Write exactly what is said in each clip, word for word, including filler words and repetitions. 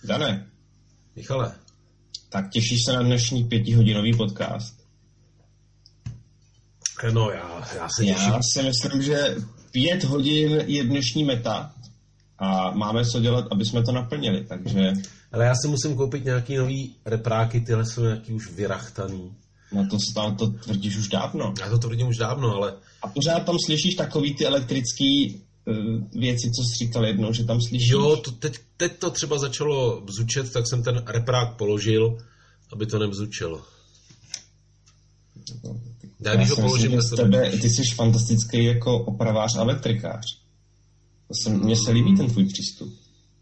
Dane. Michale. Tak těšíš se na dnešní pětihodinový podcast? No já, já se těším. Já si myslím, že pět hodin je dnešní meta a máme co dělat, aby jsme to naplnili, takže... Ale já si musím koupit nějaký nový repráky, tyhle jsou nějaký už vyrachtaný. No to stále to tvrdíš už dávno. Já to tvrdím už dávno, ale... A pořád tam slyšíš takový ty elektrický uh, věci, co jsi říkal jednou, že tam slyšíš? Jo, to teď, teď to třeba začalo bzučet, tak jsem ten reprák položil, aby to nebzučelo. Já, Já když ho položím... Myslím, tebe, ty jsi fantastický jako opravář a elektrikář. Mně se líbí ten tvůj přístup.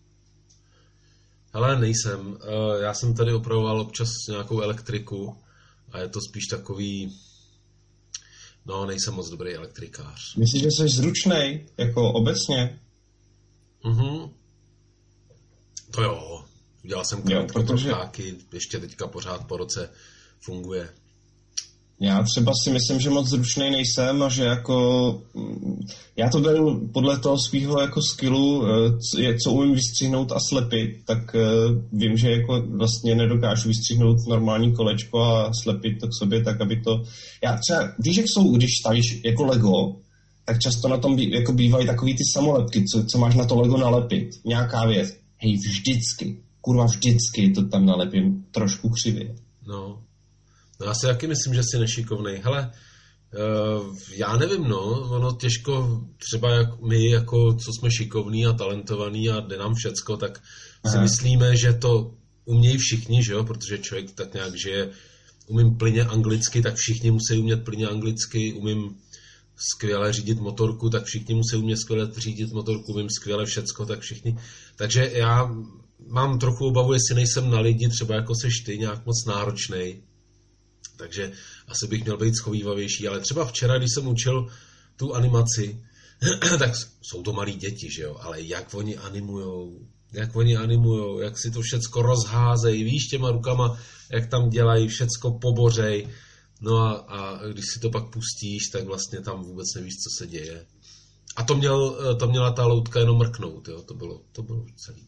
Ale nejsem. Já jsem tady opravoval občas nějakou elektriku a je to spíš takový... No, nejsem moc dobrý elektrikář. Myslíš, že jsi zručnej, jako obecně? Mhm. To jo. Udělal jsem krátké procházky, ještě teďka pořád po roce funguje. Já třeba si myslím, že moc zručnej nejsem a že jako... Já to beru podle toho svého jako skillu, co umím vystřihnout a slepit, tak vím, že jako vlastně nedokážu vystřihnout normální kolečko a slepit to k sobě tak, aby to... Já třeba, víš, jak jsou, když stavíš jako Lego, tak často na tom bí, jako bývají takový ty samolepky, co, co máš na to Lego nalepit. Nějaká věc. Hej, vždycky, kurva vždycky to tam nalepím trošku křivě. No. No já si taky myslím, že jsi nešikovnej. Hele, uh, já nevím, no, ono těžko, třeba jak my, jako, co jsme šikovní a talentovaní a jde nám všecko, tak Aha. si myslíme, že to umějí všichni, že jo, protože člověk tak nějak žije, umím plyně anglicky, tak všichni musí umět plyně anglicky, umím skvěle řídit motorku, tak všichni musí umět skvěle řídit motorku, umím skvěle všecko, tak všichni. Takže já mám trochu obavu, jestli nejsem na lidi, třeba jako seš ty, nějak moc náročnej. Takže asi bych měl být schovývavější, ale třeba včera, když jsem učil tu animaci, tak jsou to malí děti, že jo, ale jak oni animujou, jak oni animujou, jak si to všecko rozházejí, víš, těma rukama, jak tam dělají, všecko pobořej, no a, a když si to pak pustíš, tak vlastně tam vůbec nevíš, co se děje. A to, měl, to měla ta loutka jenom mrknout, jo, to bylo, to bylo celý.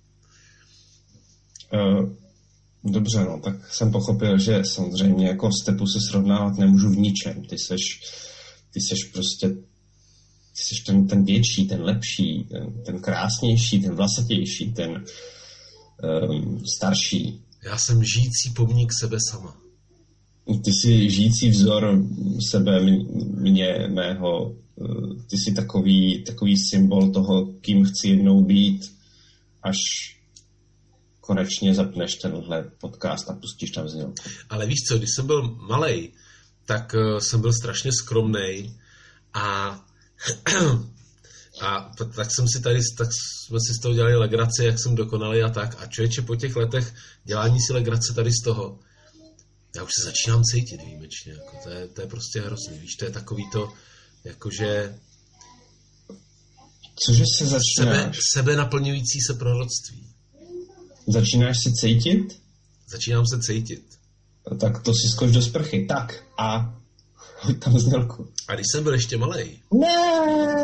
Uh... Dobře, no, tak jsem pochopil, že samozřejmě jako Stepu se srovnávat nemůžu v ničem. Ty seš, ty seš prostě, ty seš ten, ten větší, ten lepší, ten, ten krásnější, ten vlasatější, ten um, starší. Já jsem žijící pomník sebe sama. Ty jsi žijící vzor sebe, mě, mého, ty jsi takový, takový symbol toho, kým chci jednou být, až konečně zapneš tenhle podcast a pustíš tam znělku. Ale víš co, když jsem byl malej, tak uh, jsem byl strašně skromnej a, a tak jsem si tady, tak jsme si z toho dělali legraci, jak jsem dokonalý a tak. A člověče, po těch letech dělání si legrace tady z toho, já už se začínám cítit výjimečně. Jako to, je, to je prostě hrozný. Víš, to je takový to, jakože... Cože se začínáš? Sebe, sebe naplňující se proroctví. Začínáš se cítit? Začínám se cítit. Tak to si skoč do sprchy. Tak a hoď tam znělku. A když jsem byl ještě malej. Ne!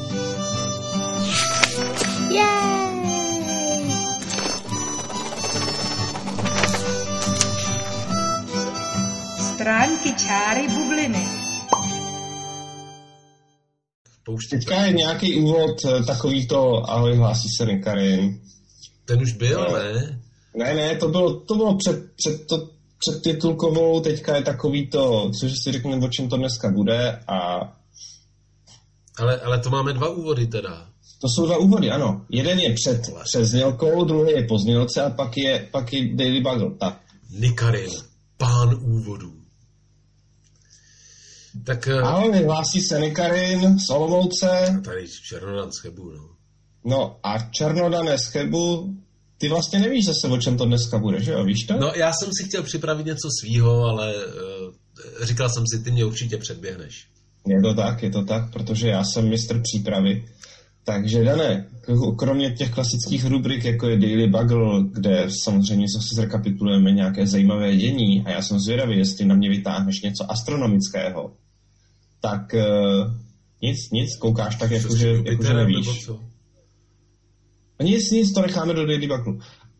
Yay! Stránky, čáry, bubliny. Pouště. Teďka je nějaký úvod, takový to ahoj, hlásí se Nekarin. Ten už byl, ne? Ne, ne, to bylo, to bylo před, před, to, před titulkovou, teďka je takový to, cože si řekneme, o čem to dneska bude a... Ale, ale to máme dva úvody teda. To jsou dva úvody, ano. Jeden je před, před znělkou, druhý je po znělce a pak je, pak je Daily Bugle, tak. Nekarin, pán úvodů. Tak... Ahoj, hlásí se Nekarin z Olomouce. A tady Černodan z Chebu, no. No a Černodané z Chebu, ty vlastně nevíš zase, o čem to dneska bude, že jo, víš to? No já jsem si chtěl připravit něco svýho, ale uh, říkal jsem si, ty mě určitě předběhneš. Je to tak, je to tak, protože já jsem mistr přípravy. Takže Dané, kromě těch klasických rubrik, jako je Daily Bugle, kde samozřejmě zase zrekapitulujeme nějaké zajímavé dění a já jsem zvědavý, jestli na mě vytáhneš něco astronomického, tak uh, nic, nic, koukáš tak, jakože jako, že nevíš. Nic, nic, to necháme do Daily Bugle.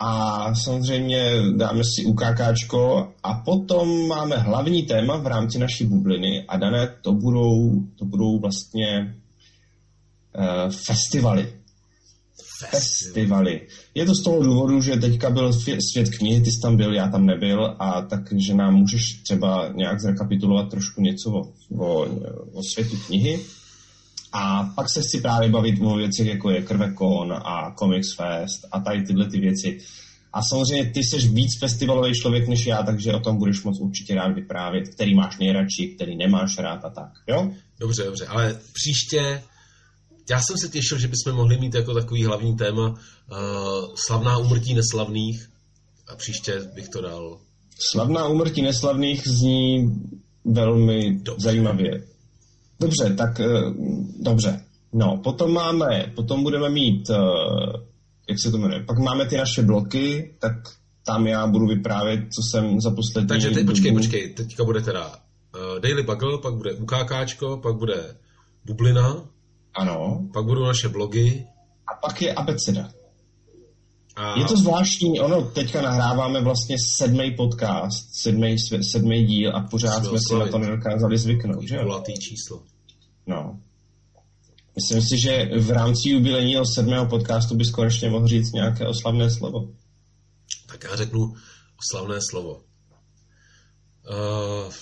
a samozřejmě dáme si UKKčko a potom máme hlavní téma v rámci naší bubliny a dané to budou, to budou vlastně uh, festivaly. Festivaly. Je to z toho důvodu, že teďka byl svět knihy, ty jsi tam byl, já tam nebyl, a takže nám můžeš třeba nějak zrekapitulovat trošku něco o, o, o světu knihy. A pak se chci právě bavit o věcech, jako je Krvekon a Comics Fest a tady tyhle ty věci. A samozřejmě ty jsi víc festivalový člověk než já, takže o tom budeš moc určitě rád vyprávět, který máš nejradši, který nemáš rád a tak, jo? Dobře, dobře, ale příště... Já jsem se těšil, že bychom mohli mít jako takový hlavní téma uh, slavná úmrtí neslavných a příště bych to dal. Slavná úmrtí neslavných zní velmi dobře. Zajímavě. Dobře, tak uh, dobře. No, potom máme, potom budeme mít, uh, jak se to jmenuje, pak máme ty naše bloky, tak tam já budu vyprávět, co jsem za poslední... Takže teď počkej, počkej, teďka bude teda uh, Daily Bugle, pak bude UKKčko, pak bude Bublina. Ano. Pak budou naše blogy. A pak je abeceda. A... Je to zvláštní, ono teďka nahráváme vlastně sedmý podcast, sedmý, sedmý díl a pořád jsme, jsme si na to nedokázali zvyknout, že jo? Kulatý číslo. No. Myslím si, že v rámci jubilejního sedmého podcastu bys konečně mohl říct nějaké oslavné slovo. Tak já řeknu oslavné slovo. Uh...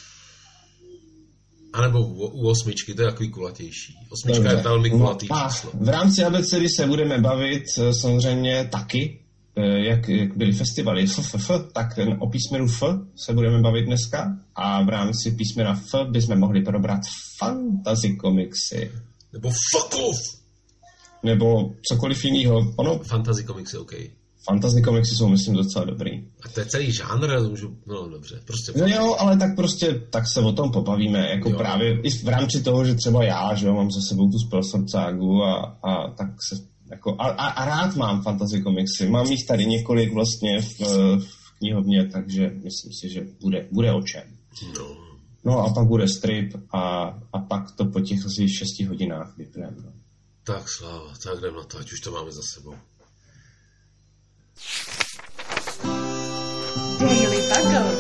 A nebo u, u osmičky, to je takový kulatější. Osmička Dobře. Je velmi kulatý no, číslo. V rámci abecedy se budeme bavit samozřejmě taky, jak, jak byly festivaly F, F, F, tak o písmenu F se budeme bavit dneska a v rámci písmena F bychom mohli probrat fantasy komiksy. Nebo fuck off! Nebo cokoliv jiného. Ono... Fantasy komiksy, OK. Fantasy komiksy jsou, myslím, docela dobrý. A to je celý žánr, můžu... No dobře, prostě... No jo, ale tak prostě, tak se o tom pobavíme, jako jo. Právě i v rámci toho, že třeba já, že jo, mám za sebou tu Spellsword a, a tak se, jako, a, a, a rád mám fantasy komiksy, mám jich tady několik vlastně v, v knihovně, takže myslím si, že bude, bude o čem. No. No a pak bude strip a, a pak to po těch asi šesti hodinách vypneme. No. Tak sláva, tak jdem na to, ať už to máme za sebou. Daily Bugle.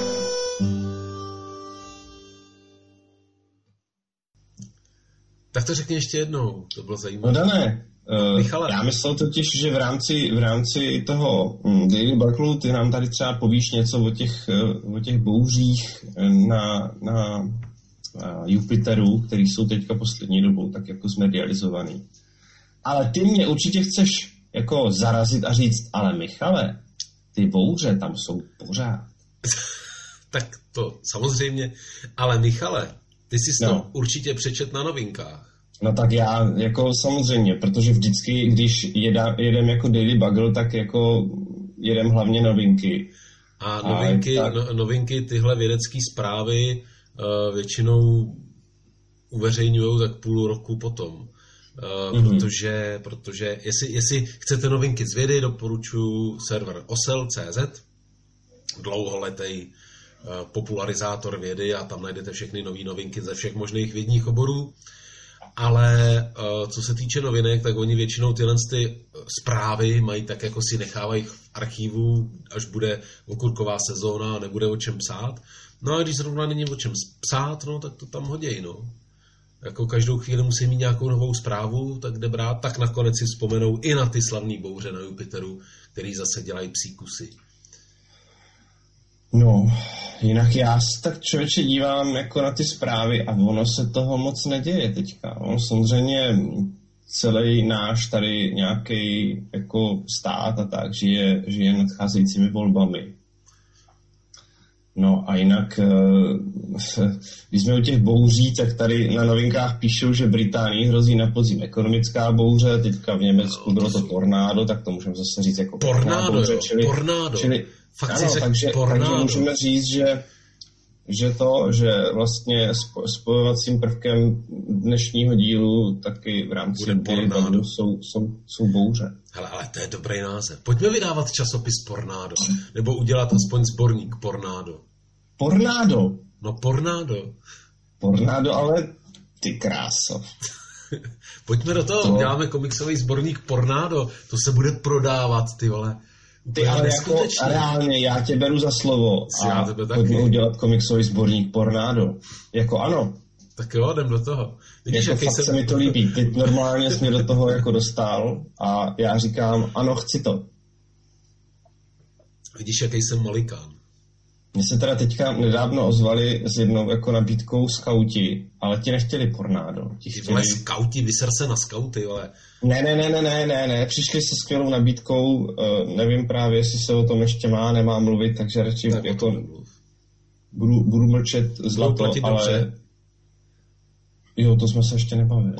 Tak to řekni ještě jednou, to bylo zajímavé. No Dané, uh, já myslel totiž, že v rámci, v rámci toho um, Daily Bugle ty nám tady třeba povíš něco o těch, uh, o těch bouřích na, na uh, Jupiteru, který jsou teďka poslední dobou tak jako zmedializovaný. Ale ty mě určitě chceš jako zarazit a říct, ale Michale, ty bouře tam jsou pořád. Tak to samozřejmě, ale Michale, ty jsi to no. určitě přečet na novinkách. No tak já, jako samozřejmě, protože vždycky, když jedá, jedem jako Daily Bugle, tak jako jedem hlavně novinky. A novinky, a tak... no, novinky tyhle vědecké zprávy uh, většinou uveřejňují tak půl roku potom. Uh, mm-hmm. protože, protože jestli, jestli chcete novinky z vědy, doporučuji server osel tečka cé zet, dlouholetý uh, popularizátor vědy a tam najdete všechny nové novinky ze všech možných vědních oborů. Ale uh, co se týče novinek, tak oni většinou tyhle ty zprávy mají tak, jako si nechávají v archivu, až bude okurková sezóna a nebude o čem psát. No a když zrovna není o čem psát, no tak to tam hoděj, no. Jako každou chvíli musí mít nějakou novou zprávu, tak jde brát, tak nakonec si vzpomenou i na ty slavný bouře na Jupiteru, který zase dělají psí kusy. No, jinak já se tak člověče dívám jako na ty zprávy a ono se toho moc neděje teďka. On samozřejmě celý náš tady nějaký jako stát a tak žije, žije nadcházejícími volbami. No a jinak, když jsme u těch bouří, tak tady na novinkách píšou, že Británii hrozí na podzim ekonomická bouře, teďka v Německu bylo to tornádo, tak to můžeme zase říct jako tornádo, bouře, čili, tornádo. čili Fakt ano, takže, takže můžeme říct, že, že to, že vlastně spojovacím prvkem dnešního dílu taky v rámci dílu jsou, jsou, jsou bouře. Hele, ale to je dobrý název. Pojďme vydávat časopis Pornádo, nebo udělat aspoň sborník Pornádo. Pornádo? No Pornádo. Pornádo, ale ty kráso. Pojďme do toho, to... uděláme komiksový sborník Pornádo, to se bude prodávat, ty vole. Ty ale jako reálně, já tě beru za slovo a pojďme udělat komiksový sborník Pornádo. Jako ano. Tak jo, jdem do toho. Vidíš, jako fakt jsem... se mi to líbí. Ty normálně jsi mě do toho jako dostal a já říkám, ano, chci to. Vidíš, jaký jsem malikán. Mně se teda teďka nedávno ozvali s jednou jako nabídkou skauti, ale ti nechtěli Pornádo. Ti chtěli... Vole, skauti, vyser se na skauty, ale... Ne, ne, ne, ne, ne, ne, ne, přišli se skvělou nabídkou, uh, nevím právě, jestli se o tom ještě má, nemá mluvit, takže radši tak jako budu, budu mlčet zlato, ale... Dobře. Jo, to jsme se ještě nebavili.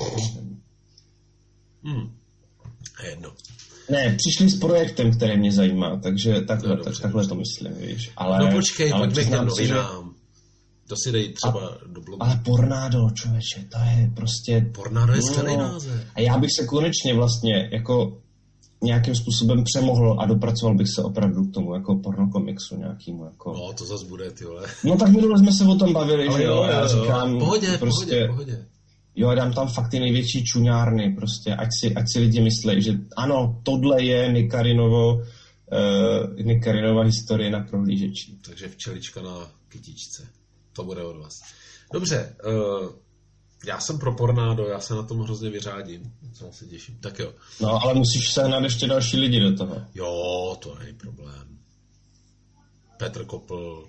Hmm, jedno. Ne, přišli s projektem, který mě zajímá, takže takhle, no, dobře, tak, takhle to myslím, víš. Ale, no počkej, pojďme k těm novinám. To si dej třeba a, do blogu. Ale Pornádo, člověče, to je prostě... Pornádo je skvělý název. A já bych se konečně vlastně jako nějakým způsobem přemohl a dopracoval bych se opravdu k tomu jako pornokomiksu nějakýmu jako... No, to zas bude, ty vole. No tak minule jsme se o tom bavili, ale že jo, já říkám... Pohodě, prostě, pohodě, pohodě. Jo, dám tam fakt ty největší čuňárny, prostě, ať si, ať si lidi myslí, že ano, tohle je Nikarinovo, uh, Nikarinova historie na prohlížeči. Takže včelička na kytičce. To bude od vás. Dobře, uh, já jsem pro Pornádo, já se na tom hrozně vyřádím. Co se těším. Tak jo. No, ale musíš sehnat ještě další lidi do toho. Jo, to není problém. Petr Kopl,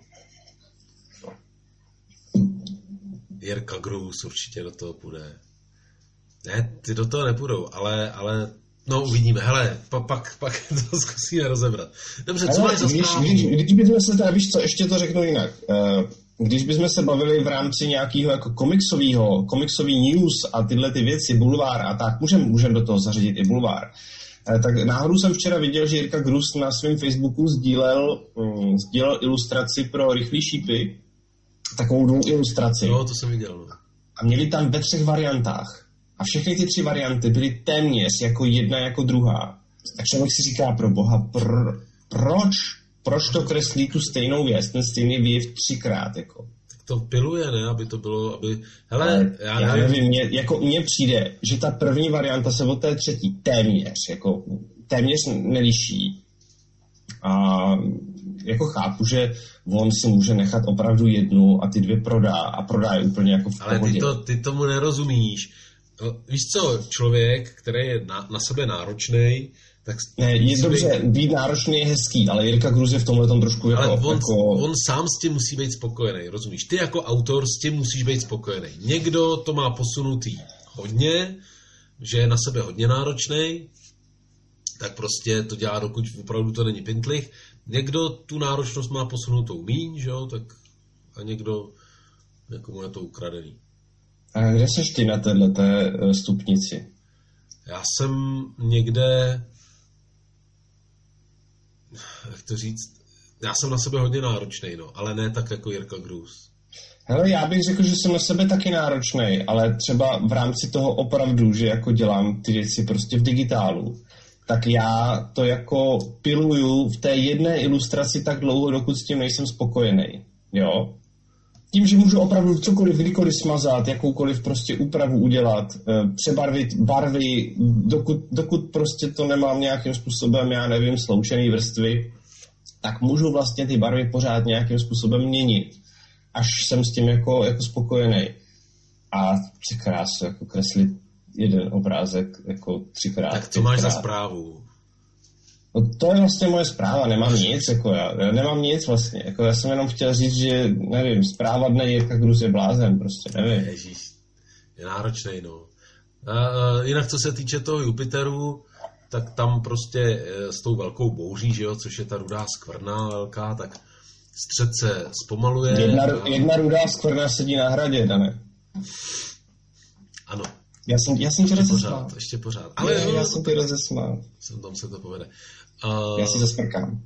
Jirka Grus určitě do toho půjde. Ne, ty do toho nepůjdou, ale, ale no uvidíme. Hele, pa, pak, pak to zkusíme rozebrat. Dobře, co máš za zprávu? Když, když, když bychom se teda, víš co, ještě to řeknu jinak. Když bychom se bavili v rámci nějakého jako komiksového, komiksový news a tyhle ty věci, bulvár a tak, můžeme můžem do toho zařadit i bulvár. Tak náhodou jsem včera viděl, že Jirka Grus na svém Facebooku sdílel, um, sdílel ilustraci pro Rychlý šípy, takovou dvou ilustraci. No, to jsem viděl. No. A měli tam ve třech variantách. A všechny ty tři varianty byly téměř jako jedna jako druhá. Tak člověk si říká, pro boha, pr- proč? Proč to kreslí tu stejnou věc, ten stejný výjev třikrát, jako? Tak to piluje, ne? Aby to bylo, aby... Hele, já, já nevím. nevím mně, jako mně přijde, že ta první varianta se od té třetí téměř, jako téměř neliší. A jako chápu, že on si může nechat opravdu jednu a ty dvě prodá a prodá je úplně jako v pohodě. Ale ty, to, ty tomu nerozumíš. Víš co, člověk, který je na, na sebe náročnej, tak... Ne, je dobře, být... být náročný je hezký, ale Jirka Grus je v tomhle tom trošku jako... Ale on, jako... on sám s tím musí být spokojený, rozumíš? Ty jako autor s tím musíš být spokojený. Někdo to má posunutý hodně, že je na sebe hodně náročnej, tak prostě to dělá, dokud opravdu to není pintlich. Někdo tu náročnost má posunutou míň, že jo, tak a někdo, někomu je to ukradený. A kde seš ty na téhleté stupnici? Já jsem někde, jak to říct, já jsem na sebe hodně náročnej, no, ale ne tak jako Jirka Grus. Hele, já bych řekl, že jsem na sebe taky náročnej, ale třeba v rámci toho opravdu, že jako dělám ty věci prostě v digitálu, tak já to jako piluju v té jedné ilustraci tak dlouho, dokud s tím nejsem spokojený. Jo? Tím, že můžu opravdu cokoliv, kdykoliv smazat, jakoukoliv prostě úpravu udělat, přebarvit barvy, dokud, dokud prostě to nemám nějakým způsobem, já nevím, sloučený vrstvy, tak můžu vlastně ty barvy pořád nějakým způsobem měnit, až jsem s tím jako, jako spokojený. A při krásu, jako kreslit jeden obrázek jako třikrát. Tak co máš za zprávu? No to je vlastně moje zpráva, nemám nic, jako já, já nemám nic vlastně, jako já jsem jenom chtěl říct, že, nevím, zpráva dne Jirka Grus je blázen, prostě, nevím. Ježíš, je náročnej, no. A, a, jinak, co se týče toho Jupiteru, tak tam prostě s tou velkou bouří, že jo, což je ta rudá skvrna velká, tak střed se zpomaluje. Jedna, a... jedna rudá skvrna sedí na hradě, Dane. Ano. Já jsem, já jsem tě rozesmál. Ještě pořád. Ale já, já jsem tě rozesmál. Jsem tam se to povede. Uh... Já si zasmrkám.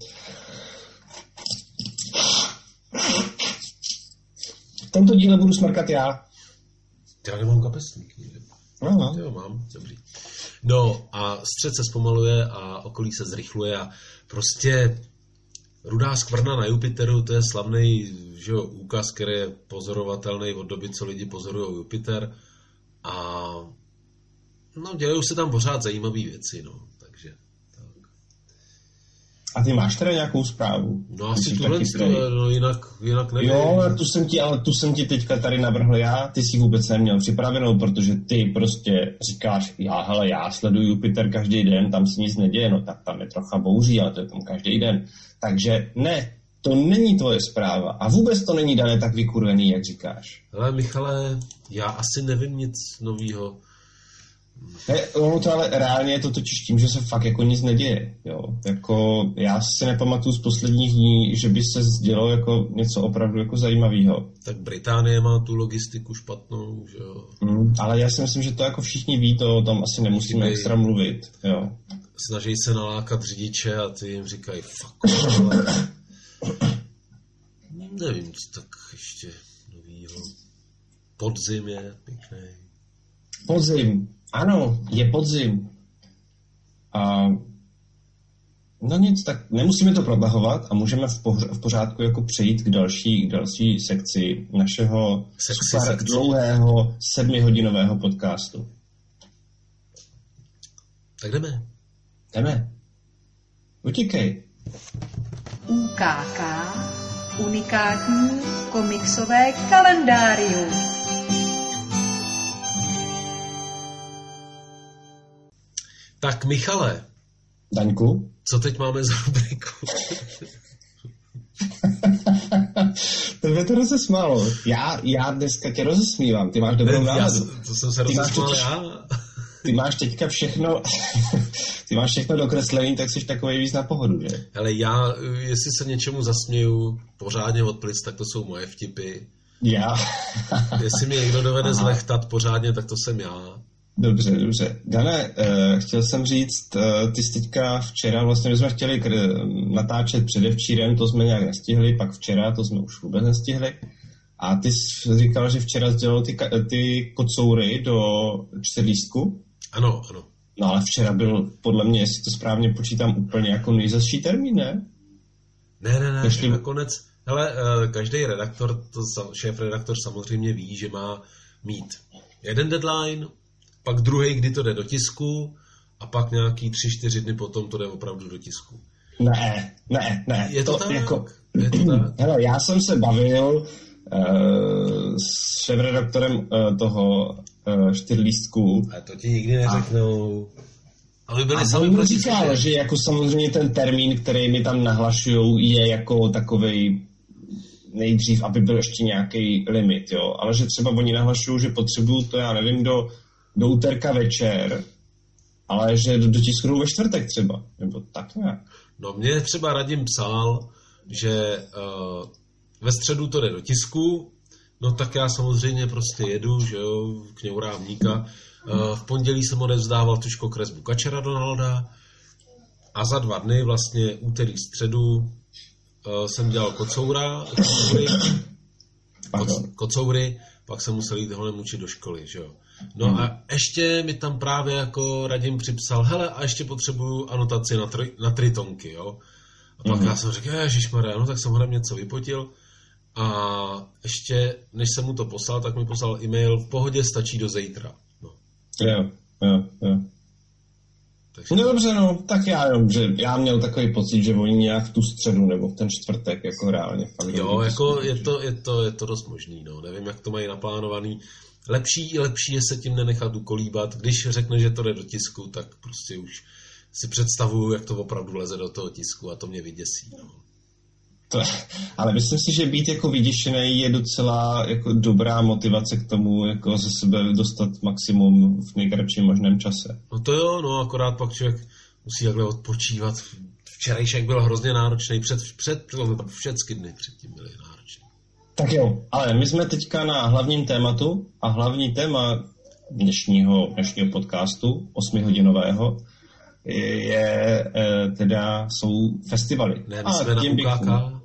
V tomto díle budu smrkat já. Já nemám kapesník. Aha. Jo, mám. Dobrý. No a střed se zpomaluje a okolí se zrychluje a prostě rudá skvrna na Jupiteru, to je slavný, že jo, úkaz, který je pozorovatelný od doby, co lidi pozorují Jupiter. A no, dělají se tam pořád zajímavé věci, no, takže tak. A ty máš teda nějakou zprávu? No asi tuhle, no jinak, jinak nevím. Jo, tu jsem ti, ale tu jsem ti teďka tady navrhl já, ty si vůbec neměl připravenou, protože ty prostě říkáš, já, hele, já sleduju Jupiter každý den, tam se nic neděje, no tak tam je trocha bouří, ale to je tam každý den. Takže ne, to není tvoje zpráva a vůbec to není dané tak vykurvený, jak říkáš. Ale Michale, já asi nevím nic novýho. Ne, ono to ale reálně je to totiž tím, že se fakt jako nic neděje, jo. Jako já si nepamatuju z posledních dní, že by se dělo jako něco opravdu jako zajímavého. Tak Británie má tu logistiku špatnou, že jo. Mm, ale já si myslím, že to jako všichni ví, to o tom asi nemusíme extra mluvit, jo. Snaží se nalákat řidiče a ty jim říkají fuck, ale... Nevím, co tak ještě novýho. Podzim je pěkný. Podzim. Ano, je podzim. A no nic, tak nemusíme to protahovat a můžeme v, poř- v pořádku jako přejít k další, k další sekci našeho Sexy super sekci. dlouhého sedmihodinového podcastu. Tak jdeme. Jdeme. Utíkej. U K K unikátní komiksové kalendárium. Tak Michale. Daňku. Co teď máme za rubriku? To mě to rozesmálo. Já, já dneska tě rozesmívám. Ty máš dobrou náladu. To jsem se rozesmál já. Ty máš teďka všechno, ty máš všechno dokreslený, tak jsi takový víc na pohodu, že? Hele, já, jestli se něčemu zasměju pořádně od plic, tak to jsou moje vtipy. Já. Jestli mě někdo dovede Aha. zlechtat pořádně, tak to jsem já. Dobře, dobře. Dane, uh, chtěl jsem říct, uh, ty jsi teďka včera, vlastně my jsme chtěli k- natáčet předevčírem, to jsme nějak nestihli, pak včera, to jsme už vůbec nestihli. A ty jsi říkal, že včera sdělal ty, ka- ty kocoury do čtyřlístku. Ano, ano. No ale včera byl, podle mě, jestli to správně počítám, úplně jako nejzazší termín, ne? Ne, ne, ne, Ještě... nakonec, hele, uh, každý redaktor, to šéf-redaktor samozřejmě ví, že má mít jeden deadline, pak druhý, kdy to jde do tisku a pak nějaký tři, čtyři dny potom to jde opravdu do tisku. Ne, ne, ne. Je to, to tak? Jako... Je to tak? Hele, já jsem se bavil uh, s šéfredaktorem uh, toho uh, čtyřlístku. A to ti nikdy neřeknou. Aby byli a sami on proti říkal, sobě. že jako samozřejmě ten termín, který mi tam nahlašujou, je jako takovej nejdřív, aby byl ještě nějaký limit, jo. Ale že třeba oni nahlašují, že potřebují to, já nevím, do, do úterka večer, ale že do, do tisku jdou ve čtvrtek třeba, nebo tak nějak. No mě třeba Radim psal, že uh, ve středu to jde do tisku, no tak já samozřejmě prostě jedu, že jo, kňourám Mníka. Uh, v pondělí jsem odevzdával tužko kresbu Kačera Donalda a za dva dny, vlastně úterý, středu, uh, jsem dělal kocoura, kocoury, koc, kocoury, pak jsem musel jít honem učit do školy, že jo. No hmm. a ještě mi tam právě jako Radim připsal, hele, a ještě potřebuju anotaci na, tri, na tritonky, jo. A pak hmm. já jsem řekl, ježišmarja, no tak jsem hodem něco vypotil a ještě, než jsem mu to poslal, tak mi poslal e-mail, v pohodě, stačí do zítra. No. Jo, jo, jo. Takže... No dobře, no, tak já jenom, že já měl takový pocit, že oni nějak v tu středu nebo v ten čtvrtek jako reálně. Fakt jo, jako je to, je, to, je to dost možný, no, nevím, jak to mají naplánovaný. Lepší, lepší je se tím nenechat ukolíbat. Když řekne, že to jde do tisku, tak prostě už si představuju, jak to opravdu leze do toho tisku a to mě vyděsí. No. To, ale myslím si, že být jako vyděšený je docela jako dobrá motivace k tomu, jako ze sebe dostat maximum v nejkratším možném čase. No to jo, no akorát pak člověk musí takhle odpočívat. Včerejšek byl hrozně náročný, před, před, všechny dny předtím byly náročný. Tak jo, ale my jsme teďka na hlavním tématu a hlavní téma dnešního, dnešního podcastu, osmihodinového, je, je teda, jsou festivaly. Ne, my jsme na U K K.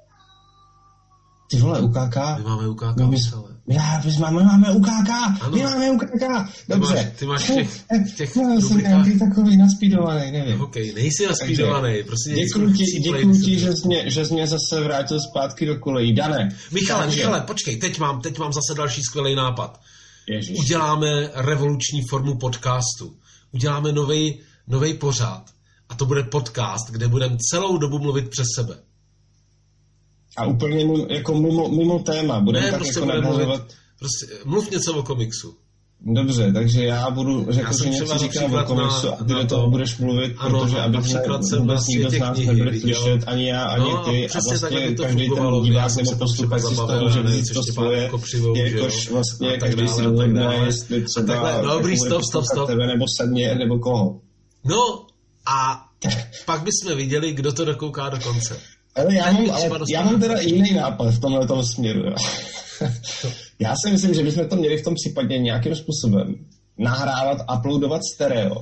Ty vole, U K K? My máme U K K, no, my, já, my, máme, my máme U K K, ano. My máme U K K, dobře. Ty máš, ty máš těch, těch no, jsem nějaký takový naspídovaný, nevím. Ok, nejsi naspídovaný, prostě děkuji ti, děkuji ti, že jsi, mě, že jsi mě zase vrátil zpátky do kolejí. Dane. Michale, takže... Michale, počkej, teď mám, teď mám zase další skvělý nápad. Ježiš. Uděláme revoluční formu podcastu. Uděláme novej, novej pořad A to bude podcast, kde budeme celou dobu mluvit přes sebe. A úplně mimo, jako mimo, mimo téma. Budeme tak prostě jako mluvit, prostě mluv něco o komiksu. Dobře, takže já budu řekl, že něco říkám o komiksu a ty do toho budeš mluvit, ano, protože aby vůbec nikdo z nás nebyl slyšet, ani já, ani no, ty. A vlastně každý ten divák nebo posluchač si z toho může vzít to svoje, jakož vlastně každý si rozhodne, jestli třeba dobrý, stop, stop, stop. tebe nebo sedně, nebo koho. No a pak bychom viděli, kdo to dokouká do konce. Ale já mám, ale já mám teda jiný nápad v tomhletom směru. Já si myslím, že bychom to měli v tom případě nějakým způsobem nahrávat, uploadovat stereo.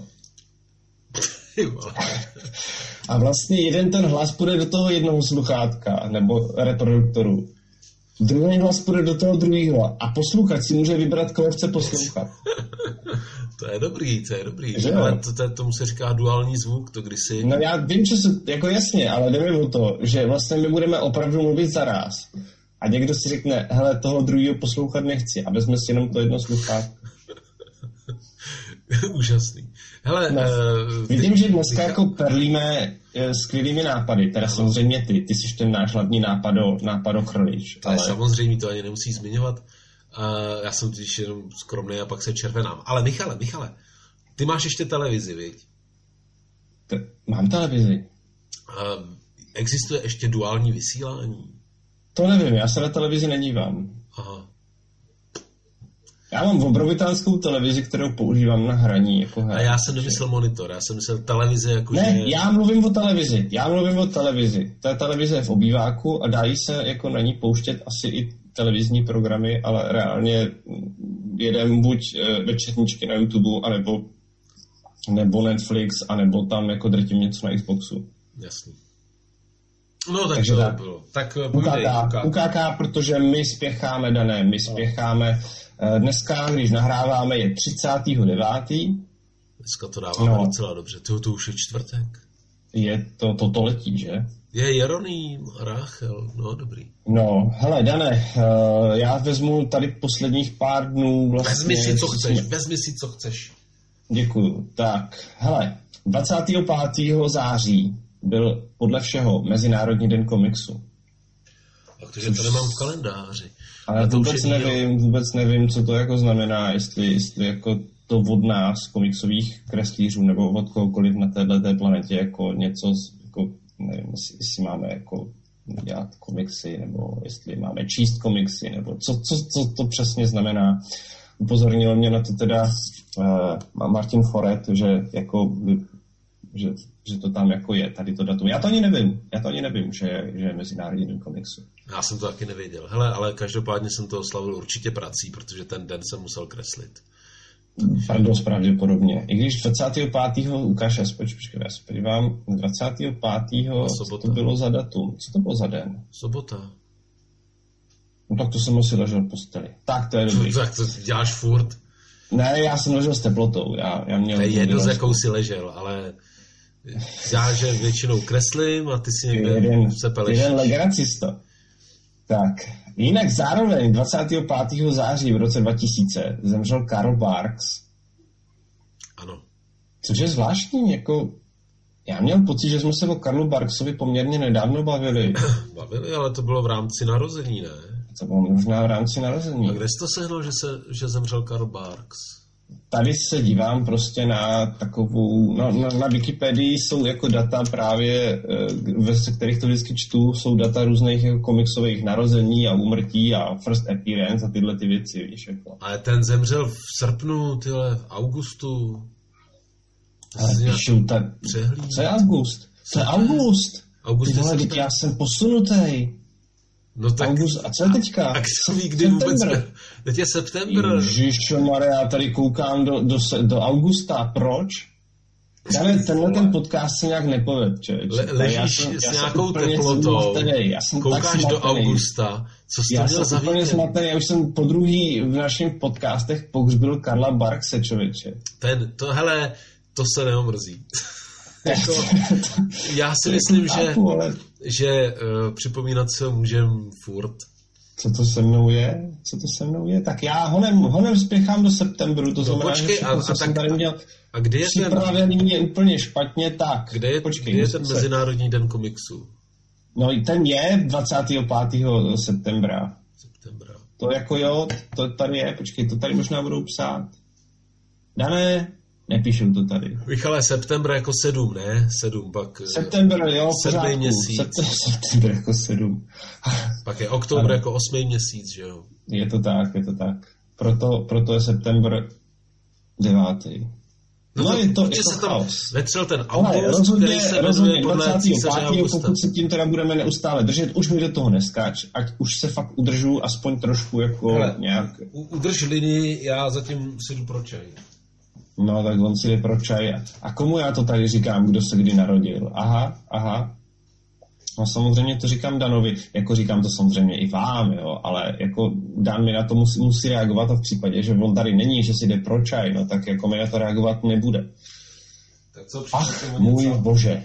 A vlastně jeden ten hlas půjde do toho jednoho sluchátka nebo reproduktoru. Druhý hlas půjde do toho druhého a posluchač si může vybrat, koho chce poslouchat. To je dobrý, to je dobrý. Že ale to, to, tomu se říká duální zvuk, to kdysi... No já vím, že se, jako jasně, ale jde mi o to, že vlastně my budeme opravdu mluvit zaráz. A někdo si řekne, hele, toho druhého poslouchat nechci a vezme si jenom to jedno sluchátko. Úžasný. Hele, no, uh, vidím, ty, že dneska ty, jako perlíme uh, skvělými nápady, teda no. Samozřejmě ty, ty jsi ten náš hlavní nápado, nápadokrovič. To ale... je samozřejmě, to ani nemusí zmiňovat. Uh, já jsem totiž jenom skromný a pak se červenám. Ale Michale, Michale, ty máš ještě televizi, viď? T- mám televizi. Uh, existuje ještě duální vysílání? To nevím, já se na televizi nedívám. Aha. Já mám obrovitánskou televizi, kterou používám na hraní. Jako a já jsem nemyslel monitor, já jsem myslel televizi jako Ne, že... já mluvím o televizi, já mluvím o televizi. Ta televize je v obýváku a dají se jako na ní pouštět asi i televizní programy, ale reálně jedem buď večerníčky na YouTube, anebo nebo Netflix, anebo tam jako drtím něco na Xboxu. Jasný. No tak Takže to tak, bylo. Tak U K K, U K K, protože my spěcháme, Dané, my spěcháme. Dneska, když nahráváme, je třicátého devátého Dneska to dáváme no. docela dobře. To, to už je čtvrtek. Je to, to, to letí, že? Je Jeroným, Ráchel, no dobrý. No, hele, Dane, já vezmu tady posledních pár dnů vlastně... Vezmi si, co chceš, vezmi si, co chceš. Děkuju. Tak, hele, dvacátého pátého září byl podle všeho Mezinárodní den komiksu. Takže to nemám v kalendáři. Ale to vůbec nevím, vůbec nevím, co to jako znamená, jestli, jestli jako to od nás, komiksových kreslířů, nebo od kohokoliv na této planetě, jako něco, jako, nevím, jestli, jestli máme jako dělat komiksy, nebo jestli máme číst komiksy, nebo co, co, co to přesně znamená. Upozornil mě na to teda uh, Martin Foret, že jako že, že to tam jako je, tady to datum. Já to ani nevím, já to ani nevím, že, že je Mezinárodní den komiksu. Já jsem to taky nevěděl. Hele, ale každopádně jsem to oslavil určitě prací, protože ten den jsem musel kreslit. Pardon, pravděpodobně. I když dvacátého pátého ukáž, já spoč, počkej, já se podívám, dvacátého pátého co to bylo za datum? Co to bylo za den? Sobota. No tak to jsem asi ležel v posteli. Tak to je dobrý. Tak to děláš furt. Ne, já jsem ležel s teplotou. Já, já měl to je jedno, z jakou si ležel, ale já, že většinou kreslím a ty si někde jeden, se peleš. Jeden legracista. Tak, jinak zároveň dvacátého pátého září v roce dva tisíce zemřel Karl Barks. Ano. Což je zvláštní, jako já měl pocit, že jsme se o Karlu Barksovi poměrně nedávno bavili. Bavili, ale to bylo v rámci narození, ne? To bylo možná v rámci narození. A kde jsi to sehnal, že, se, že zemřel Karl Barks? Tady se dívám prostě na takovou, no, na, na Wikipedii jsou jako data právě, ve kterých to vždycky čtu, jsou data různých jako komiksových narození a úmrtí a first appearance a tyhle ty věci, víš, jako. Ale ten zemřel v srpnu, tyhle, v augustu. Ale píšu, tak, co je august? Co je august? August ty vole, já jsem posunutý. No tak, August, a co je teďka? A kdo ví, kdy vůbec... Teď je september. Ježišmarja, já tady koukám do, do, do augusta. Proč? Tenhle, tenhle ten podcast se nějak nepoved, člověče. Le, ležíš jsem, s nějakou teplotou, koukáš do augusta. Co jsi já to měl za víkend? Já jsem úplně smatený, já už jsem po druhý v našich podcastech pohřbil Karla Barkse, člověče. Ten, to, hele, to se neomrzí. Jako, já si myslím, že, že uh, připomínat se můžem furt. Co to se mnou je? Co to se mnou je? Tak já honem, honem spěchám do septembru, to znamená, no, počkej, že a, co a jsem tak, tady měl a kdy je připravený ten... je úplně špatně, tak. Kde je, počkej, kde je ten se... Mezinárodní den komiksu? No ten je dvacátého pátého septembra. Septembra. To jako jo, to tady je, počkej, to tady možná budou psát. Dané, nepíšou to tady. Michale, september jako sedm, ne? Sedm, pak... September, jo, sedmý měsíc. September jako sedm. Pak je oktober jako osmý měsíc, že jo? Je to tak, je to tak. Proto, proto je september devátý. No, no to, je to, je to chaos. Vetřel ten august, rozhodně, který se rozhodně dvacátého pátého pokud se tím teda budeme neustále držet, už mi do toho neskáč, ať už se fakt udržu aspoň trošku jako hele, nějak... Udrž linii, já zatím si jdu pro čaj. No, tak on si jde pro čaj. A komu já to tady říkám, kdo se kdy narodil? Aha, aha. No samozřejmě to říkám Danovi, jako říkám to samozřejmě i vám, jo, ale jako Dan mi na to musí, musí reagovat a v případě, že on tady není, že si jde pro čaj, no tak jako mi na to reagovat nebude. Tak co, ach, můj bože.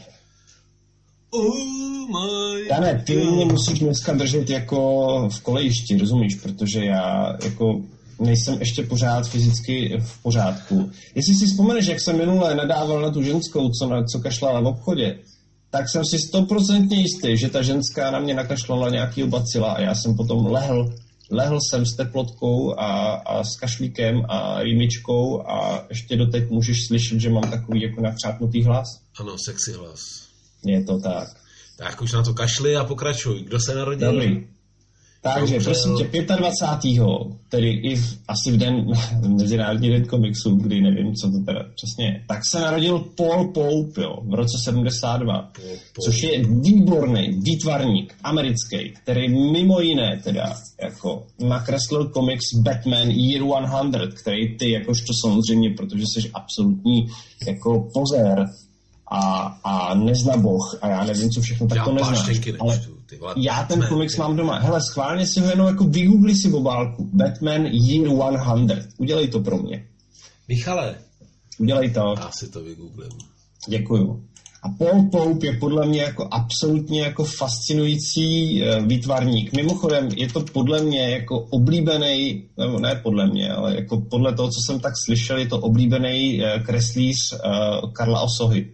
Oh my... Dane, ty mě musíš dneska držet jako v kolejišti, rozumíš, protože já jako nejsem ještě pořád fyzicky v pořádku. Jestli si vzpomeneš, jak jsem minule nadával na tu ženskou, co, na, co kašlala v obchodě, tak jsem si stoprocentně jistý, že ta ženská na mě nakašlala nějakýho bacila a já jsem potom lehl, lehl jsem s teplotkou a, a s kašlíkem a rýmičkou a ještě doteď můžeš slyšet, že mám takový jako nachřápnutý hlas. Ano, sexy hlas. Je to tak. Tak už na to kašli a pokračuj. Kdo se narodil? Dobrý. Takže Dobře, prosím tě, dvacátého tedy i v, asi v den, Mezinárodní den komiksu, kdy nevím, co to teda přesně je, tak se narodil Paul Pope, jo, v roce sedmdesát dva, Paul, Paul. Což je výborný výtvarník americký, který mimo jiné teda jako nakreslil komiks Batman Year sto, který ty jakožto samozřejmě, protože jsi absolutní jako pozér a, a neznaboch a já nevím, co všechno, tak já to neznáš. Ale já ten komiks mám doma. Hele, schválně si ho jenom jako vygoogli si obálku. Batman Year sto. Udělej to pro mě. Michale. Udělej to. Já si to vygooglím. Děkuju. A Paul Pope je podle mě jako absolutně jako fascinující uh, výtvarník. Mimochodem, je to podle mě jako oblíbený, nebo ne podle mě, ale jako podle toho, co jsem tak slyšel, je to oblíbený uh, kreslíř uh, Karla Osohy.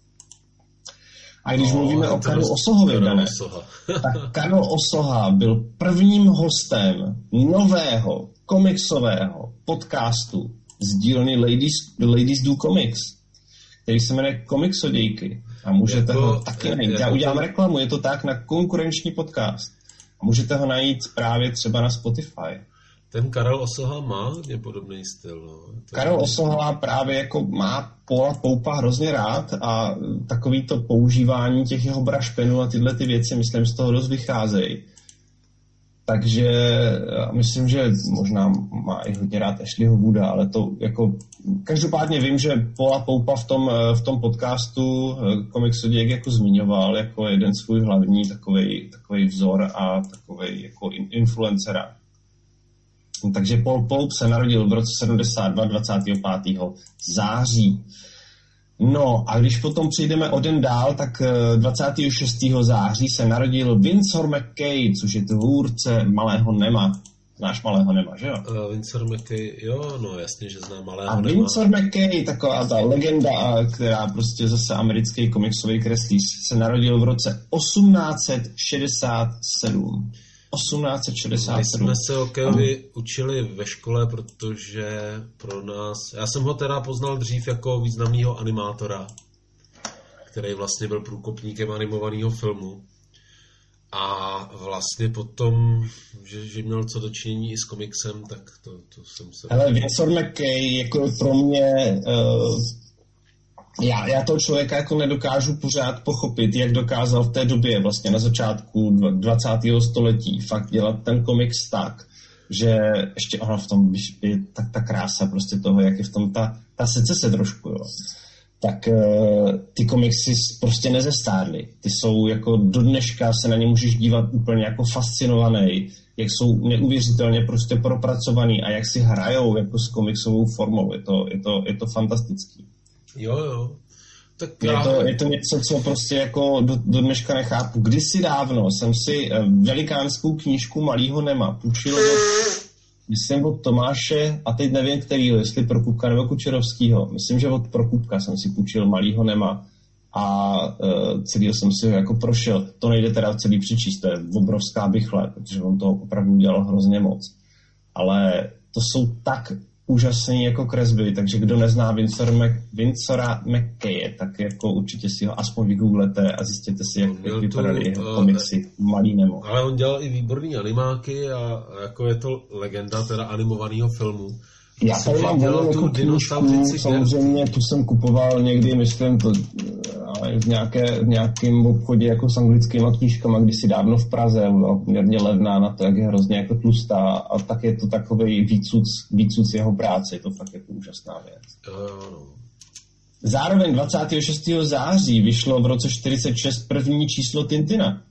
A když no, mluvíme o Karlu Osohovi, Dane, tak Karl Osoha byl prvním hostem nového komiksového podcastu z dílny Ladies, Ladies Do Comics, který se jmenuje Komiksodějky. A můžete jako, ho taky najít. Já udělám to... reklamu, je to tak na konkurenční podcast. A můžete ho najít právě třeba na Spotify. Ten Karel Osoha má hodně podobný styl. No. Karel Osoha právě jako má Paula Poupa hrozně rád a takový to používání těch jeho brushpenů a tyhle ty věci, myslím, z toho dost vycházejí. Takže myslím, že možná má i hodně rád Ashleyho Wooda, ale to jako každopádně vím, že Paula Poupa v tom, v tom podcastu Komiksodějek jako zmiňoval jako jeden svůj hlavní takovej, takovej vzor a takovej jako influencera. Takže Paul Pope se narodil v roce sedmdesát dva, dvacátého pátého září. No a když potom přejdeme o den dál, tak dvacátého šestého září se narodil Winsor McCay, což je tvůrce Malého Nema. Znáš Malého Nema, že jo? Uh, Winsor McCay, jo, no jasně, že znám Malého a Nema. A Winsor McCay, taková ta legenda, která prostě zase americký komiksový kreslíř, se narodil v roce osmnáct set šedesát sedm. osmnáct set šedesát sedm. My jsme se o Keovi učili ve škole, protože pro nás... Já jsem ho teda poznal dřív jako významného animátora, který vlastně byl průkopníkem animovaného filmu. A vlastně potom, že, že měl co dočinění i s komiksem, tak to, to jsem se... Hele, Winsor McCay jako pro mě... Uh... Já, já toho člověka jako nedokážu pořád pochopit, jak dokázal v té době, vlastně na začátku dvacátého století, fakt dělat ten komiks tak, že ještě ono v tom je tak ta krása prostě toho, jak je v tom ta, ta secese trošku, jo. Tak uh, ty komiksy prostě nezestárly. Ty jsou jako do dneška se na ně můžeš dívat úplně jako fascinovaný, jak jsou neuvěřitelně prostě propracovaný a jak si hrajou jako s komiksovou formou. Je to, je to, je to fantastický. Jo, jo. Tak je, já... to, je to něco, co prostě jako do, do dneška nechápu. Kdysi dávno jsem si velikánskou knížku Malýho Nema půjčil od, myslím od Tomáše, a teď nevím kterýho, jestli Prokupka nebo Kučerovskýho. Myslím, že od Prokupka jsem si půjčil Malýho Nema a uh, celýho jsem si ho jako prošel. To nejde teda celý přečíst, to je obrovská bychle, protože on toho opravdu udělal hrozně moc. Ale to jsou tak úžasný jako kresby, takže kdo nezná Vincora, Mac, Vincora McKaye, tak jako určitě si ho aspoň vygooglete a zjistěte si, jak, jak vypadaly jeho komiksy. Malý Nemo. Ale on dělal i výborný animáky a jako je to legenda teda animovaného filmu. Já myslím, tady mám volnou jako knížku, samozřejmě tu jsem kupoval někdy, myslím, to, v, nějaké, v nějakém obchodě jako s anglickýma knížkama, kdysi dávno v Praze, byla poměrně levná na to, jak je hrozně jako tlustá, a tak je to takovej výcuc, výcuc jeho práce, je to fakt jako úžasná věc. Uh, Zároveň dvacátého šestého září vyšlo v roce čtyřicet šest první číslo Tintina.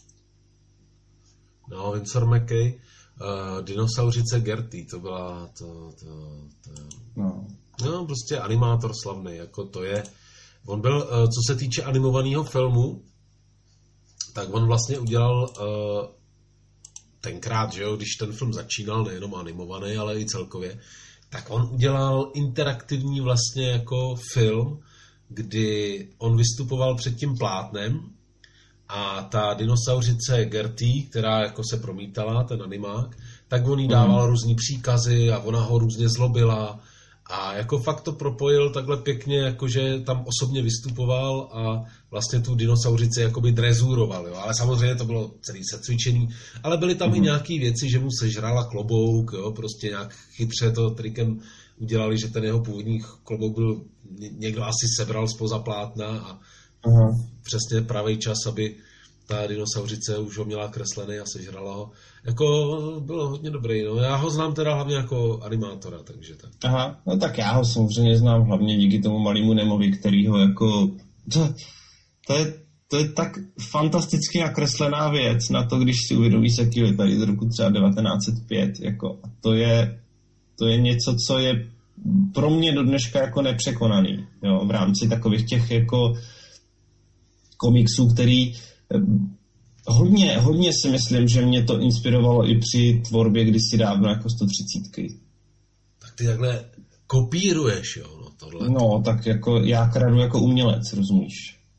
No, Vincor McKay. Uh, Dinosaurice Gerty, to byla to, to, to, no. no prostě animátor slavný, jako to je, on byl, uh, co se týče animovaného filmu, tak on vlastně udělal uh, tenkrát, že jo, když ten film začínal, nejenom animovaný, ale i celkově, tak on udělal interaktivní vlastně jako film, kdy on vystupoval před tím plátnem a ta dinosaurice Gerty, která jako se promítala, ten animák, tak on jí dával mm. různý příkazy a ona ho různě zlobila a jako fakt to propojil takhle pěkně, jakože tam osobně vystupoval a vlastně tu dinosaurici jakoby drezuroval, jo. Ale samozřejmě to bylo celý secvičený, ale byly tam mm. i nějaký věci, že mu sežrala klobouk, jo, prostě nějak chytře to trikem udělali, že ten jeho původní klobouk byl, někdo asi sebral zpoza plátna a Aha. přesně pravý čas, aby ta dinosaurice už ho měla kreslený a sežrala ho. Jako bylo hodně dobrý, no. Já ho znám teda hlavně jako animátora, takže tak. Aha, no tak já ho samozřejmě znám hlavně díky tomu Malému Nemovi, který ho jako... To, to, je, to je tak fantasticky nakreslená věc na to, když si uvědomí se kýli tady z roku třeba devatenáct set pět, jako, a to je, to je něco, co je pro mě do dneška jako nepřekonaný, jo, v rámci takových těch jako komiksů, který hodně, hodně si myslím, že mě to inspirovalo i při tvorbě kdysi dávno jako sto třicítky. Tak ty takhle kopíruješ, jo, no tohle. No, tak jako já kradu jako umělec, rozumíš?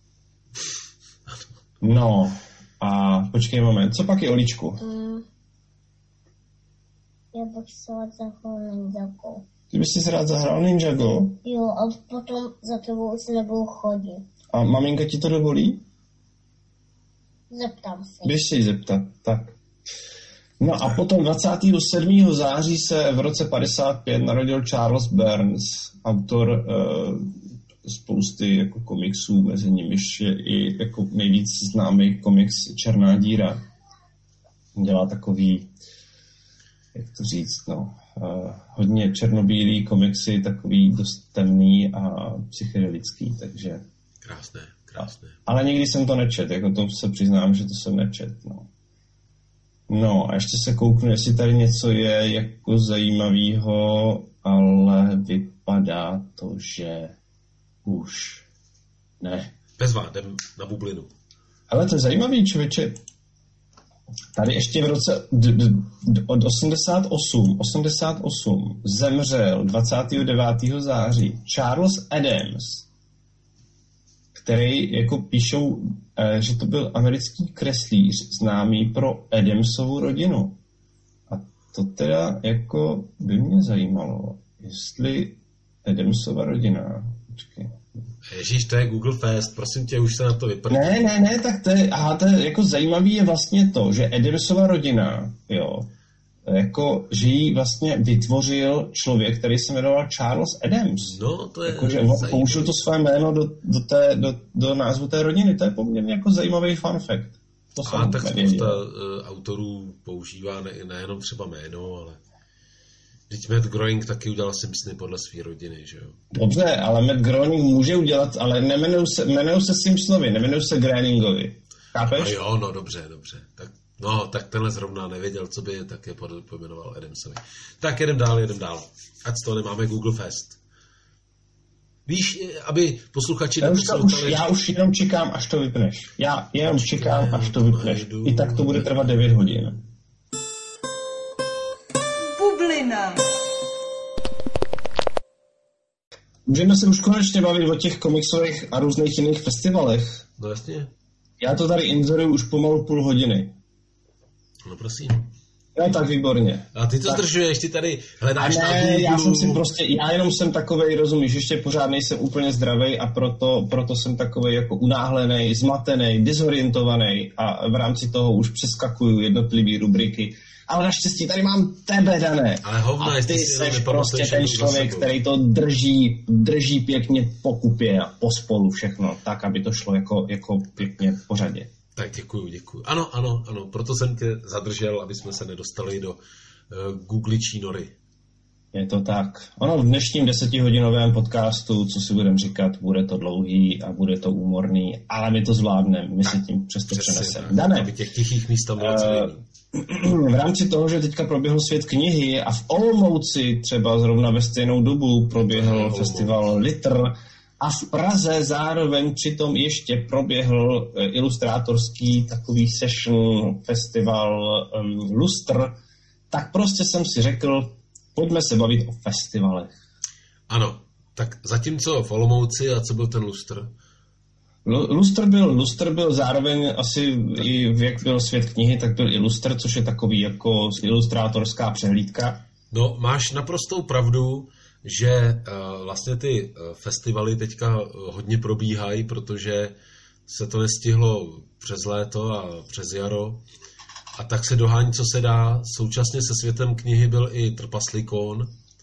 No, a počkej moment, co pak je, Oličku? Mm. Já bych se rád zahrál Ninjago. Ty bys si rád zahrál Ninjago? Jo, a potom za tebou už nebudu chodit. A maminka ti to dovolí? Zeptám se. Běž se jí zeptat, tak. No a potom dvacátého sedmého září se v roce padesát pět narodil Charles Burns, autor uh, spousty jako komiksů, mezi nimiž je i jako nejvíc známý komiks Černá díra. Dělá takový, jak to říct, no, uh, hodně černobílý komiksy, takový dost temný a psychedelický, takže... Krásné. Krásné. Ale nikdy jsem to nečet, jako to se přiznám, že to jsem nečet, no. No a ještě se kouknu, jestli tady něco je jako zajímavého, ale vypadá to, že už ne. Bezvá, jdem na bublinu. Ale to je zajímavý, člověče. Tady ještě v roce d- d- d- od osmdesát osm, osmdesát osm zemřel dvacátého devátého září Charles Adams, který jako píšou, že to byl americký kreslíř známý pro Adamsovu rodinu. A to teda jako by mě zajímalo, jestli Adamsova rodina... Počkej. Ježíš, to je Google Fest, prosím tě, už se na to vyprdí. Ne, ne, ne, tak to je, aha, to je jako zajímavý je vlastně to, že Adamsova rodina, jo, jako, že ji vlastně vytvořil člověk, který se jmenoval Charles Adams. No, to je jako, že on použil to své jméno do, do, té, do, do názvu té rodiny. To je poměrně jako zajímavý fun fact. To a tak spousta uh, autorů používá ne, nejenom třeba jméno, ale teď Matt Groening taky udělal Simpsony podle své rodiny, že jo? Dobře, ale Matt Groening může udělat, ale nemenují se, jmenují se Simpsonovi, nemenují se Groeningovi. Chápeš? No jo, no dobře, dobře. Tak No, tak tenhle zrovna nevěděl, co by také pojmenoval Adamsovi. Tak jedem dál, jedem dál. Ať z toho nemáme Google Fest. Víš, aby posluchači já už, to, už, neposlouchali... já už jenom čekám, až to vypneš. Já jenom čekám, až to vypneš. I tak to bude trvat devět hodin. Bublina. Můžeme se už konečně bavit o těch komiksových a různých jiných festivalech. No jasně. Já to tady inzeruju už pomalu půl hodiny. No prosím. No tak výborně. A ty to tak... zdržuješ, ty tady hledáš ne, na Google. já jsem si prostě, já jenom jsem takovej, rozumíš, ještě pořád nejsem úplně zdravej a proto, proto jsem takovej jako unáhlenej, zmatenej, dezorientovaný a v rámci toho už přeskakuju jednotlivý rubriky. Ale naštěstí tady mám tebe, Dané. Ale hovna, a ty seš prostě ten člověk, který to drží, drží pěkně po kupě a pospolu všechno, tak, aby to šlo jako, jako pěkně v pořadě. Tak děkuju, děkuju. Ano, ano, ano, proto jsem tě zadržel, aby jsme se nedostali do uh, googličí nory. Je to tak. Ono v dnešním desetihodinovém podcastu, co si budeme říkat, bude to dlouhý a bude to úmorný, ale my to zvládneme, my si tím přesto přeneseme. Dané, aby těch tichých míst tam bylo celý. V rámci toho, že teďka proběhl Svět knihy a v Olomouci třeba zrovna ve stejnou dobu proběhl festival Litr a v Praze zároveň přitom ještě proběhl ilustrátorský takový session festival um, Lustr, tak prostě jsem si řekl, pojďme se bavit o festivalech. Ano, tak zatímco v Olomouci a co byl ten Lustr? Lustr byl, Lustr byl zároveň asi i jak byl Svět knihy, tak byl i Lustr, což je takový jako ilustrátorská přehlídka. No, máš naprostou pravdu, že uh, vlastně ty uh, festivaly teďka hodně probíhají, protože se to nestihlo přes léto a přes jaro. A tak se dohání, co se dá. Současně se Světem knihy byl i Trpaslikon.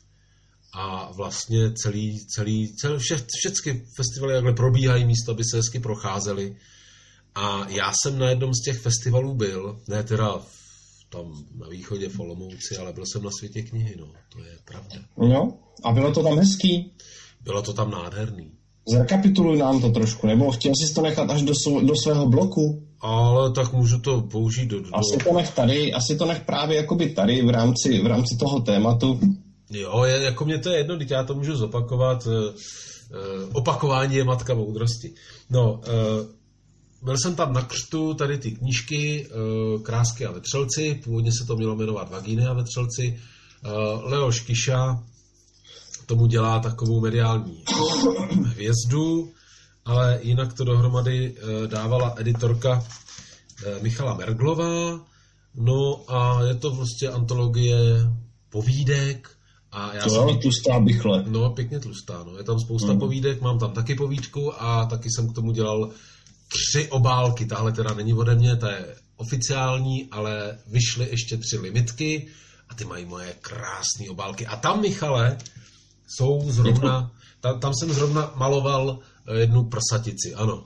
A vlastně celý, celý, celý vše, všechny festivaly jakhle probíhají místo, aby se hezky procházely. A já jsem na jednom z těch festivalů byl, ne teda v, tam na východě v Olomouci, ale byl jsem na Světě knihy, no, to je pravda. No, a bylo to tam hezký? Bylo to tam nádherný. Zrekapituluj nám to trošku, nebo chtěl jsi to nechat až do, do svého bloku? Ale tak můžu to použít do... do... Asi to nech tady, asi to nech právě jakoby tady v rámci, v rámci toho tématu. Jo, je, jako mě to je jedno, teď já to můžu zopakovat. E, e, opakování je matka moudrosti. No, e, byl jsem tam na křtu tady ty knížky e, Krásky a vetřelci, původně se to mělo jmenovat Vagíny a vetřelci. E, Leoš Kiša tomu dělá takovou mediální hvězdu, ale jinak to dohromady e, dávala editorka e, Michala Merglová. No a je to prostě antologie povídek. A já to jsem... je tlustá bychle. No, pěkně tlustá. No. Je tam spousta mm. povídek, mám tam taky povídku a taky jsem k tomu dělal tři obálky. Tahle teda není ode mě, ta je oficiální, ale vyšly ještě tři limitky a ty mají moje krásné obálky. A tam, Michale, jsou zrovna... Tam, tam jsem zrovna maloval jednu prsatici, ano.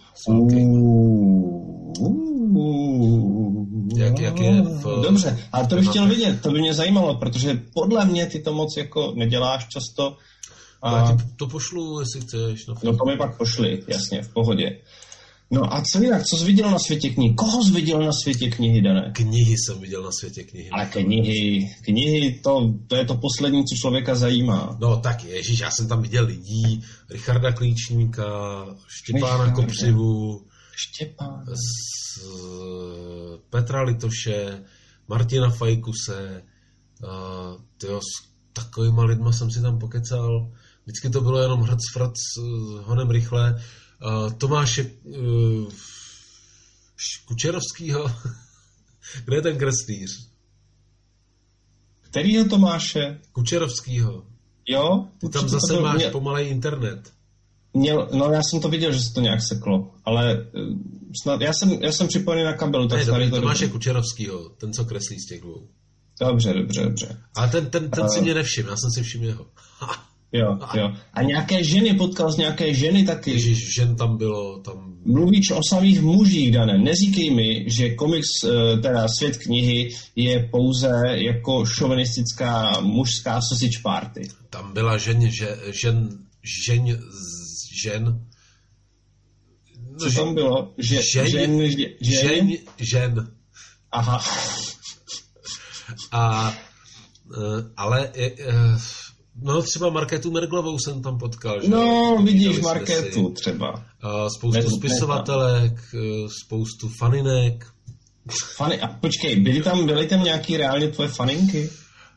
Jak, jak je v... Dobře, ale to bych chtěl vidět, to by mě zajímalo, protože podle mě ty to moc jako neděláš často. A... Já ti to pošlu, jestli chceš. No, no to mi pak pošli, jasně, v pohodě. No a co jinak, co jsi viděl na Světě knihy? Koho jsi viděl na Světě knihy, Dané? Knihy jsem viděl na Světě knihy. Ale knihy, knihy, to, to je to poslední, co člověka zajímá. No tak ježiš, já jsem tam viděl lidí, Richarda Klíčníka, Štěpána Richard. Kopřivu, Štěpán. S, Petra Litoše, Martina Fajkuse, uh, tyjo, s takovýma lidma jsem si tam pokecal. Vždycky to bylo jenom hrc frac uh, honem rychle. Uh, Tomáše uh, Kučerovskýho. Kde je ten kreslíř? Kterýho Tomáše? Kučerovskýho. Jo? Ty tam zase to máš mě... pomalej internet. Měl, no já jsem to viděl, že se to nějak seklo, ale snad, já jsem, já jsem připojený na kabelu. Tak ne, dobrý, to Tomáše Kučerovskýho, ten, co kreslí z těch dvou. Dobře, dobře, dobře. Ale ten, ten, ten uh... si mě nevšim, já jsem si všiml jeho. Jo, jo. A nějaké ženy, potkal z nějaké ženy taky. Ježiš, žen tam bylo, tam... Mluvíš o samých mužích, Dané. Neříkej mi, že komiks, teda Svět knihy, je pouze jako šovinistická mužská sausage party. Tam byla žen, že, žen, žen, žen... No, co tam bylo? Že, žen, žen, žen, žen, žen. Aha. A, ale... No třeba Markétu Merglovou jsem tam potkal. Že? No, vidíš Markétu si. Třeba. A spoustu Bez spisovatelek, spoustu faninek. Fany, a počkej, byly tam, byly tam nějaký reálně tvoje faninky?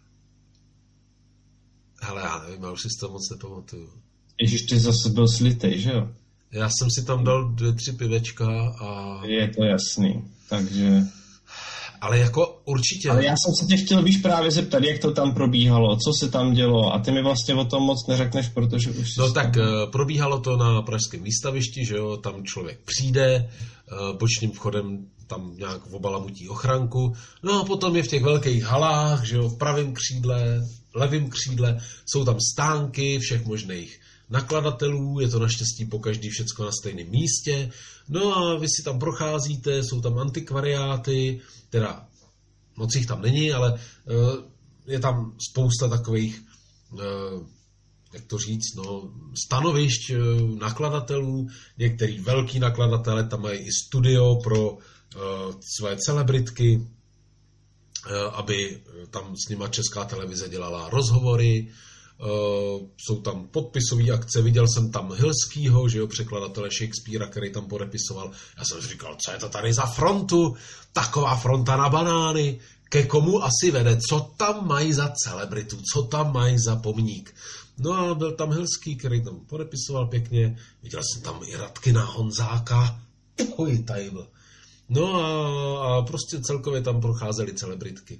Hele, já nevím, já už si z toho moc nepamatuju. Ježiš, ty zase byl slitej, že jo? Já jsem si tam dal dvě, tři pivečka a... Je to jasný, takže... Ale jako určitě... Ale já jsem se tě chtěl víš právě zeptat, jak to tam probíhalo, co se tam dělo a ty mi vlastně o tom moc neřekneš, protože už... No tak tam... probíhalo to na pražském výstavišti, že jo, tam člověk přijde, bočním vchodem tam nějak obalamutí ochranku, no a potom je v těch velkých halách, že jo, v pravém křídle, levém křídle, jsou tam stánky všech možných nakladatelů, je to naštěstí pokaždý všecko na stejném místě, no a vy si tam procházíte, jsou tam antikvariáty, teda moc jich tam není, ale uh, je tam spousta takových, uh, jak to říct, no, stanovišť uh, nakladatelů, některý velký nakladatele tam mají i studio pro uh, své celebritky, uh, aby tam s nima Česká televize dělala rozhovory. Uh, jsou tam podpisové akce, viděl jsem tam Hilskýho, že jo, překladatele Shakespearea, který tam podepisoval. Já jsem si říkal, co je to tady za frontu? Taková fronta na banány. Ke komu asi vede? Co tam mají za celebritu? Co tam mají za pomník? No a byl tam Hilský, který tam podepisoval pěkně. Viděl jsem tam i Radkina Honzáka. Oj, tady byl. No a, a prostě celkově tam procházely celebritky.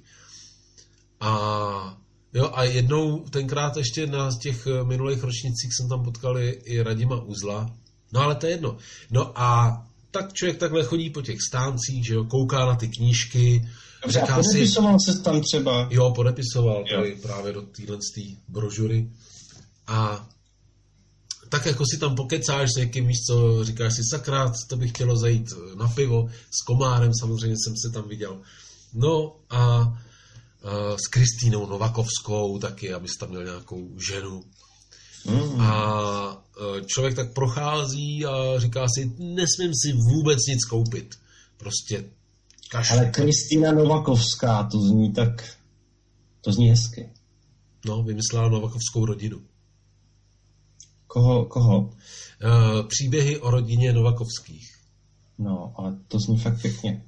A jo, a jednou tenkrát ještě na těch minulých ročnicích jsem tam potkal i Radima Uzla. No ale to je jedno. No a tak člověk takhle chodí po těch stáncích, že jo, kouká na ty knížky. Dobře, a podepisoval si... se tam třeba? Jo, podepisoval jo. právě do téhle brožury. A tak jako si tam pokecáš s někým, víš co, říkáš si sakra, to bych chtělo zajít na pivo s Komárem, samozřejmě jsem se tam viděl. No a s Kristýnou Novakovskou taky, abys tam měl nějakou ženu. Mm. A člověk tak prochází a říká si, nesmím si vůbec nic koupit. Prostě kašlu. Ale Kristýna Novakovská, to zní tak, to zní hezky. No, vymyslela Novakovskou rodinu. Koho? koho? Příběhy o rodině Novakovských. No, ale to zní fakt pěkně.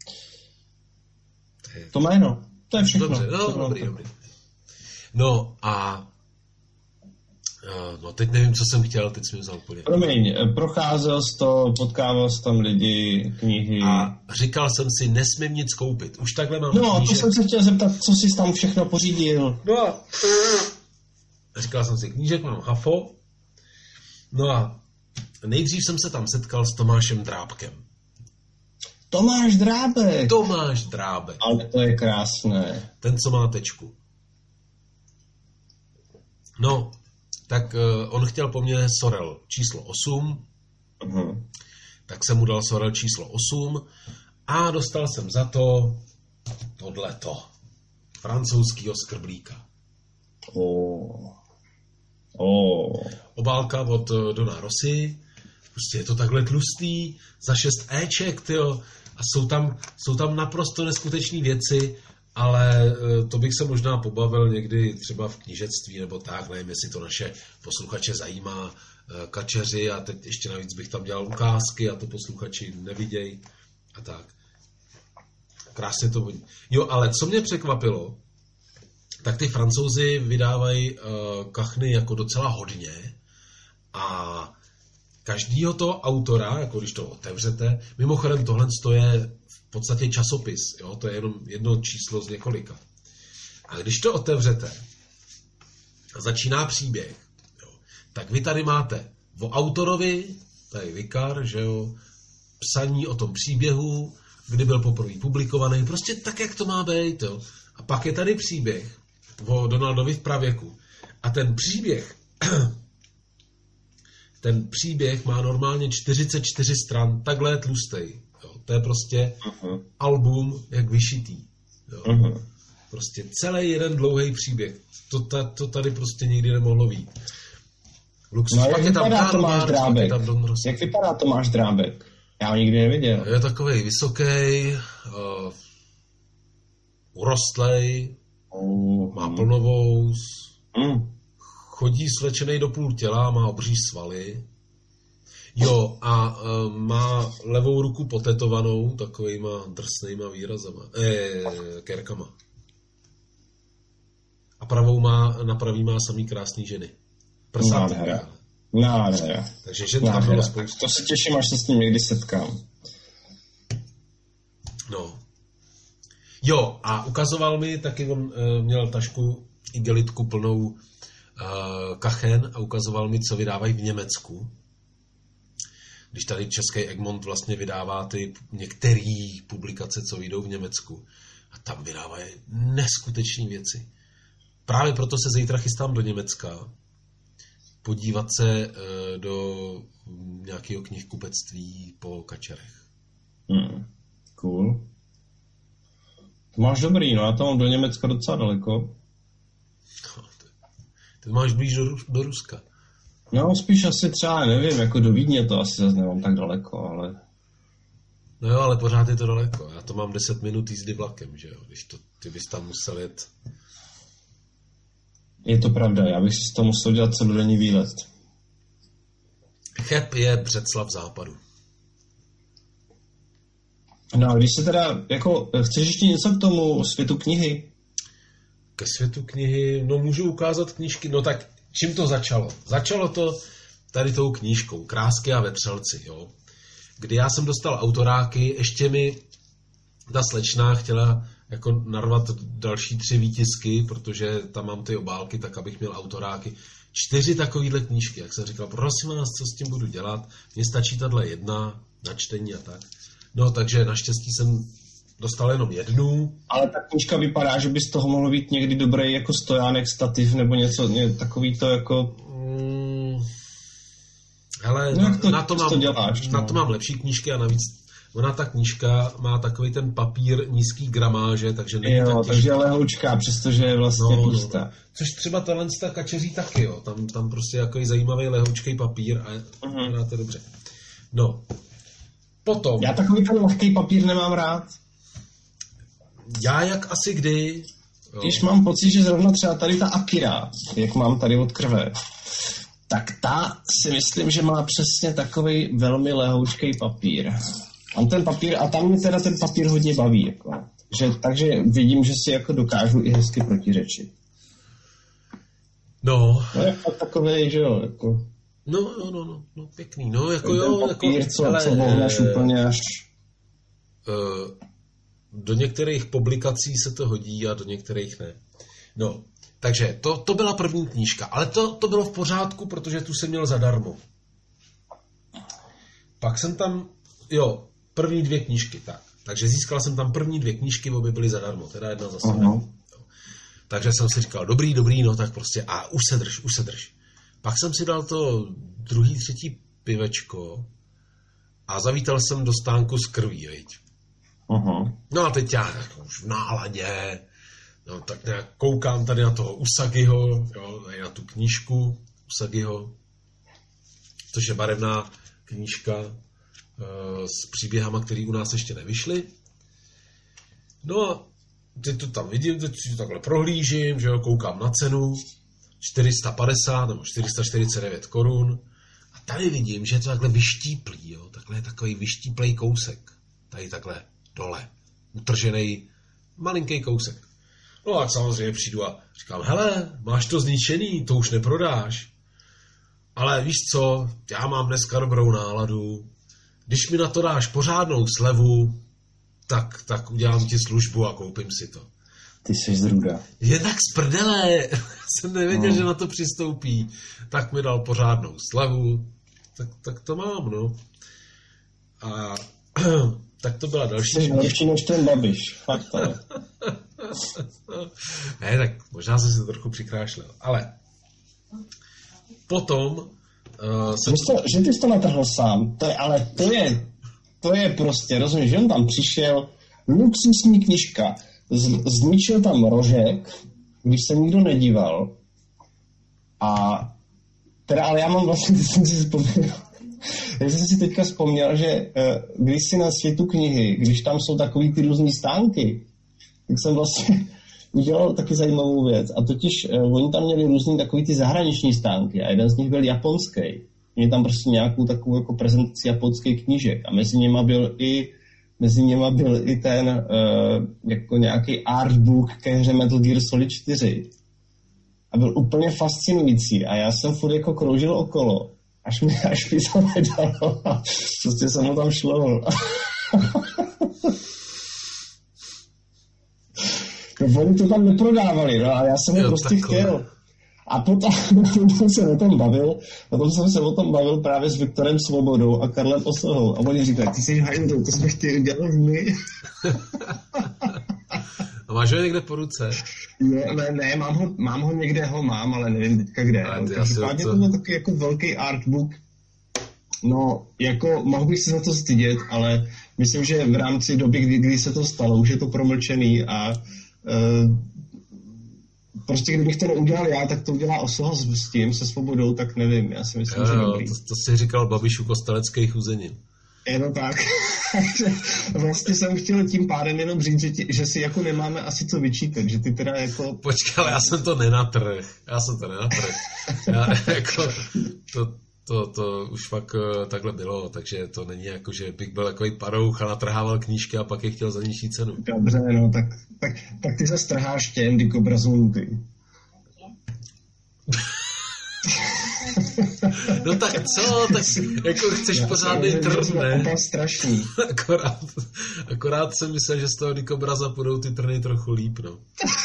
To jméno. To je všechno. Dobře, no, dobrý, dobrý. No a no teď nevím, co jsem chtěl, teď jsem vzal úplně. Promiň, procházel jsi to, potkával jsi tam lidi, knihy. A říkal jsem si, nesmím nic koupit. Už takhle mám No, knížek. to jsem se chtěl zeptat, co jsi tam všechno pořídil. No a říkal jsem si, knížek mám hafo. No a nejdřív jsem se tam setkal s Tomášem Drábkem. Tomáš Drábek. Tomáš Drábek. Ale to je krásné. Ten, co má tečku. No, tak uh, on chtěl po mně Sorel číslo osm, uh-huh. tak jsem mu dal Sorel číslo osm a dostal jsem za to tohleto. Francouzskýho skrblíka. Oh. Oh. Obálka od uh, Dona Rossi. Prostě je to takhle tlustý, za šest éček, tyjo. A jsou tam, jsou tam naprosto neskutečné věci, ale to bych se možná pobavil někdy třeba v knížectví nebo tak, nevím, jestli to naše posluchače zajímá, kačeři, a teď ještě navíc bych tam dělal ukázky a to posluchači nevidějí a tak. Krásně to voní. Jo, ale co mě překvapilo, tak ty Francouzi vydávají uh, kachny jako docela hodně a každýho toho autora, jako když to otevřete, mimochodem tohle je v podstatě časopis, jo? To je jenom jedno číslo z několika. A když to otevřete a začíná příběh, jo? Tak vy tady máte o autorovi, tady Vikar, že jo, psaní o tom příběhu, kdy byl poprvé publikovaný, prostě tak, jak to má být. Jo? A pak je tady příběh o Donaldovi v pravěku. A ten příběh Ten příběh má normálně čtyřicet čtyři stran, takhle tlustej. Jo. To je prostě uh-huh. album jak vyšitý. Jo. Uh-huh. Prostě celý jeden dlouhý příběh. To, ta, to tady prostě nikdy nemohlo být. Luxus. No, pak je tam Tomáš Drábek. Tam Don Rossi. Jak vypadá Tomáš Drábek? Já ho nikdy neviděl. Je takovej vysoký, uh, urostlej, uh, má plnovous, mm. chodí slečenej do půl těla, má obří svaly. Jo, a uh, má levou ruku potetovanou takovýma drsnýma výrazama, eh, kerkama. A pravou má, na pravý má samý krásný ženy. Prsátý. Nádhera. Nádhera. Takže žen tam bylo spoustu. To se těším, až se s ním někdy setkám. No. Jo, a ukazoval mi, taky on uh, měl tašku igelitku plnou uh, kachen a ukazoval mi, co vydávají v Německu. Když tady český Egmont vlastně vydává ty některé publikace, co vyjdou v Německu. A tam vydávají neskutečné věci. Právě proto se zítra chystám do Německa podívat se uh, do nějakého knihkupectví po kačerech. Hmm. Cool. To máš dobrý, no já to mám do Německa docela daleko. No, ty, ty máš blíž do, do Ruska. No spíš asi třeba, nevím, jako do Vídně to asi zase nemám tak daleko, ale... No jo, ale pořád je to daleko. Já to mám deset minut jízdy vlakem, že jo, když to, ty bys tam musel jet. Je to pravda, já bych si z toho musel dělat celodenní výlet. Cheb je Břeclav západu. No a když se teda, jako, chceš ještě něco k tomu světu knihy? Ke světu knihy, no můžu ukázat knížky, no tak čím to začalo? Začalo to tady tou knížkou, Krásky a vetřelci, jo. Kdy já jsem dostal autoráky, ještě mi ta slečná chtěla jako narvat další tři výtisky, protože tam mám ty obálky, tak abych měl autoráky. Čtyři takovýhle knížky, jak jsem říkal, prosím vás, co s tím budu dělat, mně stačí tahle jedna na čtení a tak. No, takže naštěstí jsem dostal jenom jednu. Ale ta knížka vypadá, že by z toho mohlo být někdy dobrý jako stojánek, stativ nebo něco ně, takový to jako... Mm, hele, no, na, to, na, to mám, to děláš, na no. to mám lepší knížky a navíc ona ta knížka má takový ten papír nízký gramáže, takže není jo, tak těžká. takže je lehoučká, přestože je vlastně no, tlustá. No, no. Což třeba tahle ta kačeří taky, jo. Tam, tam prostě jako zajímavý lehoučký papír a uh-huh. vypadá to dobře. No. Potom. Já takový ten lehký papír nemám rád. Já jak asi kdy. Jo. Když mám pocit, že zrovna třeba tady ta Akira, jak mám tady od krve, tak ta si myslím, že má přesně takový velmi lehoučký papír. Tam ten papír, a tam mě teda ten papír hodně baví. Jako. Že, takže vidím, že si jako dokážu i hezky protiřečit. No. No je fakt takovej, že jo, jako... No, no, no, no, no pěkný, no, jako ten jo. papír, jako, co, co vohneš e, úplně až... E, do některých publikací se to hodí a do některých ne. No, takže to, to byla první knížka, ale to, to bylo v pořádku, protože tu jsem měl zadarmo. Pak jsem tam, jo, první dvě knížky, tak. Takže získal jsem tam první dvě knížky, obě byly zadarmo, teda jedna za sebe. Uh-huh. Takže jsem si říkal, dobrý, dobrý, no tak prostě, a už se drž, už se drž. Pak jsem si dal to druhý, třetí pivečko a zavítal jsem do stánku s krví, viď. Uh-huh. No a teď já jako už v náladě, no tak nějak koukám tady na toho Usagiho, jo, na tu knížku Usagiho, což je barevná knížka e, s příběhama, které u nás ještě nevyšly. No a teď to tam vidím, teď si to takhle prohlížím, že jo, koukám na cenu, čtyři sta padesát nebo čtyři sta čtyřicet devět korun. A tady vidím, že je to takhle vyštíplý, jo, takhle je takový vyštíplej kousek. Tady takhle dole, utržený malinký kousek. No a samozřejmě přijdu a říkám, hele, máš to zničený, to už neprodáš. Ale víš co, já mám dneska dobrou náladu, když mi na to dáš pořádnou slevu, tak, tak udělám ti službu a koupím si to. Ty jsi zruda. Je tak z prdele, jsem nevěděl, no. že na to přistoupí. Tak mi dal pořádnou slevu, tak, tak to mám, no. A tak to byla další. Jsi lepší než ten Babiš, fakt ale. Ne, tak možná jsem si to trochu přikrášlil, ale potom uh, jsem... To, že ty jsi to natrhl sám, to je, ale to je, to je prostě, rozumíš, že on tam přišel, luxusní knížka, z, zničil tam rožek, když se nikdo nedíval a teda, ale já mám vlastně, když jsem si vzpomněl, já jsem si teďka vzpomněl, že uh, když si na světu knihy, když tam jsou takový ty různý stánky, tak jsem vlastně udělal taky zajímavou věc. A totiž uh, oni tam měli různý takový ty zahraniční stánky a jeden z nich byl japonský. Měli tam prostě nějakou takovou jako prezentaci japonských knížek a mezi nimi byl i mezi nimi byl i ten uh, jako nějaký artbook ke hře Metal Gear Solid čtyři. A byl úplně fascinující a já jsem furt jako kroužil okolo, až mi, až mi to nedalo a prostě jsem ho tam šlo. No, oni to tam neprodávali, no a já jsem ho prostě takhle chtěl. A potom, potom jsem o tom bavil, potom jsem se o tom bavil právě s Viktorem Svobodou a Karlem Osohou a oni říkali, ty jsi hajdu, to jsme chtěli dělat my. A máš ho někde po ruce? Ne, ne, ne mám, ho, mám ho někde, ho mám, ale nevím teďka kde. Každopádně to byl takový jako velký artbook. No, jako mohl bych se za to stydět, ale myslím, že v rámci doby, kdy, kdy se to stalo, už je to promlčený a uh, prostě kdybych to neudělal já, tak to udělá Osoha s tím, se Svobodou, tak nevím, já si myslím, jo, že dobrý. To, to si říkal Babišu kosteleckých uzenin. Je to tak. Vlastně jsem chtěl tím pádem jenom říct, že, ti, že si jako nemáme asi co vyčítat, že ty teda jako... Počkej, ale já jsem to nenatrh. Já jsem to nenatrh. Já jako... To, to, to už fakt takhle bylo, takže to není jako, že bych byl takový parouch a natrhával knížky a pak je chtěl za nižší cenu. Dobře, no, tak, tak, tak ty se strháš těm dikobrazunty. No tak co, tak jako chceš já pořádný trn, ne? Strašný. Akorát, akorát jsem myslel, že z toho dikobraza půjdou ty trny trochu líp, no.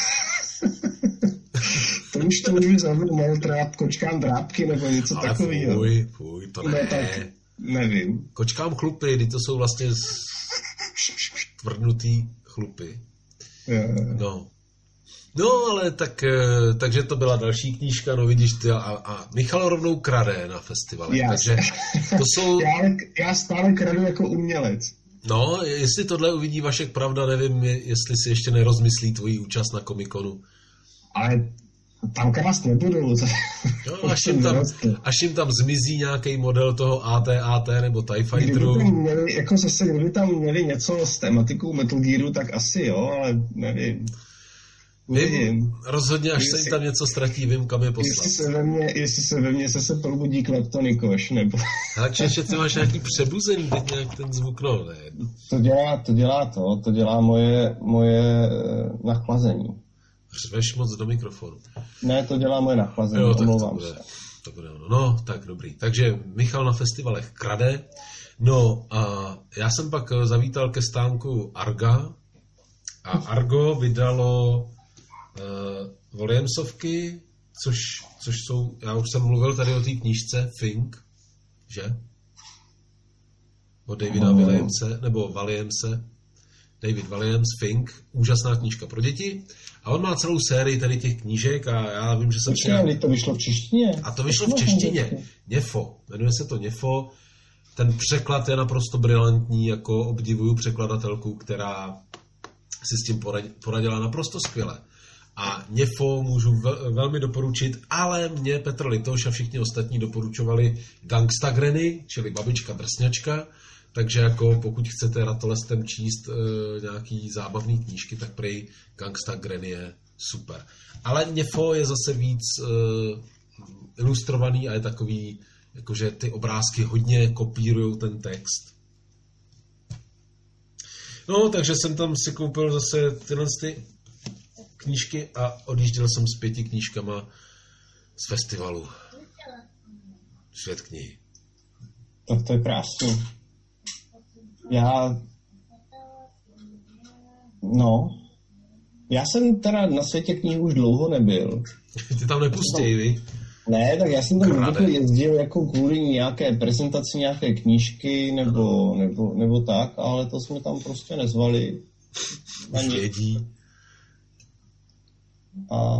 To už to už by zavěděl tráp, kočkám drápky nebo něco takového. Ale fuj, fuj, to ne. No, tak nevím. Kočkám chlupy, kdy to jsou vlastně tvrdnutý chlupy. Je. No. No, ale tak, takže to byla další knížka, no vidíš ty, a, a Michal rovnou krade na festivale, já takže to jsou... Já, já stále kradu jako umělec. No, jestli tohle uvidí Vašek Pravda, nevím, jestli si ještě nerozmyslí tvoji účast na Komikonu. Ale tam krást nebudu. No, až, jim tam, až jim tam zmizí nějaký model toho A T A T nebo TIE Fighteru. Kdyby tam měli, jako zase, kdyby tam měli něco s tematikou Metal Gearu, tak asi jo, ale nevím. Vím, rozhodně, až jestli, se jim tam něco ztratí, vím, kam je poslat. Jestli se ve mně, jestli se ve mně zase probudí kleptonikoš, nebo... Ale čeště, ty máš nějaký přebuzený, teď nějak ten zvuk, no, ne. To dělá, to dělá to, to dělá moje, moje nachlazení. Řveš moc do mikrofonu. Ne, to dělá moje nachlazení, jo, omlouvám se. To bude ono. No, tak dobrý. Takže Michal na festivalech krade. No, a já jsem pak zavítal ke stánku Arga a Argo vydalo uh, Williamsovky, což, což jsou, já už jsem mluvil tady o té knížce Fink, že? Od Davida oh. Williamse, nebo Williamse. David Williams, Fink, úžasná knížka pro děti. A on má celou sérii tady těch knížek a já vím, že jsem... Počkej, to vyšlo v češtině. A to vyšlo v češtině. Něfo. Jmenuje se to Něfo. Ten překlad je naprosto brilantní, jako obdivuju překladatelku, která si s tím poradila naprosto skvěle. A Něfo můžu vel, velmi doporučit, ale mě Petr Litoš a všichni ostatní doporučovali Gangsta Granny, čili babička drsňačka. Takže jako pokud chcete ratolestem číst e, nějaký zábavný knížky, tak prej Gangsta Granny je super. Ale Něfo je zase víc e, ilustrovaný a je takový, jakože ty obrázky hodně kopírujou ten text. No, takže jsem tam si koupil zase tyhle ty knížky a odjížděl jsem s pěti knížkama z festivalu. Svět knihy. Tak to je krásný. Já... No... Já jsem teda na Světě knih už dlouho nebyl. Ty tam nepustěj, vy? Ne, tak já jsem tam vždycky jezdil jako kvůli nějaké prezentaci nějaké knížky nebo, nebo, nebo tak, ale to jsme tam prostě nezvali. Už vědí. A...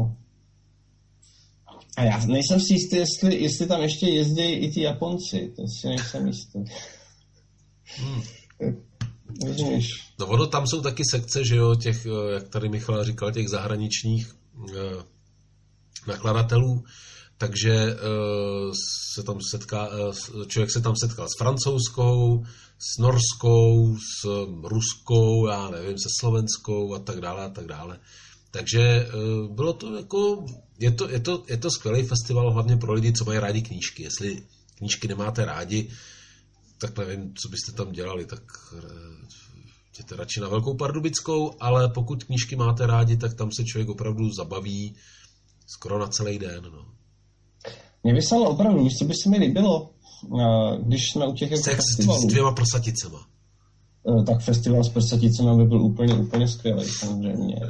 A já nejsem si jistý, jestli, jestli tam ještě jezdí i ty Japonci. To si nejsem jistý. Hmm. Rozumíš? No ono, tam jsou taky sekce, že jo, těch, jak tady Michal říkal, těch zahraničních eh, nakladatelů, takže eh, se tam setká, eh, člověk se tam setkal s francouzskou, s norskou, s ruskou, já nevím, se slovenskou a tak dále a tak dále. Takže bylo to jako, je to, je to, je to skvělý festival hlavně pro lidi, co mají rádi knížky. Jestli knížky nemáte rádi, tak nevím, co byste tam dělali, tak jděte radši na Velkou Pardubickou, ale pokud knížky máte rádi, tak tam se člověk opravdu zabaví skoro na celý den. No. Mě by se ale opravdu, víš, co by se mi líbilo, když jsme u těch jako Sex festivalů. s dvěma prosaticema. Tak festival s prosaticema by byl úplně, úplně skvělý, samozřejmě.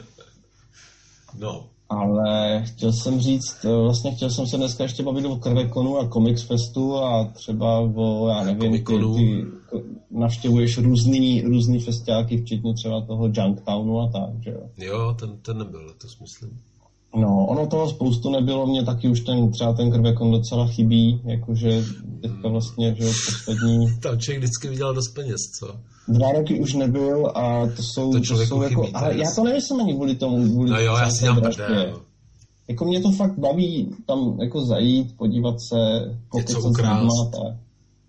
No. Ale chtěl jsem říct, vlastně chtěl jsem se dneska ještě bavit o Krvekonu a Comics Festu a třeba o, já nevím, ty, ty navštěvuješ různý, různý festiáky, včetně třeba toho Junktownu a tak, že jo? Jo, ten, ten nebyl, to myslím. No, ono toho spoustu nebylo, mě taky už ten, třeba ten Krvekon docela chybí, jakože teďka vlastně, že jo, poslední... Tam člověk vždycky viděl dost peněz, co? Dva roky už nebyl a to jsou, to to jsou jako, chybí, ale já to nemyslím ani kvůli tomu, kvůli no jo, já si dám prdé, no. Jako mě to fakt baví tam jako zajít, podívat se, pokecat s lidma, tak.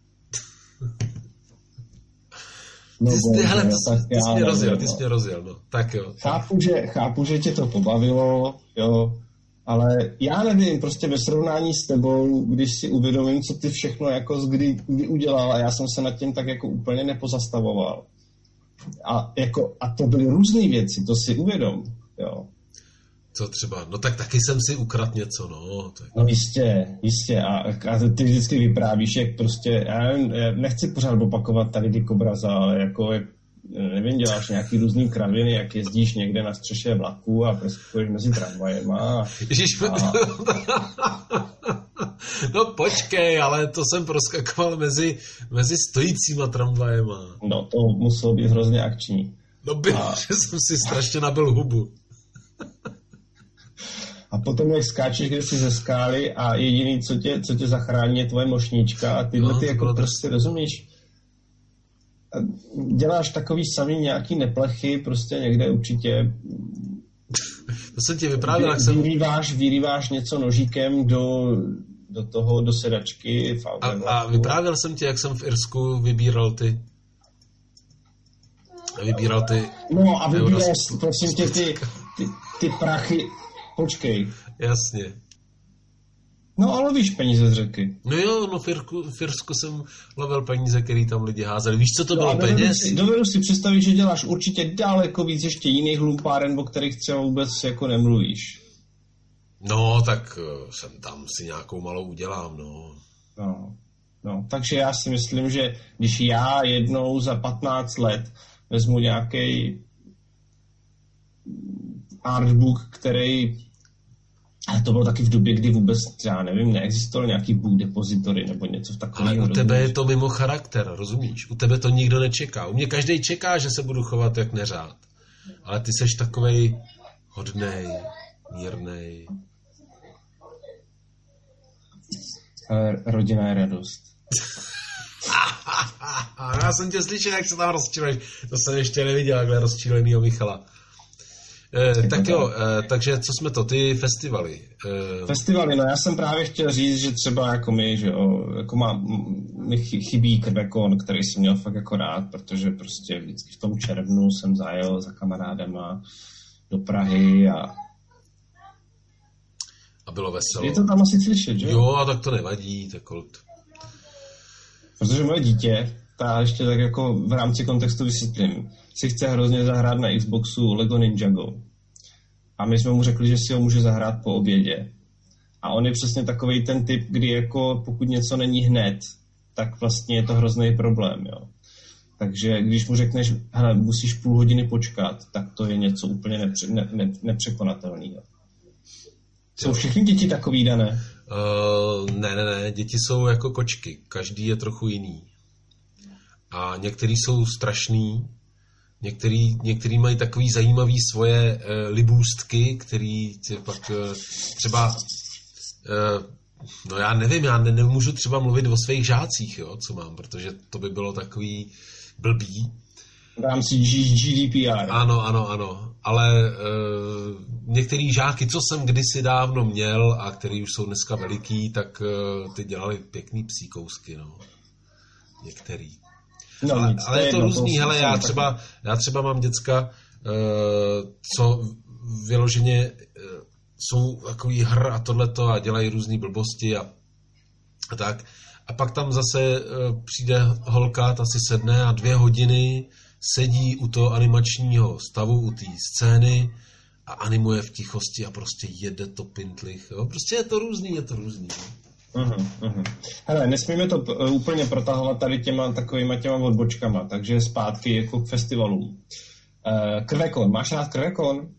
No, ty, bože, hele, ty, tak ty jsi mě rozjel, nevím, ty jsi mě rozjel, no. Tak jo. Chápu, že, chápu, že tě to pobavilo, jo, ale já nevím, prostě ve srovnání s tebou, když si uvědomím, co ty všechno jako kdy, kdy udělal a já jsem se nad tím tak jako úplně nepozastavoval. A, jako, a to byly různé věci, to si uvědom, jo. Co třeba? No tak taky jsem si ukradl něco, no. Tak... No jistě, jistě. A, a ty vždycky vyprávíš, jak prostě, já, já nechci pořád opakovat tady ty Kobraza, ale jako, jak, nevím, děláš nějaký různý kraviny, jak jezdíš někde na střeše vlaku a preskakuješ mezi tramvajema. Ježiš, a... No počkej, ale to jsem proskakoval mezi, mezi stojícíma tramvajema. No to muselo být hrozně akční. No byl, a... že jsem si strašně nabil hubu. A potom, jak skáčeš kdysi ze skály a jediný, co tě, co tě zachrání, je tvoje mošnička a tyhle no, ty jako prostě, rozumíš, děláš takový samý nějaký neplechy, prostě někde určitě to jsem ti vyprávěl, jak jsem... Vyrýváš, vyrýváš něco nožíkem do, do toho, do sedačky. A, a vyprávěl jsem ti, jak jsem v Irsku vybíral ty vybíral ty no a vybíral prosím tě ty, ty, ty prachy. Počkej. Jasně. No a lovíš peníze z řeky. No jo, no v Irsku, v Irsku jsem lovil peníze, který tam lidi házeli. Víš, co to no, bylo peněz? Si, dovedu si představit, že děláš určitě daleko víc ještě jiných hlumpáren, o kterých třeba vůbec jako nemluvíš. No, tak jsem tam si nějakou malou udělám, no. No, no. Takže já si myslím, že když já jednou za patnáct let vezmu nějaký artbook, který... Ale to bylo taky v době, kdy vůbec, já nevím, neexistoval nějaký book depository nebo něco v takového. Ale u tebe je to mimo charakter, rozumíš? U tebe to nikdo nečeká. U mě každý čeká, že se budu chovat jak neřád. Ale ty seš takovej hodnej, mírnej. Ale rodina je radost. Já jsem tě slyšel, jak se tam rozčiluješ. To jsem ještě neviděl, takhle rozčilenýho Michala. Eh, tak jo, eh, takže co jsme to, ty festivaly? Eh... Festivaly, no já jsem právě chtěl říct, že třeba jako my, že jo, jako má, mi chybí Krvekon, který jsem měl fakt jako rád, protože prostě vždycky v tom červnu jsem zajel za kamarádema do Prahy a a bylo veselo. Je to tam asi slyšet, že jo? Jo, a tak to nevadí, tak hold. Protože moje dítě, ta ještě tak jako v rámci kontextu vysvětlím, si chce hrozně zahrát na Xboxu Lego Ninjago. A my jsme mu řekli, že si ho může zahrát po obědě. A on je přesně takovej ten typ, kdy jako pokud něco není hned, tak vlastně je to hrozný problém, jo. Takže když mu řekneš, hele, musíš půl hodiny počkat, tak to je něco úplně nepře- ne- ne- nepřekonatelného. Jsou všechny děti takový, dané? Uh, ne, ne, ne, děti jsou jako kočky. Každý je trochu jiný. A některý jsou strašný, některý, některý mají takový zajímavý svoje uh, libůstky, který pak uh, třeba uh, no já nevím, já ne, nemůžu třeba mluvit o svých žácích, jo, co mám, protože to by bylo takový blbý. V rámci G D P R. Ano, ano, ano. Ale uh, některý žáky, co jsem kdysi dávno měl a který už jsou dneska veliký, tak uh, ty dělali pěkný psí kousky, no. Některý. No, ale, nic, ale je to jedno, různý, to hele, já třeba, já třeba mám děcka, uh, co vyloženě jsou takový hr a tohleto a dělají různý blbosti a, a tak. A pak tam zase přijde holka, ta si sedne a dvě hodiny sedí u toho animačního stavu, u té scény a animuje v tichosti a prostě jede to pintlich. Jo? Prostě je to různý, je to různý. Jo? Uh-huh, uh-huh. Hele, nesmíme to p- úplně protahovat tady těma takovýma těma odbočkama, takže zpátky jako k festivalům. Uh, Krvekon, máš rád Krvekon?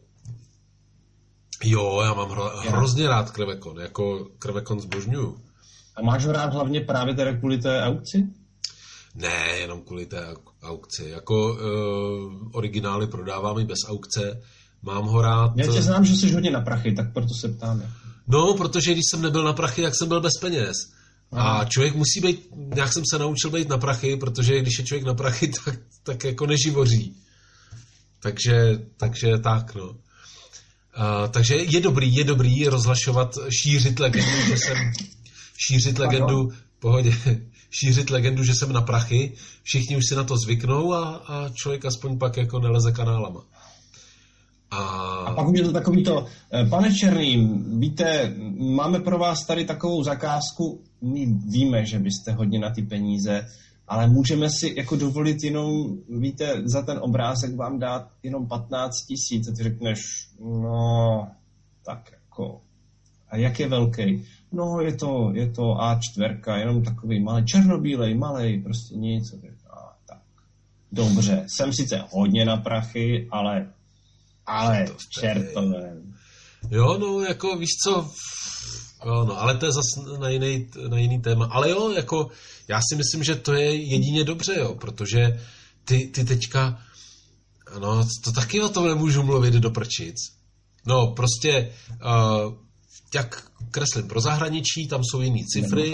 Jo, já mám hro- hrozně rád Krvekon, jako Krvekon zbožňuju. A máš ho rád hlavně právě teda kvůli té aukci? Ne, jenom kvůli té aukci. Jako uh, originály prodávám i bez aukce. Mám ho rád... Já tě znám, že jsi hodně na prachy, tak proto se ptáme. No, protože když jsem nebyl na prachy, tak jsem byl bez peněz. Aha. A člověk musí být... Jak jsem se naučil být na prachy, protože když je člověk na prachy, tak, tak jako neživoří. Takže, takže tak, no. Uh, takže je dobrý, je dobrý rozhlašovat, šířit legendu, že jsem... Šířit legendu... Pohodě. Šířit legendu, že jsem na prachy. Všichni už si na to zvyknou a, a člověk aspoň pak jako neleze kanálama. A... a pak už je to takový to, pane Černý, víte, máme pro vás tady takovou zakázku, my víme, že byste hodně na ty peníze, ale můžeme si jako dovolit jenom, víte, za ten obrázek vám dát jenom patnáct tisíc a ty řekneš, no, tak jako, a jak je velký? No, je to, je to á čtyři, jenom takový malý, černobílej, malej, prostě nic. A tak, dobře, jsem sice hodně na prachy, ale, ale čertové. Jo, no, jako víš co, jo, no, ale to je zase na jiný, na jiný téma. Ale jo, jako, já si myslím, že to je jedině dobře, jo, protože ty, ty teďka, no, to taky o tom nemůžu mluvit do prčic. No, prostě, uh, jak kreslím pro zahraničí, tam jsou jiný cifry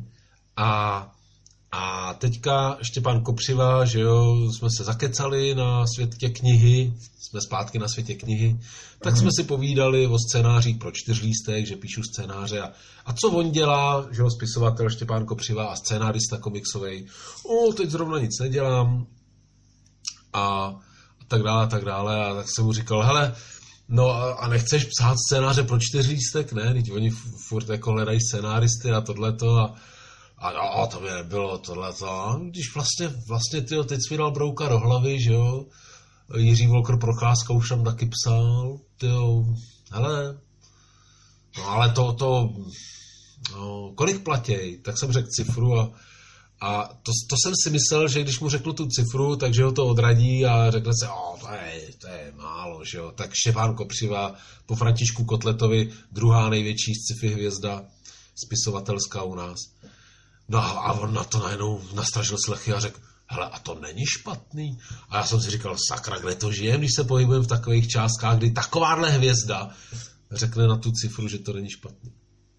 a, a teďka Štěpán Kopřiva, že jo, jsme se zakecali na světě knihy, jsme zpátky na světě knihy, tak Aha. jsme si povídali o scénářích pro čtyřlístek, že píšu scénáře a, a co on dělá, že jo, spisovatel Štěpán Kopřiva a scénárista komiksovej, o, teď zrovna nic nedělám a, a tak dále, a tak dále a tak jsem mu říkal, hele, no a nechceš psát scénáře pro čtyřlístek, ne? Teď oni furt jako hledají scénáristy a tohleto a, a, a to by nebylo tohleto. A když vlastně, vlastně tyjo, teď jsi mi dal brouka do hlavy, že jo? Jiří Volker Procházka už tam taky psal, tyjo, hele, no ale to, to, no, kolik platěj? Tak jsem řekl cifru a A to, to jsem si myslel, že když mu řeknu tu cifru, takže ho to odradí a řekne se, o, to je, to je málo, že jo. Tak Štěpán Kopřiva po Františku Kotletovi, druhá největší sci-fi hvězda, spisovatelská u nás. No a, a on na to najednou nastražil slechy a řekl, hele, a to není špatný. A já jsem si říkal, sakra, kde to žijem, když se pohybujeme v takových částkách, kdy takováhle hvězda řekne na tu cifru, že to není špatný.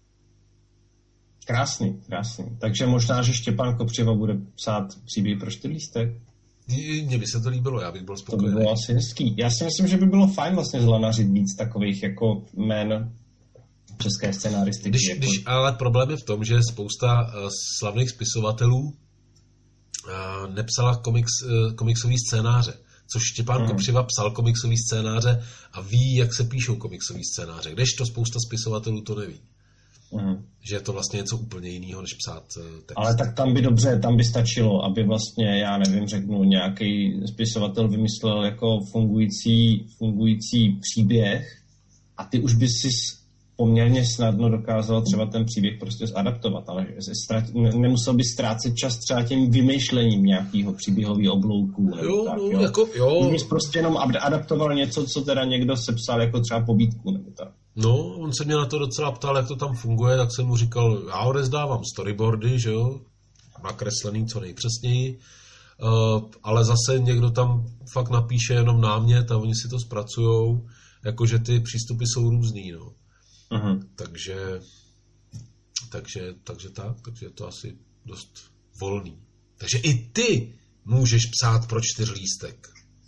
Krásný, krásný. Takže možná, že Štěpán Kopřiva bude psát příběh pro čtyřlístek. Mně by se to líbilo, já bych byl spokojený. To by bylo asi hezký. Já si myslím, že by bylo fajn vlastně zlanařit víc takových jako jmen české scénáristiky. Když, jako... když, ale problém je v tom, že spousta uh, slavných spisovatelů uh, nepsala komiks, uh, komiksový scénáře. Což Štěpán hmm. Kopřiva psal komiksový scénáře a ví, jak se píšou komiksový scénáře. Kdežto spousta spisovatelů to neví. Mm. Že je to vlastně něco úplně jiného, než psát text. Ale tak tam by dobře, tam by stačilo, aby vlastně, já nevím, řeknu, nějaký spisovatel vymyslel jako fungující, fungující příběh a ty už by si poměrně snadno dokázal třeba ten příběh prostě zadaptovat, ale nemusel by ztrácet čas třeba tím vymýšlením nějakého příběhového oblouku. Jo, tak, no, jo. jako, jo. Už bys prostě jenom adaptoval něco, co teda někdo sepsal jako třeba povídku, nebo tak. No, on se mě na to docela ptal, jak to tam funguje, tak jsem mu říkal, já odezdávám storyboardy, že jo, nakreslený co nejpřesněji, uh, ale zase někdo tam fakt napíše jenom námět a oni si to zpracujou, jakože ty přístupy jsou různý, no. Uh-huh. Takže, takže, takže tak, takže je to asi dost volný. Takže i ty můžeš psát pro čtyřlístek.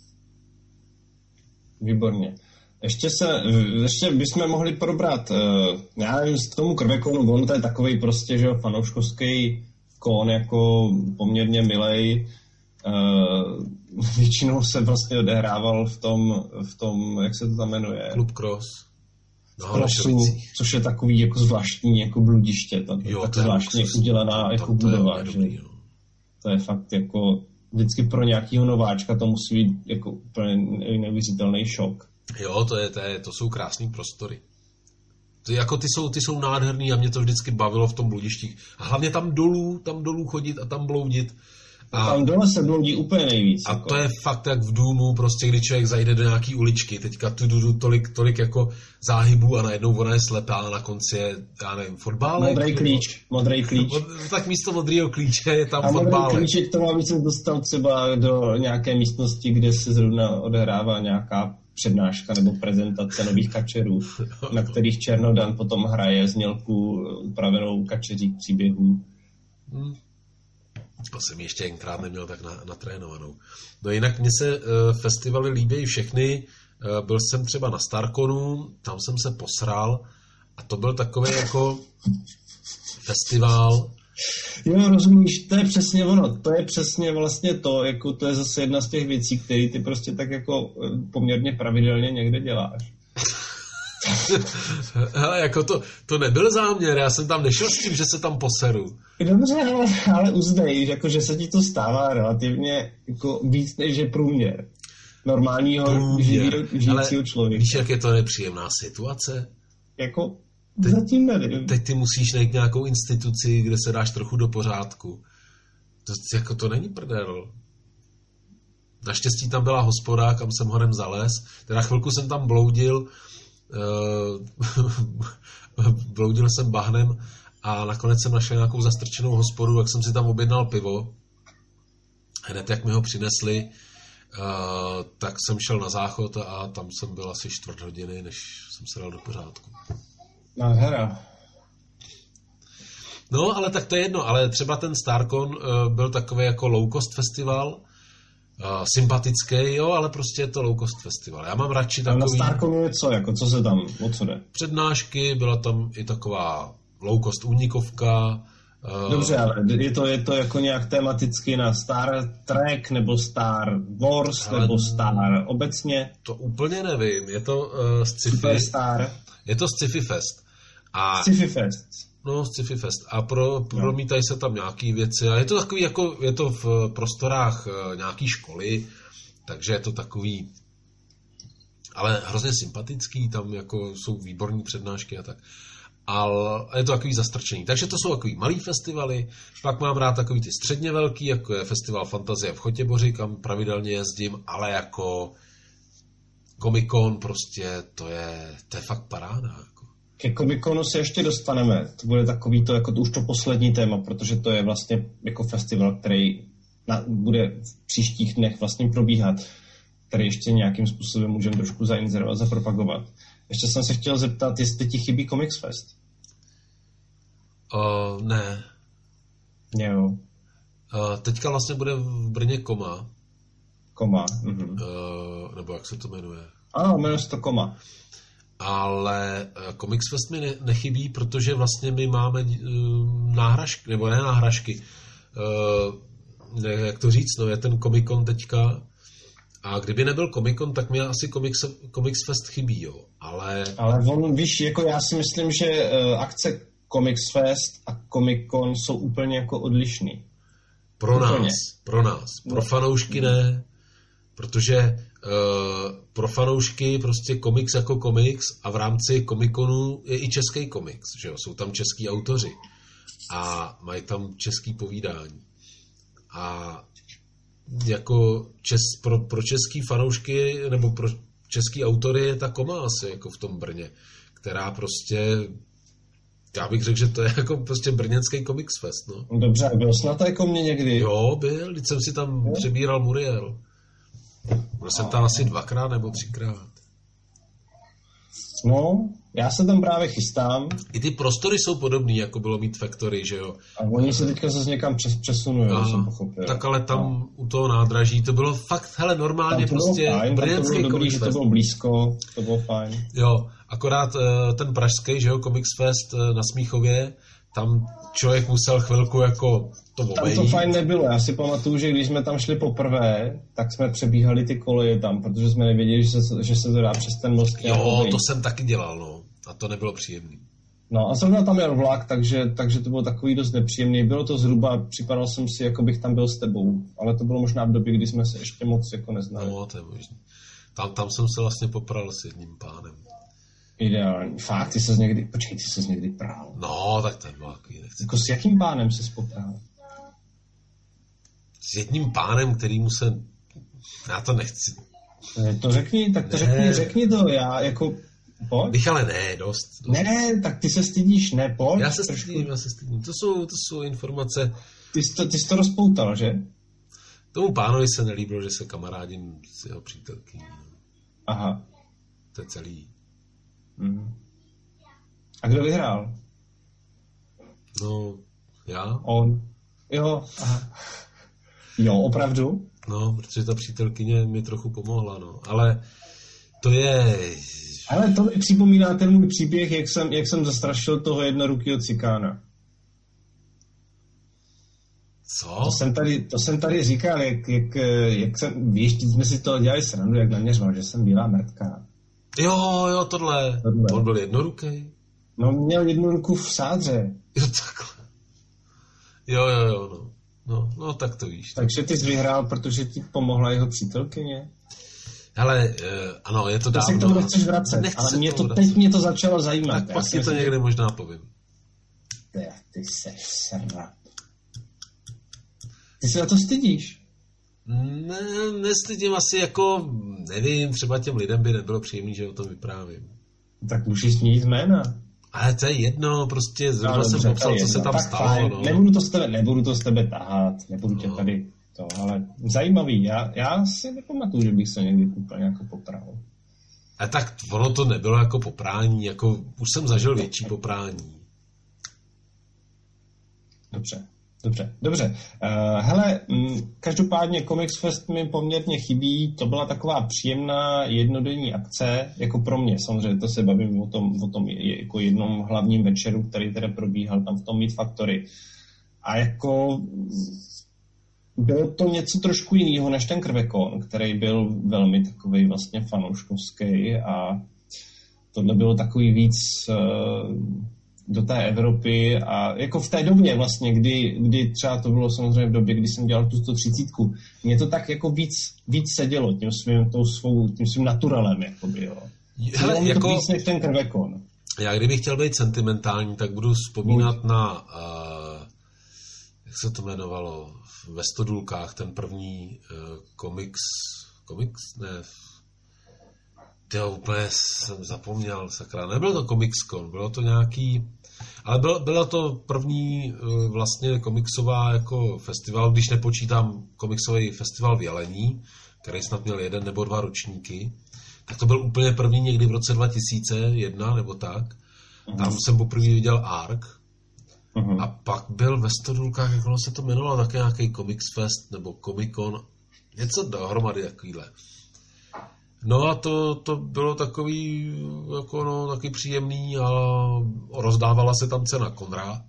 Výborně. Ještě se, ještě bychom mohli probrat, já nevím, z tomu Krvekonu, on to je takovej prostě, že jo, fanouškovský kón, jako poměrně milej, Uh, většinou se vlastně odehrával v tom, v tom, jak se to tam jmenuje? Klub Cross. Crossu, což je takový jako zvláštní jako bludiště, to, jo, tak zvláštně udělaná jako budova, že dobrý, to je fakt jako vždycky pro nějakého nováčka to musí být jako úplně neuvěřitelný šok. Jo, to je, to je, to jsou krásný prostory. Ty, jako ty jsou, ty jsou nádherný a mě to vždycky bavilo v tom bludištích. A hlavně tam dolů, tam dolů chodit a tam bloudit. A tam dole se bloudí úplně nejvíc. A jako. to je fakt jak v důmu, prostě kdy člověk zajde do nějaký uličky, teďka tu jdu tolik, tolik jako záhybů a najednou ona je slepá a na konci je, já nevím, fotbálek. Modrý klíč, modrý klíč. Tak místo modrýho klíče je tam a fotbálek. A modrý klíč k tomu, aby se dostal třeba do nějaké místnosti, kde se zrovna odehrává nějaká přednáška nebo prezentace nových kačerů, na kterých Černodan potom hraje znělku upravenou kačeří příběhů. Hmm. To jsem ještě jenkrát neměl tak na, natrénovanou. No jinak mně se uh, festivaly líbí všechny. Uh, byl jsem třeba na Starconu, tam jsem se posral a to byl takový jako festival. Jo, rozumíš, to je přesně ono, to je přesně vlastně to, jako to je zase jedna z těch věcí, které ty prostě tak jako poměrně pravidelně někde děláš. Hele, jako to, to nebyl záměr, já jsem tam nešel s tím, že se tam poseru. Dobře, ale, ale uzdej, jako, že se ti to stává relativně jako víc než je průměr normálního žijícího člověka. Víš, jak je to nepříjemná situace? Jako teď, zatím nevím. Teď ty musíš najít nějakou instituci, kde se dáš trochu do pořádku. To, jako to není prdel. Naštěstí tam byla hospoda, kam jsem horem zalez. Teda chvilku jsem tam bloudil, uh, bloudil jsem bahnem a nakonec jsem našel nějakou zastrčenou hospodu, jak jsem si tam objednal pivo. Hned jak mi ho přinesli, uh, tak jsem šel na záchod a tam jsem byl asi čtvrt hodiny, než jsem se dal do pořádku. Nádhera. No, ale tak to je jedno, ale třeba ten Starcon uh, byl takový jako low cost festival, Uh, sympatický, jo, ale prostě je to low cost festival. Já mám radši takový... A na Starconu je co, jako co se tam, o co jde? Přednášky, byla tam i taková low cost únikovka. Uh... Dobře, ale je to, je to jako nějak tematicky na Star Trek, nebo Star Wars, ale nebo Star obecně? To úplně nevím, je to uh, sci-fi. Superstar. Je to sci-fi fest. A... Sci-fi fest. No, sci-fi fest. A pro, promítají se tam nějaký věci. A je to takový, jako je to v prostorách nějaký školy, takže je to takový, ale hrozně sympatický, tam jako jsou výborní přednášky a tak. Ale je to takový zastrčený. Takže to jsou takový malý festivaly. Pak mám rád takový ty středně velký, jako je festival Fantazie v Chotěboři, kam pravidelně jezdím, ale jako Comic-Con prostě to je, to je fakt paráda. Ke Comic-Conu se ještě dostaneme. To bude takový to, jako to už to poslední téma, protože to je vlastně jako festival, který na, bude v příštích dnech vlastně probíhat, který ještě nějakým způsobem můžeme trošku zainzerovat, zapropagovat. Ještě jsem se chtěl zeptat, jestli ti chybí Comics Fest? Uh, ne. Jo. Uh, teďka vlastně bude v Brně Koma. Koma. Mhm. Uh, nebo jak se to jmenuje? Ano, jmenuje se to Koma. Ale Comics Fest mi ne, nechybí, protože vlastně my máme uh, náhražky, nebo ne náhražky, uh, ne, jak to říct, no je ten Comic-Con teďka a kdyby nebyl Comic-Con, tak mi asi Comics, Comics Fest chybí, jo, ale... Ale on, víš, jako já si myslím, že uh, akce Comics Fest a Comic-Con jsou úplně jako odlišný. Pro úplně. nás, pro nás, pro no. fanoušky ne, protože Uh, pro fanoušky prostě komiks jako komiks a v rámci Comic-Conu je i český komiks, že jo? Jsou tam český autoři a mají tam český povídání. A jako čes, pro, pro český fanoušky nebo pro český autory je ta Koma asi jako v tom Brně, která prostě, já bych řekl, že to je jako prostě brněnský Comics Fest, no. Dobře, byl jsi na té Komě někdy? Jo, byl, když jsem si tam jo? přebíral Muriel. Byl jsem tam asi dvakrát nebo třikrát. No, já se tam právě chystám. I ty prostory jsou podobný, jako bylo mít Factory, že jo? A oni se teďka zase někam přes, přesunují, jsem pochopil. Tak ale tam no. u toho nádraží, to bylo fakt, hele, normálně to prostě fajn, brněnský to bylo dobrý, že to bylo blízko, to bylo fajn. Jo, akorát ten pražský, že jo, Comics Fest na Smíchově, tam člověk musel chvilku jako to obejít. Tam to fajn nebylo. Já si pamatuju, že když jsme tam šli poprvé, tak jsme přebíhali ty koleje tam, protože jsme nevěděli, že se, že se to dá přes ten most. Jo, to jsem taky dělal, no. A to nebylo příjemné. No a zrovna tam jel vlak, takže, takže to bylo takový dost nepříjemný. Bylo to zhruba, připadal jsem si, jako bych tam byl s tebou. Ale to bylo možná v době, kdy jsme se ještě moc jako neznali. No, to je možné. Tam, tam jsem se vlastně popral s jedním pánem. Ideální. Fakt, ty ses někdy, počkej, ty ses někdy prál. No, tak to bylo takový. Nechci. Jako s jakým pánem ses popral? S jedním pánem, kterýmu se... Já to nechci. To řekni, tak to ne. řekni, řekni to, já jako... Pojď? Michale, ne, dost, dost. Ne, tak ty se stydíš, ne, pojď. Já se stydím, já se stydím. To jsou, to jsou informace... Ty jsi to, ty jsi to rozpoutal, že? Tomu pánovi se nelíbilo, že se kamarádím s jeho přítelkyní. Aha. To je celý. Mm. A kdo vyhrál? No, já. On. Jo, aha. Jo, opravdu? No, protože ta přítelkyně mi trochu pomohla, no. Ale to je... Ale to mi připomíná ten můj příběh, jak jsem, jak jsem zastrašil toho jednorukýho cikána. Co? To jsem tady, to jsem tady říkal, jak, jak, jak jsem, víš, jsme si toho dělali srandu, jak na mě řval, že jsem bílá mrtka. Jo, jo, tohle. tohle. On byl jednorukej? No, měl jednu ruku v sádře. Jo, takhle. Jo, jo, jo, no. No, no tak to víš. Takže ty jsi vyhrál, protože ti pomohla jeho přítelkyně? Hele, uh, ano, je to dávno. Ty se k tomu nechceš vracet, Nechci ale mě to, vracet. teď mě to začalo zajímat. Tak pak si to někdy možná povím. Ty, ty seš srna. Ty se na to stydíš? Ne, nestydím asi jako, nevím, třeba těm lidem by nebylo příjemný, že o tom vyprávím. Tak můžeš změnit jména. Ale to je jedno, prostě zrovna no, jsem dobře, popsal, co se tam tak stalo. No. Nebudu, to z tebe, nebudu to z tebe tahat, nebudu tě no. tady to, ale zajímavý. Já, já si nepamatuju, že bych se někdy úplně jako popral. A tak ono to nebylo jako poprání, jako už jsem zažil větší poprání. Dobře. Dobře, dobře. Uh, hele, m, každopádně Comics Fest mi poměrně chybí, to byla taková příjemná jednodenní akce, jako pro mě, samozřejmě to se bavím o tom, o tom jako jednom hlavním večeru, který teda probíhal tam v tom Meat Factory. A jako bylo to něco trošku jiného než ten Krvekon, který byl velmi takový vlastně fanouškovský a tohle bylo takový víc... Uh, do té Evropy a jako v té době vlastně, kdy, kdy třeba to bylo samozřejmě v době, kdy jsem dělal tu sto třicet, mě to tak jako víc, víc sedělo tím svým, tou svou, tím svým naturalem, jakoby, jo. Hele, jako, to víc než ten Krvekon. Já kdybych chtěl být sentimentální, tak budu vzpomínat Buď. na, uh, jak se to jmenovalo, ve Stodulkách, ten první uh, komiks, komiks, ne, jo, úplně jsem zapomněl, sakra. Nebylo to Comics-Con, bylo to nějaký... Ale bylo, bylo to první vlastně komiksová jako festival, když nepočítám komiksový festival v Jelení, který snad měl jeden nebo dva ročníky, tak to byl úplně první někdy v roce dva tisíce jedna nebo tak. Uh-huh. Tam jsem poprvé viděl Ark. Uh-huh. A pak byl ve Stodulkách, jak se to jmenovalo, také nějaký Comics Fest nebo Comic-Con, něco dohromady takovýhle. No a to, to bylo takový, jako no, taky příjemný a rozdávala se tam cena Konrád.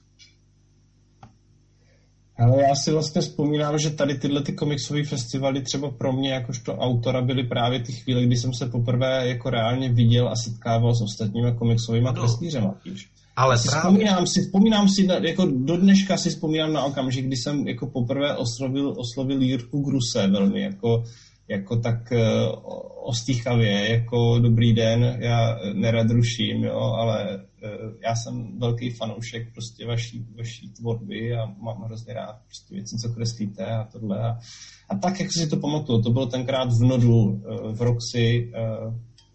Ale já si vlastně vzpomínám, že tady tyhle ty komiksové festivaly třeba pro mě jakožto autora byly právě ty chvíle, kdy jsem se poprvé jako reálně viděl a setkával s ostatními komiksovými no. kreslířema. Ale si vzpomínám si, vzpomínám si, jako do dneška si vzpomínám na okamžik, kdy jsem jako poprvé oslovil, oslovil Jirku Gruse velmi jako jako tak uh, ostýchavě, jako dobrý den, já nerad ruším, jo, ale uh, já jsem velký fanoušek prostě vaší, vaší tvorby a mám hrozně rád prostě věci, co kreslíte a tohle. A, a tak, jak si to pamatuju, to bylo tenkrát v Nodu, uh, v Roxy, uh,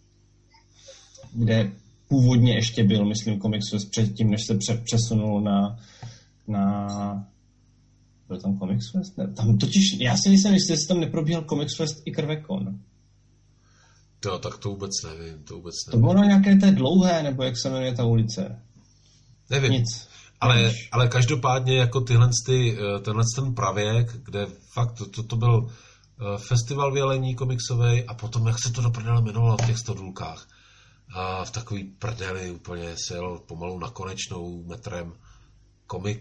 kde původně ještě byl, myslím, Comics Fest předtím, než se pře- přesunul na, na byl tam Comics Fest? Ne, tam totiž, já si myslím, jestli tam neprobíhal Comics Fest i Krvekon. Jo, tak to vůbec nevím, to vůbec nevím. To bylo na nějaké té dlouhé, nebo jak se jmenuje ta ulice? Nevím. Nic. Ale, ale každopádně jako tyhle, ty, tenhle ten pravěk, kde fakt to, to, to byl festival v Jelení komiksovej a potom, jak se to do prdele jmenovalo v těch Stodulkách. A v takový prdeli úplně se jel pomalu na konečnou metrem. komik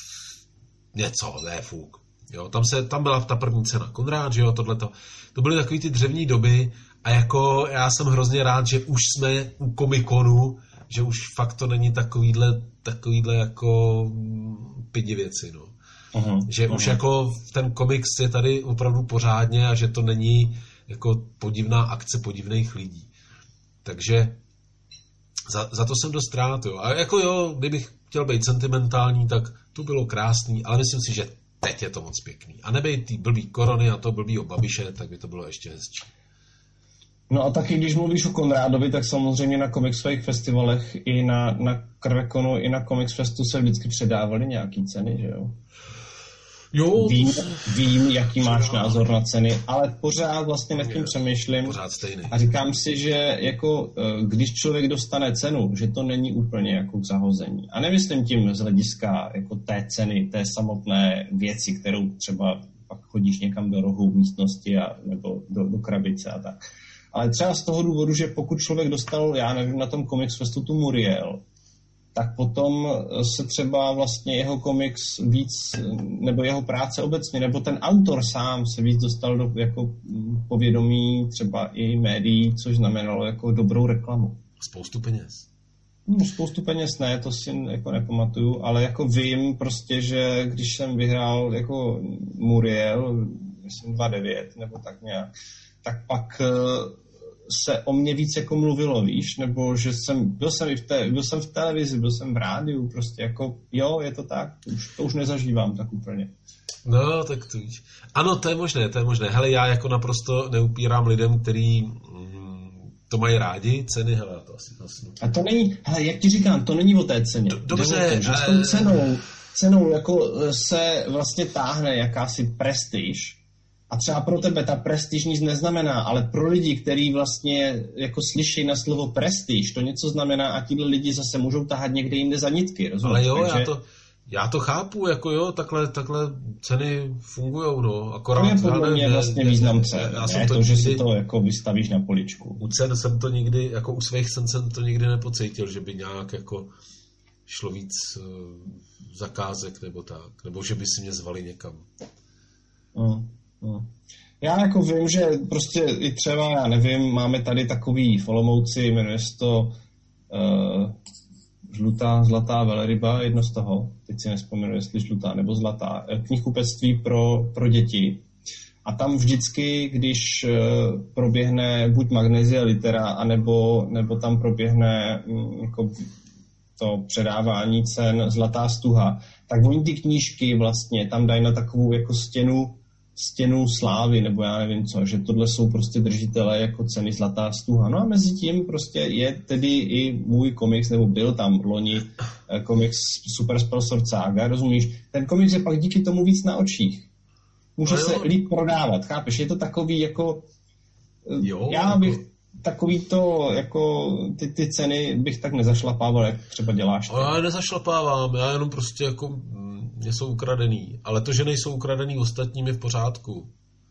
něco, ne fuk. Jo, tam, se, tam byla ta první cena Konrád, že jo, tohleto. To byly takový ty dřevní doby a jako já jsem hrozně rád, že už jsme u Komikonu, že už fakt to není takovýhle, takovýhle jako pidi věci, no. Uhum, že uhum. Už jako ten komiks je tady opravdu pořádně a že to není jako podivná akce podivných lidí. Takže za, za to jsem dost rád, jo. A jako jo, kdybych chtěl být sentimentální, tak to bylo krásný, ale myslím si, že teď je to moc pěkný. A nebejt tý blbý korony a to blbýho Babiše, tak by to bylo ještě hezčí. No a taky, když mluvíš o Konrádovi, tak samozřejmě na komiksových festivalech i na, na Krvekonu, i na Comics Festu se vždycky předávaly nějaký ceny, že jo? Jo. Vím, vím, jaký máš názor na ceny, ale pořád vlastně nad tím přemýšlím. Pořád stejný. A říkám si, že jako, když člověk dostane cenu, že to není úplně jako k zahození. A nemyslím tím z hlediska jako té ceny, té samotné věci, kterou třeba pak chodíš někam do rohu místnosti a, nebo do, do krabice a tak. Ale třeba z toho důvodu, že pokud člověk dostal, já nevím, na tom Comics Festu tu Muriel, tak potom se třeba vlastně jeho komiks víc, nebo jeho práce obecně, nebo ten autor sám se víc dostal do jako povědomí třeba i médií, což znamenalo jako dobrou reklamu. Spoustu peněz. No, spoustu peněz ne, to si jako nepamatuju, ale jako vím prostě, že když jsem vyhrál jako Muriel, myslím dva devět nebo tak nějak, tak pak se o mě víc jako mluvilo, víš, nebo že jsem, byl jsem, i v te, byl jsem v televizi, byl jsem v rádiu, prostě jako, jo, je to tak, už, to už nezažívám tak úplně. No, tak to víš. Ano, to je možné, to je možné. Hele, já jako naprosto neupírám lidem, který mm, to mají rádi, ceny, hele, to asi vlastně. A to není, hele, jak ti říkám, to není o té ceně. Dobře, to, že s tou cenou, cenou jako se vlastně táhne jakási prestiž. A třeba pro tebe ta prestiž nic neznamená, ale pro lidi, kteří vlastně jako slyší na slovo prestiž, to něco znamená a tíhle lidi zase můžou tahat někde jinde za nitky, rozumíš? Ale jo, takže... já, to, já to chápu, jako jo, takhle, takhle ceny fungujou, no. Akorát, to je podle mě vlastně význam cen, já ne to, to, že si to jako vystavíš na poličku. U cen jsem to nikdy, jako u svých cen jsem to nikdy nepocítil, že by nějak jako šlo víc uh, zakázek nebo tak, nebo že by si mě zvali někam. Mm. No. Já jako vím, že prostě i třeba, já nevím, máme tady takový v Olomouci, jmenuje se to uh, žlutá, zlatá veleryba, jedno z toho, teď si nespomenu, jestli žlutá nebo zlatá, knihkupectví pro, pro děti. A tam vždycky, když uh, proběhne buď Magnesia Litera, anebo, nebo tam proběhne um, jako to předávání cen Zlatá stuha, tak oni ty knížky vlastně tam dají na takovou jako stěnu stěnu slávy, nebo já nevím co, že tohle jsou prostě držitelé jako ceny Zlatá stuha. No a mezi tím prostě je tedy i můj komiks, nebo byl tam loni komiks Super Spelsor Saga, rozumíš? Ten komiks je pak díky tomu víc na očích. Může se líp prodávat, chápeš? Je to takový jako... Jo, já bych jako... takový to, jako ty, ty ceny bych tak nezašlapával, jak třeba děláš. Ty. Já nezašlapávám, já jenom prostě jako... jsou ukradený, ale to, že nejsou ukradený ostatním, je v pořádku.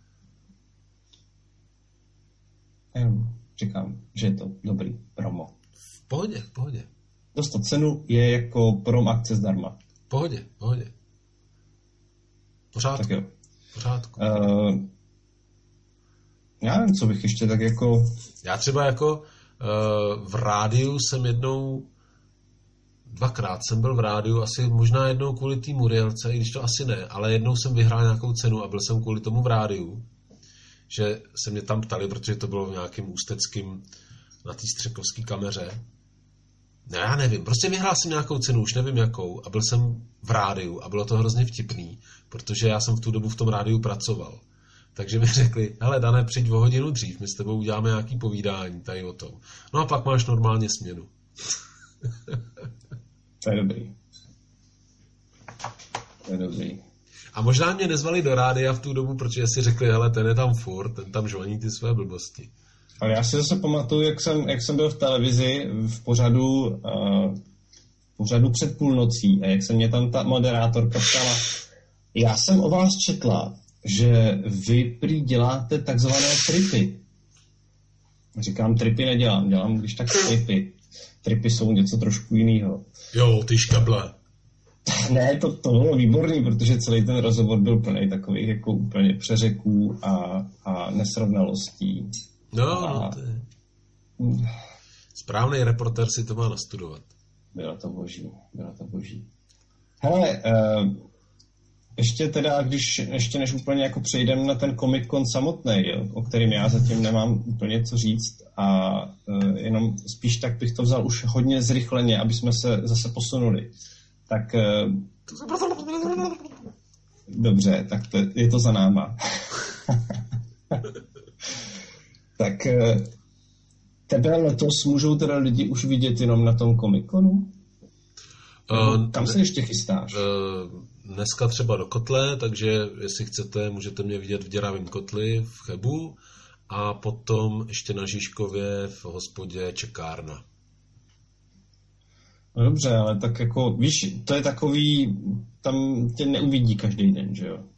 Jenom říkám, že je to dobrý promo. V pohodě, v pohodě. Dostat cenu je jako prom akce zdarma. V pohodě, v pohodě. V pořádku. Tak jo. V pořádku. Uh, já nevím, co bych ještě tak jako... Já třeba jako uh, v rádiu jsem jednou Dvakrát jsem byl v rádiu, asi možná jednou kvůli té Murielce, i když to asi ne, ale jednou jsem vyhrál nějakou cenu a byl jsem kvůli tomu v rádiu, že se mě tam ptali, protože to bylo v nějakým ústeckým, na té střekovské kameře. No já nevím, prostě vyhrál jsem nějakou cenu, už nevím jakou, a byl jsem v rádiu a bylo to hrozně vtipný, protože já jsem v tu dobu v tom rádiu pracoval. Takže mi řekli, hele Dané, přijď o hodinu dřív, my s tebou uděláme nějaký povídání tady o tom. No a pak máš normálně směnu. To je dobrý. To je dobrý. A možná mě nezvali do rádia v tu dobu, protože si řekli, hele, ten je tam furt, ten tam žvaní ty své blbosti. Ale já si zase pamatuju, jak jsem, jak jsem byl v televizi v pořadu, uh, v pořadu před půlnocí a jak se mě tam ta moderátorka ptala. Já jsem o vás četla, že vy prý děláte takzvané tripy. Říkám, tripy nedělám, dělám když tak tripy. Tripy jsou něco trošku jiného. Jo, ty škable. Ne, to, to bylo výborný, protože celý ten rozhovor byl plný takových jako úplně přeřeků a, a nesrovnalostí. No, a... no to je... Správný reportér si to má nastudovat. Bylo to boží, bylo to boží. Hele, uh, ještě teda, když ještě než úplně jako přejdeme na ten Comic-Con samotný, jo, o kterým já zatím nemám úplně co říct a uh, jenom spíš tak bych to vzal už hodně zrychleně, aby jsme se zase posunuli. Tak uh, dobře, tak to, je to za náma. Tak uh, tebe letos můžou teda lidi už vidět jenom na tom Comic-Conu? Uh, Kam se ještě chystáš? Uh, dneska třeba do kotle, takže jestli chcete, můžete mě vidět v Děravém kotli v Chebu a potom ještě na Žižkově v hospodě Čekárna. No dobře, ale tak jako, víš, to je takový, tam tě neuvidí každý den, že jo?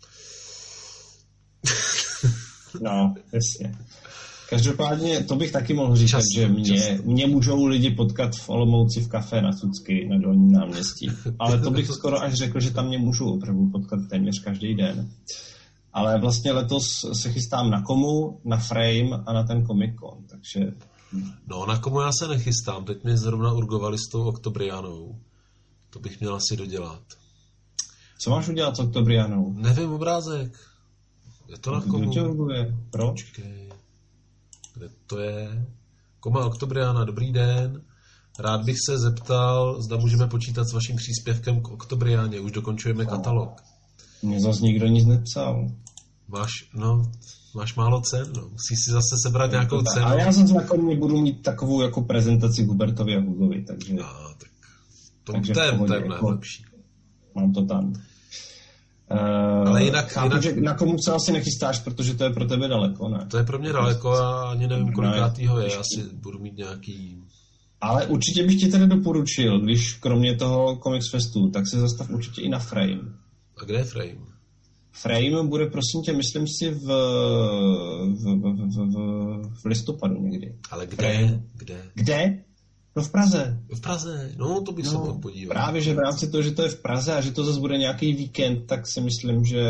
No, jasně. Každopádně to bych taky mohl říkat, časný, že mě, mě můžou lidi potkat v Olomouci v kafe na Cucky na Dolním náměstí. Ale to bych skoro až řekl, že tam mě můžou opravdu potkat téměř každý den. Ale vlastně letos se chystám na Komu, na Frame a na ten Comic-Con, takže... No, na Komu já se nechystám. Teď mě zrovna urgovali s tou Oktobrianou. To bych měl asi dodělat. Co máš udělat s Oktobrianou? Nevím, obrázek. Je to na Komu. Kdo tě urguje? Proč? Počkej. Kde to je? Koma Oktobriana, dobrý den. Rád bych se zeptal, zda můžeme počítat s vaším příspěvkem k Oktobriáně. Už dokončujeme katalog. Mně zase nikdo nic nepsal. Máš, no, máš málo cen, no. Musíš si zase sebrat nějakou cenu. Ale já zase nakonec budu mít takovou jako prezentaci Hubertovi a Hugovi, takže... A, tak to, takže to je mnohem jako, lepší. Mám to tam. Uh, Ale jinak, chápu, jinak... že na Komu se asi nechystáš, protože to je pro tebe daleko, ne? To je pro mě daleko a ani nevím, kolikátýho je. Asi budu mít nějaký... Ale určitě bych ti tedy doporučil, když kromě toho Comics Festu, tak se zastav určitě i na Frame. A kde je Frame? Frame bude, prosím tě, myslím si v, v, v, v, v, v listopadu někdy. Ale kde? Frame. Kde? Kde? No v Praze. V Praze, no to bych no, se mohl podívat. Právě, že v rámci toho, že to je v Praze a že to zase bude nějaký víkend, tak si myslím, že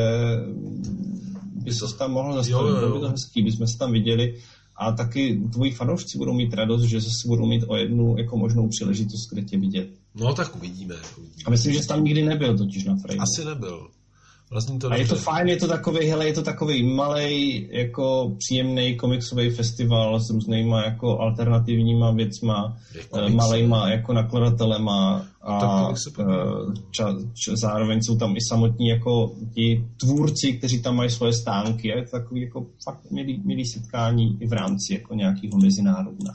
by se tam mohl zastavit. Bylo by to hezký, bychom se tam viděli. A taky tvoji fanoušci budou mít radost, že zase budou mít o jednu jako možnou příležitost, kde tě vidět. No tak uvidíme. uvidíme. A myslím, že jsi tam nikdy nebyl totiž na Frame. Asi nebyl. Vlastně to a je to fajn, je to takovej, hele, je to takovej malej, jako příjemný komiksový festival s různýma jako alternativníma věcma, malejma jako nakladatelema a ča, ča, zároveň jsou tam i samotní jako ti tvůrci, kteří tam mají svoje stánky a je to takový jako fakt milý, milý setkání i v rámci jako nějakého mezinárodna.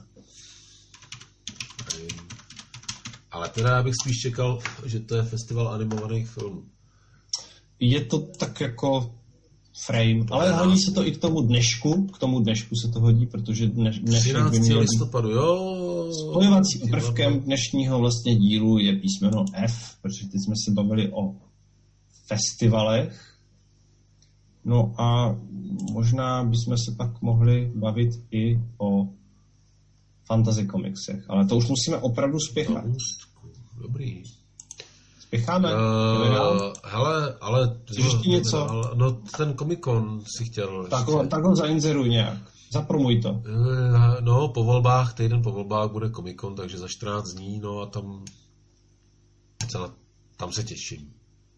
Ale teda já bych spíš čekal, že to je festival animovaných filmů. Je to tak jako Frame, ale hodí se to i k tomu dnešku, k tomu dnešku se to hodí, protože dneš, dnešek by měl listopadu, jo. Spojovacím prvkem dnešního vlastně dílu je písmeno F, protože teď jsme se bavili o festivalech. No a možná bychom se pak mohli bavit i o fantasy komiksech, ale to už musíme opravdu spěchat. Dobrý. Spěcháme? Uh, hele, ale... Chceš ještě něco? Ale, no ten Comic-Con si chtěl... Tak ho, tak ho zainzeruj nějak. Zapromuj to. Uh, no, po volbách, týden po volbách bude Comic-Con, takže za čtrnáct dní, no a tam... Celá, tam se těším.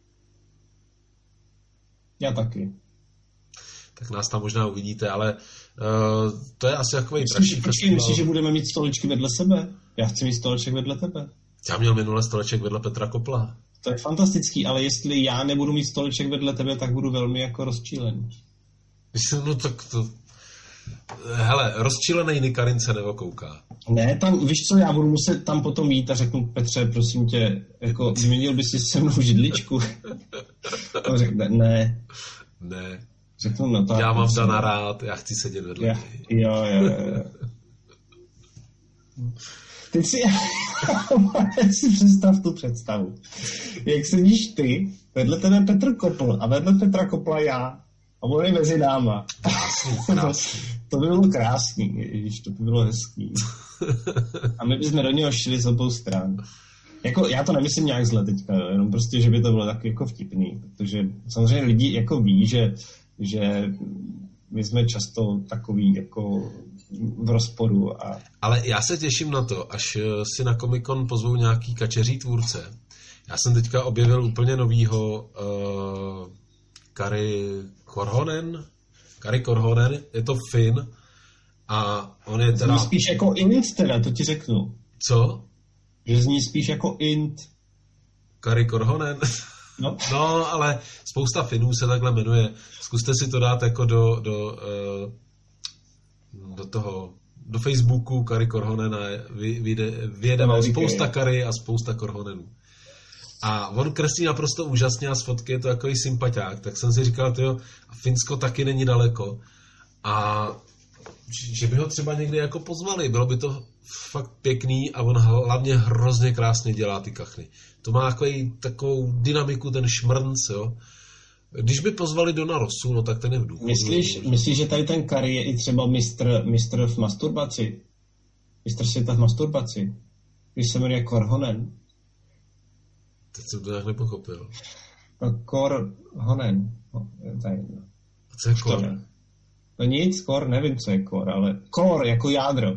Já taky. Tak nás tam možná uvidíte, ale uh, to je asi takový dražší festival. Myslíš, že budeme mít stoličky vedle sebe? Já chci mít stoleček vedle tebe. Já měl minule stoleček vedle Petra Kopla. To je fantastický, ale jestli já nebudu mít stoleček vedle tebe, tak budu velmi jako rozčílený. No tak to... Hele, rozčílený Nikarin se neokouká. Ne, tam, víš co, já budu muset tam potom jít a řeknu, Petře, prosím tě, jako vyměnil bys si se mnou židličku. To řekne, ne. Ne. Řeknu, no tak. Já mám Dana rád, já chci sedět vedle. Já, jo, jo, jo. Teď si, si představ tu představu. Jak sedíš ty, vedle tebe Petr Kopl a vedle Petra Kopla já a on mezi náma. Krásný, krásný. To by bylo krásný, ježiš, to by bylo hezký. A my bychom do něho šli z obou stran. Jako, já to nemyslím nějak zle teďka, jenom prostě, že by to bylo tak jako vtipný, protože samozřejmě lidi jako ví, že, že my jsme často takový jako v rozporu. A... Ale já se těším na to, až si na Comic-Con pozvou nějaký kačeří tvůrce. Já jsem teďka objevil úplně novýho uh, Kari Korhonen. Kari Korhonen, je to Fin a on je teda... Zní spíš jako Int teda, to ti řeknu. Co? Že zní spíš jako Int. Kari Korhonen? No. No, ale spousta Finů se takhle jmenuje. Zkuste si to dát jako do, do, uh, do toho, do Facebooku Kari Korhonen a vyjde, vyjede vám spousta Kari a spousta Korhonenů. A on kreslí naprosto úžasně a z fotky je to jako sympatiák. Tak jsem si říkal, tyjo, Finsko taky není daleko. A že by ho třeba někdy jako pozvali. Bylo by to fakt pěkný a on hlavně hrozně krásně dělá ty kachny. To má takový, takovou dynamiku, ten šmrnc, jo. Když by pozvali Dona Rossu, no tak ten je v důchodu. Myslíš, myslíš, že tady ten Kari je i třeba mistr, mistr v masturbaci? Mistr světa v masturbaci? Když se jmenuje Korhonen? Teď jsem to nějak nepochopil. No, Korhonen. No, tady, no. A co je Kor? No nic, Kor, nevím, co je Kor, ale Kor jako jádro.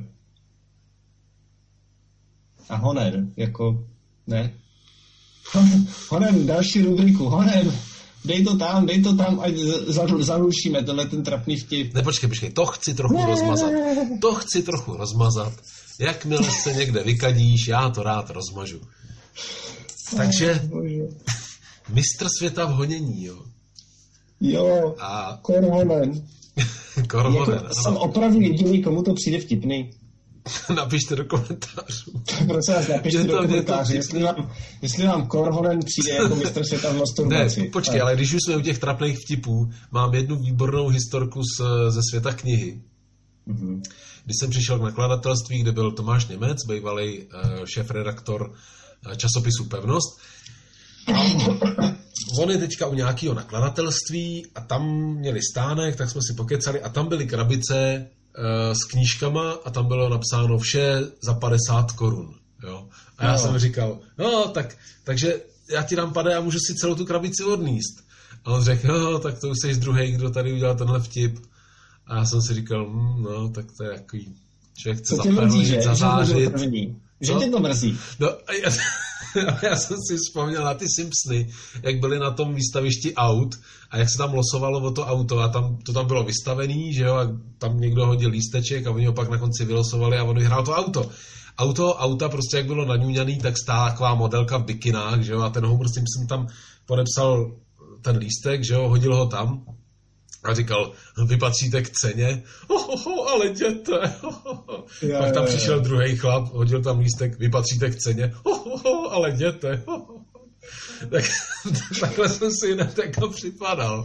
A Honen, jako, ne. Honen, další rubriku, Honen, dej to tam, dej to tam, ať zarušíme tenhle ten trapný vtip. Ne, počkej, počkej, to chci trochu ne. rozmazat. To chci trochu rozmazat. Jakmile se někde vykadíš, já to rád rozmažu. Takže mistr světa v honění, jo. Jo, a... Korhonen. Korhonen, jako, jsem opravdu jediný, komu to přijde vtipný. Napište do komentářů. Prosím vás, napište do komentářů, jestli vám, jestli vám Korhonen přijde jako mistr světa v masturbaci. Ne, počkej, ale když už jsme u těch trapných vtipů, mám jednu výbornou historku z, ze světa knihy. Mm-hmm. Když jsem přišel k nakladatelství, kde byl Tomáš Němec, bývalý uh, šéfredaktor uh, časopisu Pevnost. A on je teďka u nějakého nakladatelství a tam měli stánek, tak jsme si pokecali a tam byly krabice uh, s knížkama a tam bylo napsáno vše za padesát korun. Jo? A já no. jsem říkal, no tak, takže já ti dám pade a můžu si celou tu krabici odníst. A on řekl, no tak to už jsi druhej, kdo tady udělal tenhle vtip. A já jsem si říkal, hm, no tak to je jaký člověk chce zaperlit, zazářit. Že tě to mrzí? No, já, já jsem si vzpomněl na ty Simpsony, jak byli na tom výstavišti aut a jak se tam losovalo o to auto a tam, to tam bylo vystavený, že jo, a tam někdo hodil lísteček a oni ho pak na konci vylosovali a on vyhrál to auto. Auto, auta prostě jak bylo naňuňaný, tak stála taková modelka v bikinách, že jo, a ten Homer Simpson tam podepsal ten lístek, že jo, hodil ho tam a říkal, vy patříte k ceně, oh, oh, oh, ale jděte. Oh, oh. Je, pak tam přišel druhý chlap, hodil tam lístek, vy patříte k ceně, oh, oh, oh, ale jděte. Oh, oh. Tak, takhle jsem si hned jako připadal.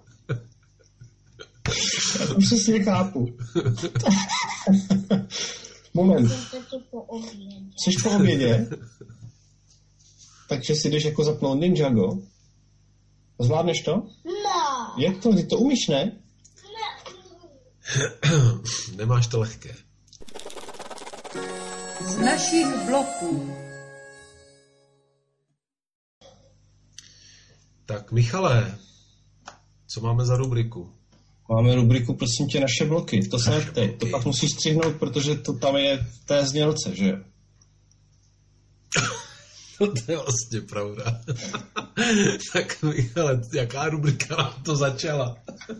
Já to přesně chápu. Moment. Jsi po obědě? Takže si jdeš jako zapnout Ninjago? Zvládneš to? No. Jak to? Ty to umíš, ne? Nemáš to lehké. Z našich bloků. Tak Michale, co máme za rubriku? Máme rubriku, prosím tě, naše bloky. To se neptej. To pak musíš střihnout, protože to tam je v té znělce, že jo? To je vlastně pravda. Tak Michale, jaká rubrika nám to začala?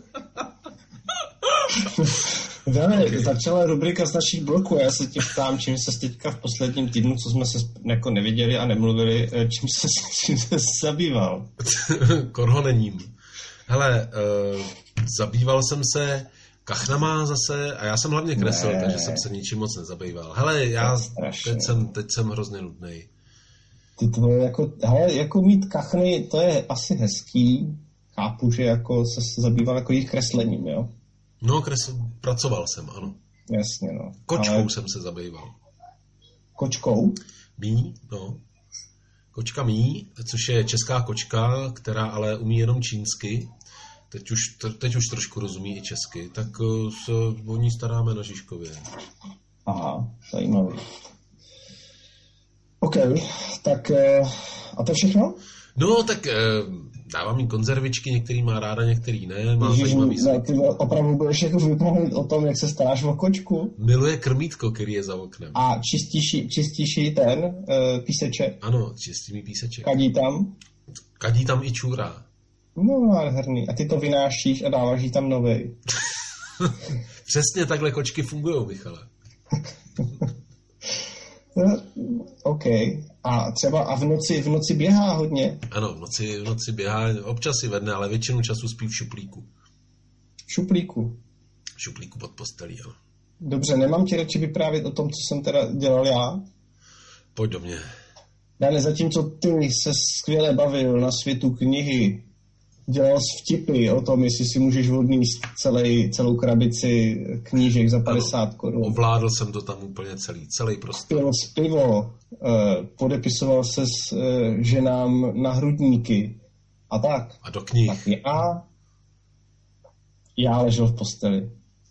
Dále, začala rubrika z našich bloků. Já se tě ptám, čím se teďka v posledním týdnu, co jsme se jako neviděli a nemluvili, čím se, čím se zabýval? Korhonením. Hele, uh, zabýval jsem se kachnama zase a já jsem hlavně kreslil, takže jsem se ničím moc nezabýval. Hele, já teď jsem, teď jsem hrozně nudnej. Ty to jako, hele, jako mít kachny, to je asi hezký. Chápu, že jako se zabýval jako jejich kreslením, jo? No, kresl, pracoval jsem, ano. Jasně, no. Kočkou ale... jsem se zabýval. Kočkou? Mí, no. Kočka Mí, což je česká kočka, která ale umí jenom čínsky. Teď už, teď už trošku rozumí i česky. Tak se o ní staráme na Žižkově. Aha, zajímavý. OK, OK, tak a to všechno? No, tak dávám jí konzervičky, některý má ráda, některý ne. Má Ježiš, ne, ty opravdu budeš jako vyprávět o tom, jak se staráš o kočku? Miluje krmítko, který je za oknem. A čistíš, čistíš ten uh, píseček? Ano, čistí mi píseček. Kadí tam? Kadí tam i čůra. No, nádherný. A ty to vynášíš a dáváš jí tam novej. Přesně takhle kočky fungujou, Michale. No, OK. A třeba a v noci, v noci běhá hodně? Ano, v noci, v noci běhá, občas si vedne, ale většinu času spí v šuplíku. V šuplíku? V šuplíku pod postelí, ano. Dobře, nemám ti radši vyprávět o tom, co jsem teda dělal já? Pojď do mě. Dále, zatímco ty se skvěle bavil na světu knihy, dělal jsi vtipy o tom, jestli si můžeš odníst celý, celou krabici knížek za padesát korun. Ovládl jsem to tam úplně celý, celý prostě. Pil z pivo, eh, podepisoval se s eh, ženám na hrudníky a tak. A do knih. Tak já, já ležel v posteli.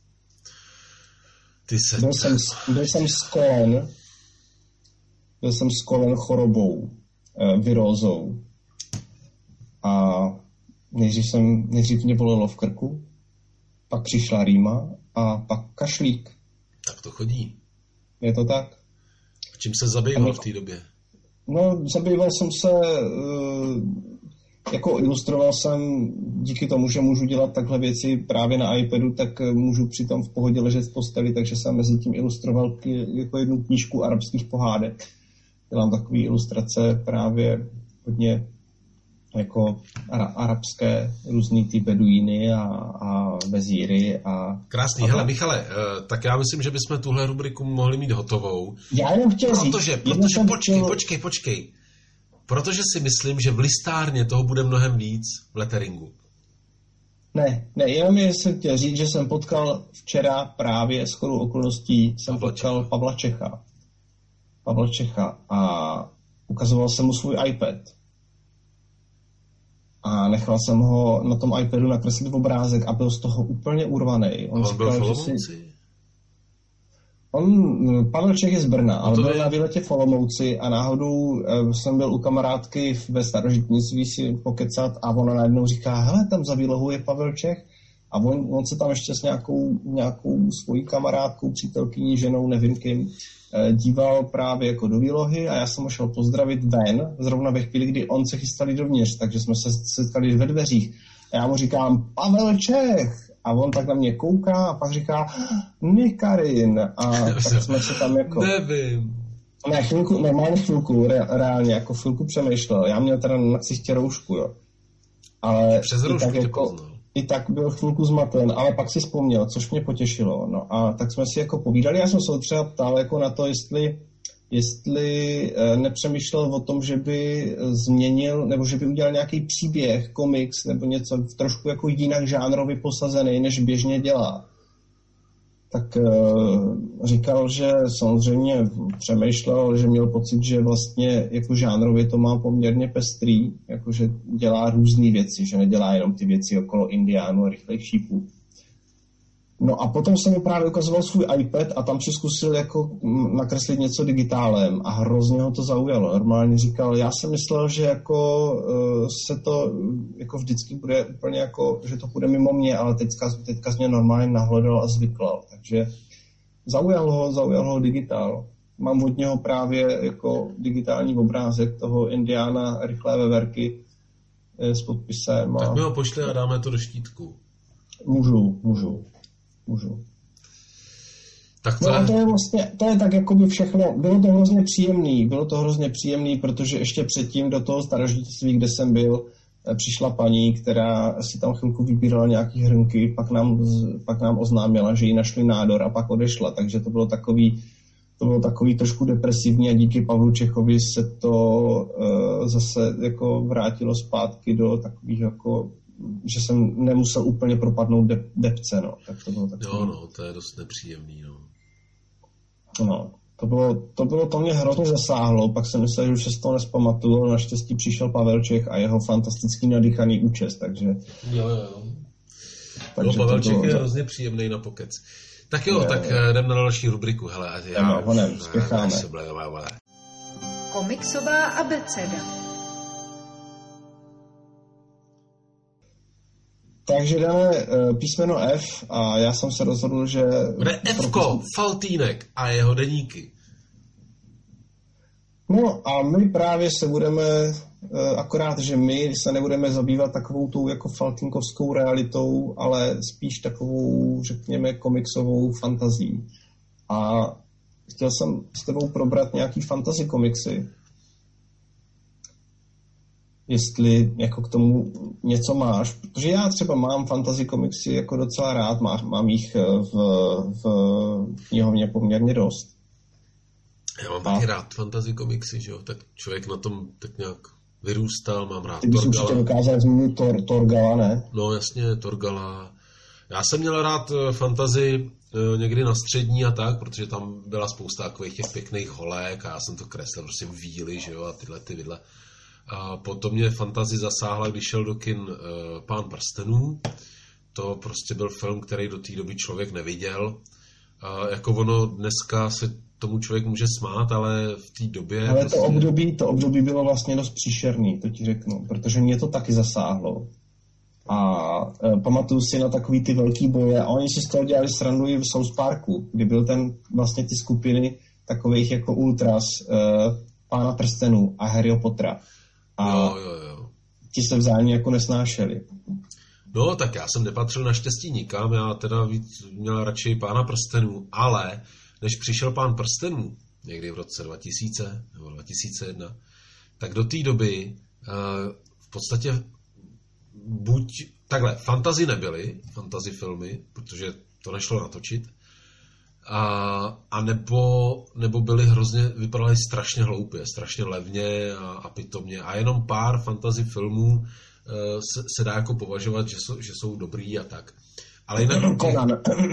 Ty se... Byl jsem, byl jsem skolen, byl jsem skolen chorobou, eh, virózou. A nejdřív, jsem, nejdřív mě bolelo v krku, pak přišla rýma a pak kašlík. Tak to chodí. Je to tak? Čím se zabýval v té době? No, zabýval jsem se, jako ilustroval jsem, díky tomu, že můžu dělat takhle věci právě na iPadu, tak můžu přitom v pohodě ležet v posteli, takže jsem mezi tím ilustroval jako jednu knížku arabských pohádek. Dělám takové ilustrace právě hodně jako ara- arabské, různý ty beduíny a, a vezíry. A, Krásný. A Hele, Michale, tak já myslím, že bychom tuhle rubriku mohli mít hotovou. Já jenom chtěl říct. Protože, protože počkej, chtěl... počkej, počkej. Protože si myslím, že v listárně toho bude mnohem víc v letteringu. Ne, ne, jenom jsem chtěl říct, že jsem potkal včera právě shodou okolností jsem Pavla potkal Čecha. Pavla Čecha. Pavla Čecha a ukazoval jsem mu svůj iPad. A nechal jsem ho na tom iPadu nakreslit obrázek a byl z toho úplně urvaný. On, on byl v Olomouci? Si... On, Pavel Čech je z Brna, no ale byl je... na výletě v Olomouci a náhodou eh, jsem byl u kamarádky ve starožitnictví si pokecat a ona najednou říká, hele, tam za výlohou je Pavel Čech. A on, on se tam ještě s nějakou, nějakou svojí kamarádkou, přítelkyní, ženou, nevím kým, eh, díval právě jako do výlohy a já jsem ho šel pozdravit ven, zrovna ve chvíli, kdy on se chystali dovnitř, takže jsme se setkali ve dveřích. A já mu říkám, Pavel Čech! A on tak na mě kouká a pak říká, Nikarin. A tak jsme se tam jako... Nevím. Ne, chvilku, normálně chvilku, re, reálně, jako chvilku přemýšlel. Já měl teda na ksichtě roušku, jo. Ale přes roušku tak jako, i tak byl chvilku zmaten, ale pak si vzpomněl, což mě potěšilo. No a tak jsme si jako povídali, já jsem se třeba ptal jako na to, jestli, jestli nepřemýšlel o tom, že by změnil, nebo že by udělal nějaký příběh, komiks, nebo něco trošku jako jinak žánrově posazený, než běžně dělá. Tak uh, říkal, že samozřejmě přemýšlel, že měl pocit, že vlastně jako žánrově to má poměrně pestrý, jakože dělá různé věci, že nedělá jenom ty věci okolo indiánů a rychlejch šípů. No a potom jsem mi právě ukazoval svůj iPad a tam si zkusil jako nakreslit něco digitálem a hrozně ho to zaujalo. Normálně říkal, já jsem myslel, že jako uh, se to jako vždycky bude úplně jako, že to bude mimo mě, ale teďka, teďka mě normálně nahledal a zvyklal. Takže zaujal ho, zaujal ho digitál. Mám od něho právě jako digitální obrázek toho indiána rychlé veverky s podpisem. Tak mi ho pošli a dáme to do štítku. Můžu, můžu. Můžu. Tak to, no a to je vlastně, to je tak jako by všechno, bylo to hrozně příjemný, bylo to hrozně příjemný, protože ještě předtím do toho starožitnictví, kde jsem byl, přišla paní, která si tam chvilku vybírala nějaký hrnky, pak nám, pak nám oznámila, že jí našli nádor a pak odešla, takže to bylo takový, to bylo takový trošku depresivní a díky Pavlu Čechovi se to uh, zase jako vrátilo zpátky do takových jako že jsem nemusel úplně propadnout de- depce, no. Tak to bylo takový... Jo, no, to je dost nepříjemný, no. No, to bylo, to bylo, to mě hrozně zasáhlo, pak jsem myslel, že už se z toho nespamatuju, naštěstí přišel Pavel Čech a jeho fantastický nadýchaný účes, takže... Jo, jo. Takže no, Pavel Čech bylo... je hrozně příjemný na pokec. Tak jo, je, tak je. Jdem na další rubriku, hele. Já honem, spěcháme. Komiksová abeceda. Takže dáme písmeno F a já jsem se rozhodl, že... Bude Fko, Faltýnek a jeho deníky. No a my právě se budeme, akorát, že my se nebudeme zabývat takovou tou jako faltínkovskou realitou, ale spíš takovou, řekněme, komiksovou fantazí. A chtěl jsem s tebou probrat nějaký fantasy komiksy. Jestli jako k tomu něco máš. Protože já třeba mám fantasy komiksy jako docela rád, mám, mám jich v, v knihovně poměrně dost. Já mám a... taky rád fantasy komiksy, že jo? Tak člověk na tom tak nějak vyrůstal, mám rád Ty bys Torgala. určitě dokázal zmínit Tor, Torgala, ne? No jasně, Torgala. Já jsem měl rád fantasy někdy na střední a tak, protože tam byla spousta takových těch pěkných holek a já jsem to kreslil prostě víly, že jo, a tyhle ty vidle. A potom mě fantasy zasáhla, když šel do kin uh, Pán prstenů. To prostě byl film, který do té doby člověk neviděl. A jako ono dneska se tomu člověk může smát, ale v té době... Ale prostě... to, období, to období bylo vlastně dost příšerný, to ti řeknu, protože mě to taky zasáhlo. A e, pamatuju si na takový ty velký boje a oni si z toho dělali srandu i v South Parku, kdy byl ten vlastně ty skupiny takových jako ultras e, Pána prstenů a Harryho Pottera. A jo, jo, jo. ti se vzájemně jako nesnášeli. No, tak já jsem nepatřil naštěstí nikam, já teda víc měl radši Pána prstenů, ale než přišel Pán prstenů, někdy v roce dva tisíce nebo dva tisíce jedna, tak do té doby uh, v podstatě buď, takhle, fantasy nebyly, fantasy filmy, protože to nešlo natočit, a, a nebo, nebo byly hrozně, vypadaly strašně hloupě, strašně levně a, a pitomně a jenom pár fantasy filmů uh, se, se dá jako považovat, že jsou, že jsou dobrý a tak. Ale jinak... Conan.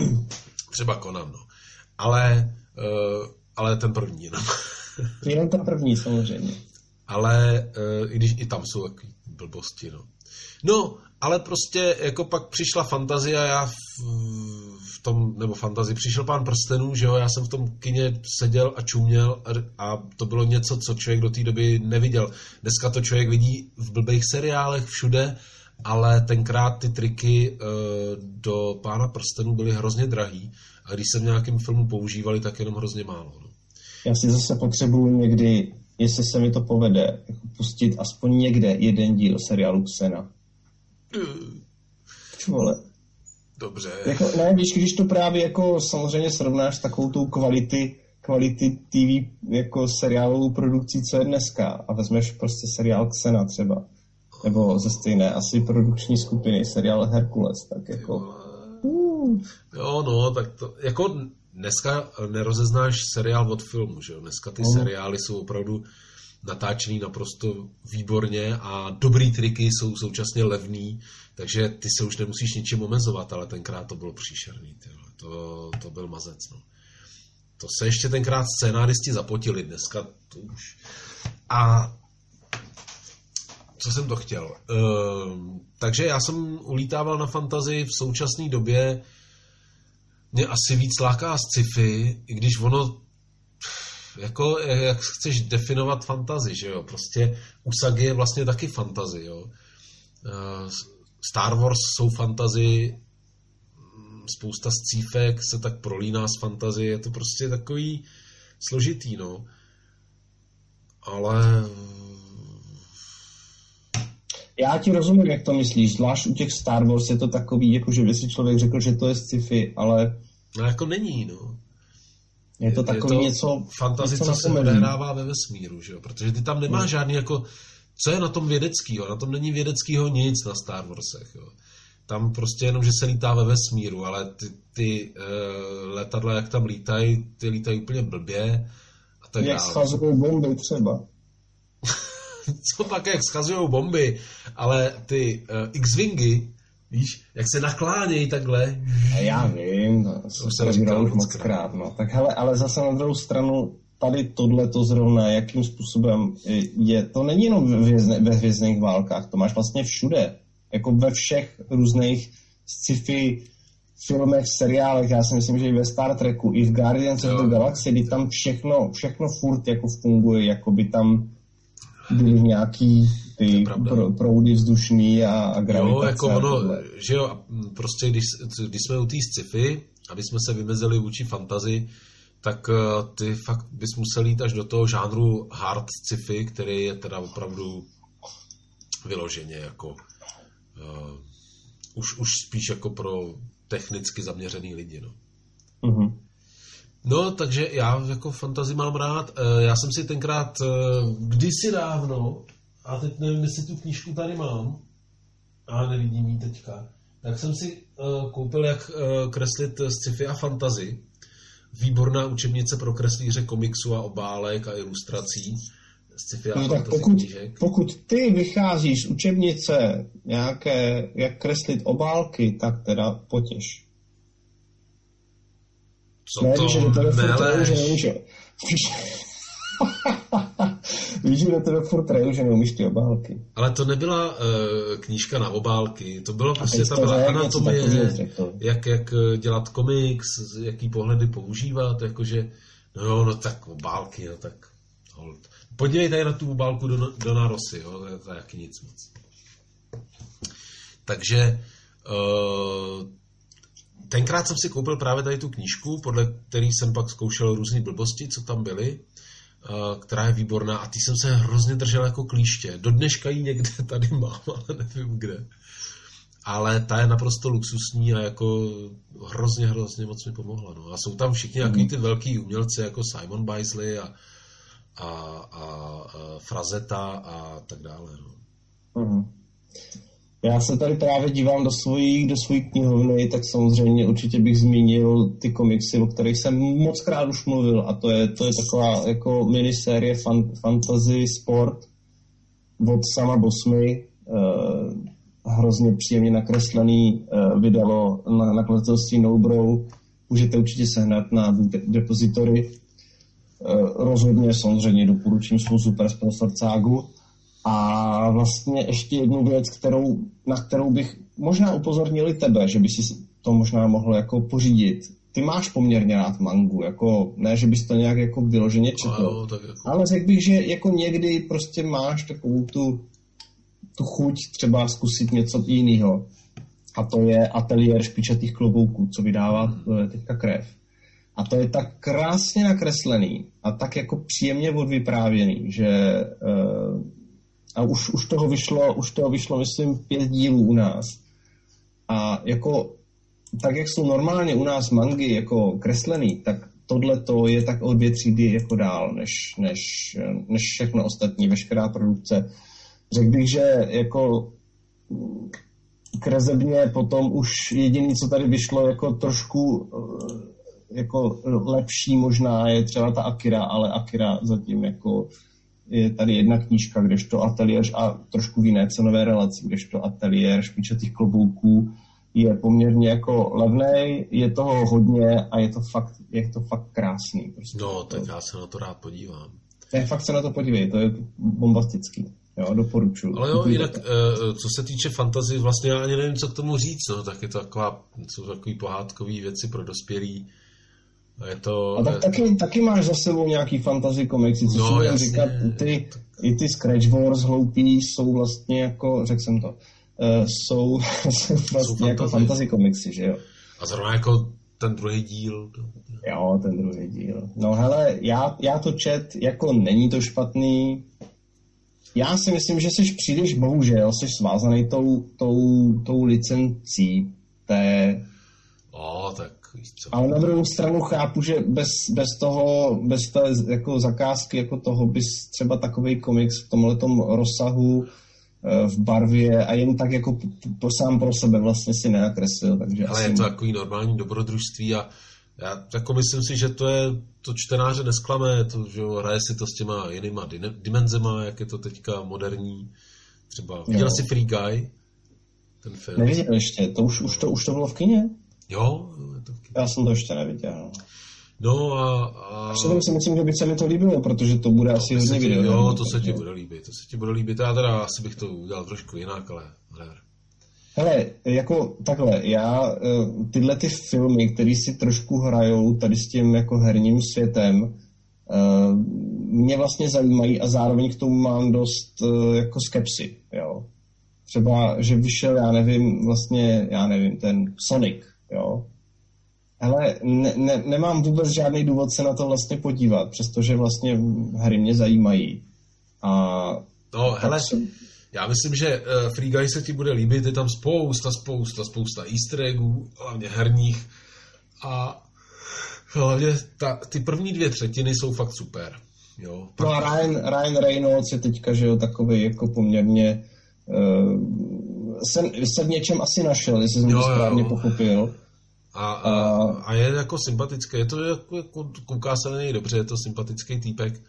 Třeba Conan, no. Ale, uh, ale ten první jenom. Jenom ten první, samozřejmě. Ale uh, i když i tam jsou takový blbosti, no. No, ale prostě jako pak přišla fantazie a já v, v tom, nebo fantazie, přišel Pán prstenů, že jo, já jsem v tom kině seděl a čuměl a, a to bylo něco, co člověk do té doby neviděl. Dneska to člověk vidí v blbých seriálech všude, ale tenkrát ty triky uh, do Pána prstenů byly hrozně drahý a když se v nějakém filmu používali, tak jenom hrozně málo. No. Já si zase potřebuju někdy, jestli se mi to povede, jako pustit aspoň někde jeden díl seriálu Xena. Čo vole? Dobře. Jako, ne, víš, když to právě jako samozřejmě srovnáš s takovou tou kvality, kvality T V jako seriálovou produkcí, co je dneska a vezmeš prostě seriál Xena třeba, nebo ze stejné asi produkční skupiny, seriál Herkules, tak jako... Uh. Jo, no, tak to, jako dneska nerozeznáš seriál od filmu, že jo, dneska ty uh. seriály jsou opravdu natáčený naprosto výborně a dobrý triky jsou současně levný, takže ty se už nemusíš ničím omezovat, ale tenkrát to bylo příšerný, tyhle. To, to byl mazec, no. To se ještě tenkrát scénáristi zapotili, dneska to už. A co jsem to chtěl? Ehm, takže já jsem ulítával na fantazii v současné době, mě asi víc láká sci-fi, i když ono jako, jak chceš definovat fantazii, že jo, prostě Usagi je vlastně taky fantazii, jo. Star Wars jsou fantazii, spousta scífek se tak prolíná s fantazii, je to prostě takový složitý, no. Ale... Já ti rozumím, jak to myslíš, zvlášť u těch Star Wars je to takový, jako že by si člověk řekl, že to je sci-fi, ale... No jako není, no. Je to takový je to něco... Fantazie, co se odehrává ve vesmíru, že jo? Protože ty tam nemáš žádný jako... Co je na tom vědeckýho? Na tom není vědeckýho nic na Star Warsech, jo. Tam prostě jenom, že se lítá ve vesmíru, ale ty, ty uh, letadla, jak tam lítají, ty lítají úplně blbě a tak jak dále. schazují bomby třeba. Co pak, jak schazujou bomby, ale ty uh, X-Wingy, víš, jak se naklánějí takhle. A já vím, to jsem říkal už moc krát, no. Tak hele, ale zase na druhou stranu, tady tohle to zrovna, jakým způsobem je, to není jenom ve, hvězdne, ve hvězdných válkách, to máš vlastně všude, jako ve všech různých sci-fi filmech, seriálech, já si myslím, že i ve Star Treku, i v Guardians of the Galaxy, kdy tam všechno, všechno furt jako funguje, jako by tam byly nějaký ty pro, proudy vzdušný a, a gravitace. Jo, jako ono, že jo, prostě když, když jsme u té sci-fi, aby jsme se vymezili vůči fantasy, tak ty fakt bys musel jít až do toho žánru hard sci-fi, který je teda opravdu vyloženě jako uh, už, už spíš jako pro technicky zaměřený lidi, no. Mm-hmm. No, takže já jako fantasy mám rád. Já jsem si tenkrát kdysi dávno, a teď nevím, jestli tu knížku tady mám, a nevidím ji teďka, tak jsem si koupil, jak kreslit sci-fi a fantasy. Výborná učebnice pro kreslíře komiksu a obálek a ilustrací. Sci-fi a no, fantasy pokud, knížek. Pokud ty vycházíš z učebnice nějaké, jak kreslit obálky, tak teda potěš. Co ne, to že do tebe furt reju, že neumíš. Víš, že do tebe furt reju, že neumíš ty obálky. Ale to nebyla uh, knížka na obálky, to bylo prostě, ta byla anatomie, jak, jak dělat komiks, jaký pohledy používat, jakože, no jo, no tak obálky, no tak hold. Podívej tady na tu obálku do, do Narosy, jo, to je to jaký nic moc. Takže uh, tenkrát jsem si koupil právě tady tu knížku, podle který jsem pak zkoušel různé blbosti, co tam byly, která je výborná a ty jsem se hrozně držel jako klíště. Do dneška ji někde tady mám, ale nevím kde. Ale ta je naprosto luxusní a jako hrozně, hrozně moc mi pomohla. No. A jsou tam všichni mm. ty velký umělci jako Simon Bisley a, a, a, a Frazetta a tak dále. No. Mm. Já se tady právě dívám do svojí, do svojí knihovny, tak samozřejmě určitě bych zmínil ty komiksy, o kterých jsem moc krát už mluvil, a to je, to je taková jako minisérie fan, fantasy sport od Sama Bosmy, eh, hrozně příjemně nakreslený, eh, vydalo na nakladatelství No Brow, můžete určitě sehnat na depozitory. Eh, rozhodně samozřejmě doporučím svou super sponsor Cágu. A vlastně ještě jednu věc, kterou, na kterou bych možná upozornil i tebe, že by si to možná mohl jako pořídit. Ty máš poměrně rád mangu, jako ne, že bys to nějak jako vyloženě četl, no, jako... ale řekl bych, že jako někdy prostě máš takovou tu, tu chuť třeba zkusit něco jiného. A to je Ateliér špičatých klobouků, co vydává hmm. teďka Krev. A to je tak krásně nakreslený a tak jako příjemně odvyprávěný, že... Uh, A už, už, toho vyšlo, už toho vyšlo, myslím, pět dílů u nás. A jako, tak jak jsou normálně u nás mangy jako kreslený, tak tohleto je tak o dvě třídy jako dál, než, než, než všechno ostatní, veškerá produkce. Řekl bych, že jako kresebně potom už jediný, co tady vyšlo jako trošku jako lepší možná je třeba ta Akira, ale Akira zatím jako je tady jedna knížka, kdežto Ateliér a trošku v jiné cenové relaci, kdežto Ateliér špičatých klobouků je poměrně jako levnej, je toho hodně a je to fakt, je to fakt krásný. Prostě. No, tak já se na to rád podívám. Ne, fakt se na to podívej, to je bombastický. Jo, doporučuji. Ale jo, jinak, co se týče fantasy, vlastně já ani nevím, co k tomu říct, no, tak je to taková, jsou takový pohádkový věci pro dospělí. Je to, a tak taky, taky máš za sebou nějaký fantasy komiksy, co no, si říkat, ty, i ty Scratch Wars hloupí jsou vlastně jako, řekl jsem to, uh, jsou, jsou vlastně jsou jako fantasy komiksy, že jo? A zrovna jako ten druhý díl. To... Jo, ten druhý díl. No hele, já, já to čet, jako není to špatný. Já si myslím, že jsi příliš, bohužel, jsi svázaný tou, tou, tou licencí té... O, tak víš co. Ale na druhou stranu chápu, že bez, bez toho, bez té jako zakázky jako toho bys třeba takovej komiks v tomhletom rozsahu, v barvě a jen tak jako po, sám pro sebe vlastně si nenakreslil. Takže ale asi... je to takový normální dobrodružství a já jako myslím si, že to je, to čtenáře nesklame, to, že hraje si to s těma jinýma dimenzema, jak je to teďka moderní. Třeba viděl jsi Free Guy? Ten film? Neviděl ještě, to už, už, to, už to bylo v kině? Jo, je to v kině. Já jsem to ještě neviděl. No a... a... Předem si myslím, že by se mi to líbilo, protože to bude no, asi hodně video. Jo, to se ti bude líbit, to se ti bude líbit. Já teda asi bych to udělal trošku jinak, ale... Hele, jako takhle, já tyhle ty filmy, které si trošku hrajou tady s tím jako herním světem, mě vlastně zajímají a zároveň k tomu mám dost jako skepsy, jo. Třeba, že vyšel, já nevím, vlastně, já nevím, ten Sonic, jo. Hele, ne, ne, nemám vůbec žádný důvod se na to vlastně podívat, přestože vlastně hry mě zajímají. A no, hele, se... já myslím, že uh, Free Guy se ti bude líbit, je tam spousta, spousta, spousta easter eggů, hlavně herních a hlavně ta, ty první dvě třetiny jsou fakt super. Jo, no a Ryan, Ryan Reynolds je teďka, že jo, takový jako poměrně uh, jsem, se v něčem asi našel, jestli jsem jo, to správně jo. pochopil. A, a, a je jako sympatický, je to jako, jako kouká se na něj dobře, je to sympatický týpek.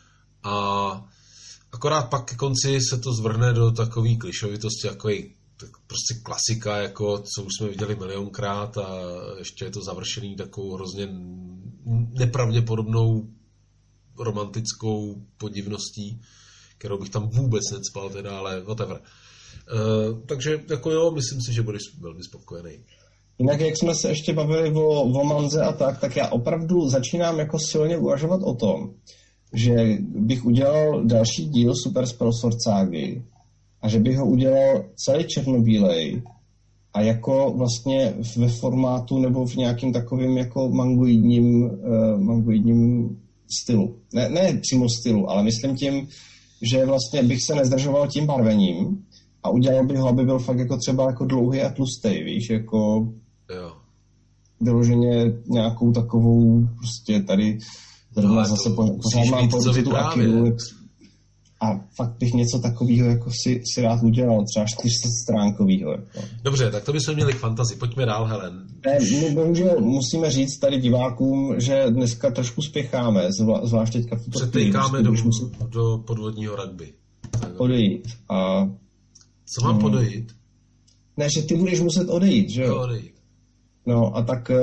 A akorát pak ke konci se to zvrhne do takový klišovitosti, jako je tak prostě klasika, jako co už jsme viděli milionkrát a ještě je to završený takovou hrozně nepravděpodobnou romantickou podivností, kterou bych tam vůbec necpal teda, ale whatever. Uh, takže jako jo, myslím si, že budeš velmi spokojený. Jinak, jak jsme se ještě bavili o, o Manze a tak, tak já opravdu začínám jako silně uvažovat o tom, že bych udělal další díl Super Spell Sword Ságy a že bych ho udělal celý černobílej a jako vlastně ve formátu nebo v nějakým takovým jako mangoidním, uh, mangoidním stylu. Ne, ne přímo stylu, ale myslím tím, že vlastně bych se nezdržoval tím barvením a udělal bych ho, aby byl fakt jako třeba jako dlouhý a tlustý, víš, jako jo. Vyloženě nějakou takovou prostě tady zrovna no, zase po, pořád mám pouze tu Akiru a fakt bych něco takového jako si, si rád udělal, třeba čtyřsetstránkovýho. Jako. Dobře, tak to bychom měli k fantazii. Pojďme dál, Helen. Ne, my bohužel musíme říct tady divákům, že dneska trošku spěcháme, zvla, zvlášť teďka v tuto Přetejkáme do, muset... do podvodního rugby. Odejít. A, Co mám hmm. podojít? Ne, že ty budeš muset odejít, že jo? Jo, odejít. No a tak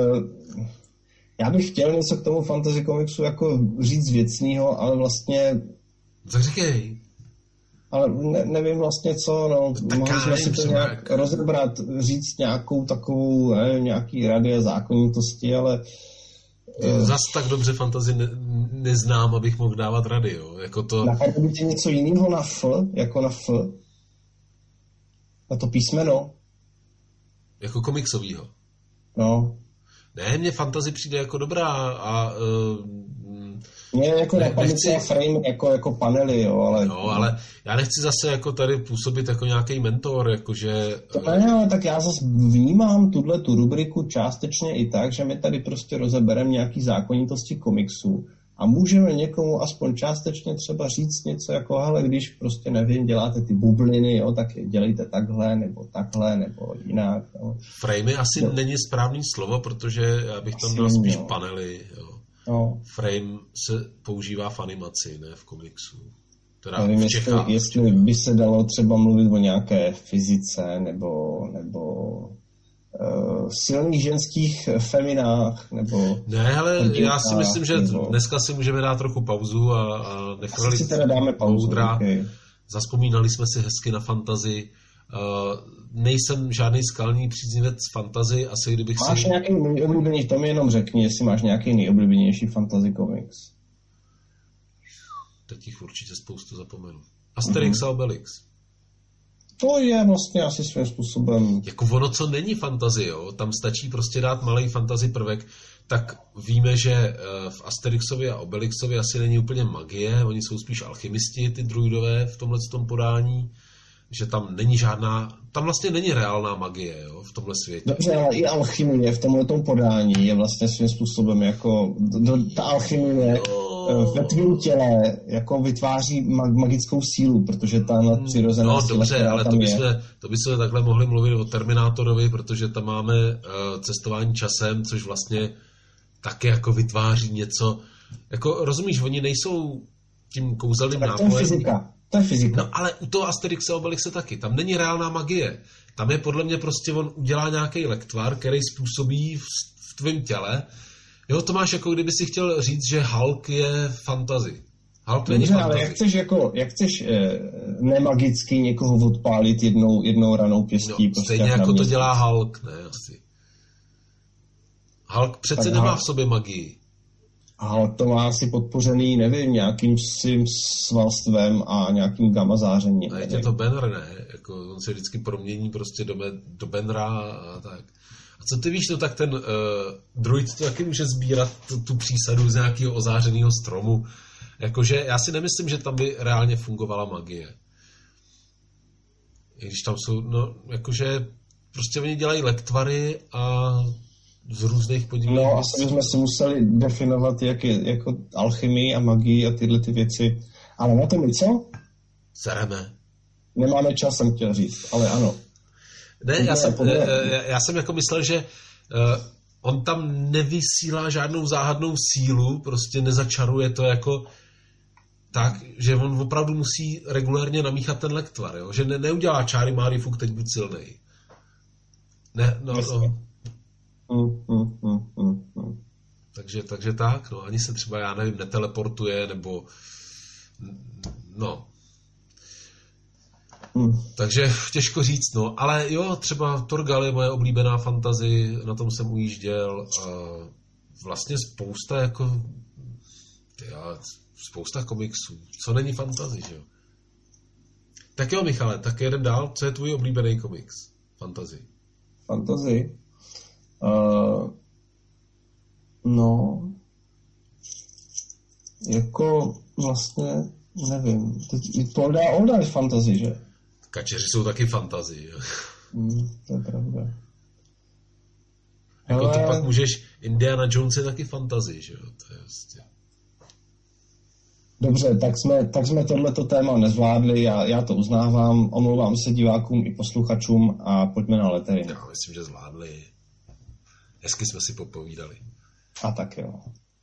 já bych chtěl něco k tomu fantasy komiksu jako říct věcnýho, ale vlastně... Tak říkej. Ale ne, nevím vlastně co, no, mohli jsme si to nějak jak... rozebrat, říct nějakou takovou, ne, nějaký rady a zákonitosti, ale... Zas tak dobře fantasy ne, neznám, abych mohl dávat rady, jo, jako to... Napadlo by tě něco jiného na F, jako na F? Na to písmeno? Jako komiksovýho. No. Ne, mně fantasy přijde jako dobrá a... Uh, Mně jako ne, napadly nechci... frame jako, jako panely, jo, ale... No, ale já nechci zase jako tady působit jako nějaký mentor, jakože... To ne, ale tak já zase vnímám tuhle tu rubriku částečně i tak, že my tady prostě rozebereme nějaký zákonitosti komiksu a můžeme někomu aspoň částečně třeba říct něco jako, hele, když prostě nevím, děláte ty bubliny, jo, tak je dělejte takhle, nebo takhle, nebo jinak, jo. Frame asi no. není správný slovo, protože já bych tam dal spíš no. panely, jo. No. Frame se používá v animaci, ne v komiksu. Teda nevím, v Čechách. Jestli, jestli by se dalo třeba mluvit o nějaké fyzice, nebo, nebo uh, silných ženských feminách, nebo... Ne, ale já si myslím, že nebo... dneska si můžeme dát trochu pauzu a, a nechrlit si teda dáme pauzu, moudra. Okay. Zaspomínali jsme si hezky na fantazii. Uh, nejsem žádný skalní příznivec fantasy, asi kdybych máš si... Máš nějaký nejoblíbenější, to mi jenom řekni, jestli máš nějaký nejoblíbenější fantasy komiks. Teď jich určitě spoustu zapomenu. Asterix mm-hmm. a Obelix. To je vlastně asi svým způsobem... Jako ono, co není fantasy, jo? Tam stačí prostě dát malý fantasy prvek, tak víme, že v Asterixovi a Obelixovi asi není úplně magie, oni jsou spíš alchymisti, ty druidové v tomhle tom podání, že tam není žádná, tam vlastně není reálná magie, jo, v tomhle světě. Dobře, ale i alchymie v tomhletom podání je vlastně svým způsobem jako, do, ta alchymie no. ve tvém těle jako vytváří magickou sílu, protože ta nadpřirozená no, síla, dobře, která ale tam to by, je. jsme, to by jsme takhle mohli mluvit o Terminátorovi, protože tam máme uh, cestování časem, což vlastně také jako vytváří něco, jako rozumíš, oni nejsou tím kouzelným nápojem. To je fyzika. To je fyzika. No ale u toho Asterixe Obelixe taky. Tam není reálná magie. Tam je podle mě prostě on udělá nějaký lektvar, který způsobí v, v tvém těle. Jo, to máš jako kdyby si chtěl říct, že Hulk je fantasy. Hulk není Dobře, fantasy. ale jak chceš, jako, jak chceš eh, nemagicky někoho odpálit jednou, jednou ranou pěstí? No, prostě stejně jako to měsíc. dělá Hulk, ne asi. Hulk přece Tak nemá Hulk- v sobě magii. Ale to má asi podpořený, nevím, nějakým svým svalstvem a nějakým gamma zářením. A je nevím. to Banner, ne? Jako on se vždycky promění prostě do, me, do Bannera a tak. A co ty víš, no tak ten uh, druid to taky může sbírat tu, tu přísadu z nějakého ozářeného stromu. Jakože já si nemyslím, že tam by reálně fungovala magie. I když tam jsou, no, jakože prostě oni dělají lektvary a z různých podivných No, věcí. asi bychom si museli definovat, jak je, jako alchymii a magii a tyhle ty věci. Ale na to my co? Sereme. Nemáme čas, jsem chtěl říct, ale ano. Ne, já Podle- jsem, podle- já, já jsem jako myslel, že uh, on tam nevysílá žádnou záhadnou sílu, prostě nezačaruje to jako tak, že on opravdu musí regulérně namíchat ten lektvar, jo? Že ne, neudělá čáry máry fuk, teď buď silnej. Ne, no, no. Mm, mm, mm, mm, mm. Takže, takže tak, no, ani se třeba, já nevím, neteleportuje, nebo no. Mm. Takže těžko říct, no, ale jo, třeba Torgal je moje oblíbená fantasy, na tom jsem ujížděl a vlastně spousta jako tyjo, spousta komiksů, co není fantasy, že jo. Tak jo, Michale, tak jedem dál, co je tvůj oblíbený komiks, fantasy? Fantasy? Uh, no, jako vlastně, nevím, teď to dá oldá fantasy, že? Kačeři jsou taky fantasy, jo. Mm, to je pravda. Jako Ale- ty pak můžeš, Indiana Jones je taky fantasy, že jo, to je vlastně. Dobře, tak jsme, tak jsme tohleto téma nezvládli, já, já to uznávám, omlouvám se divákům i posluchačům a pojďme na letery. Já myslím, že zvládli. Hezky jsme si popovídali. A tak jo.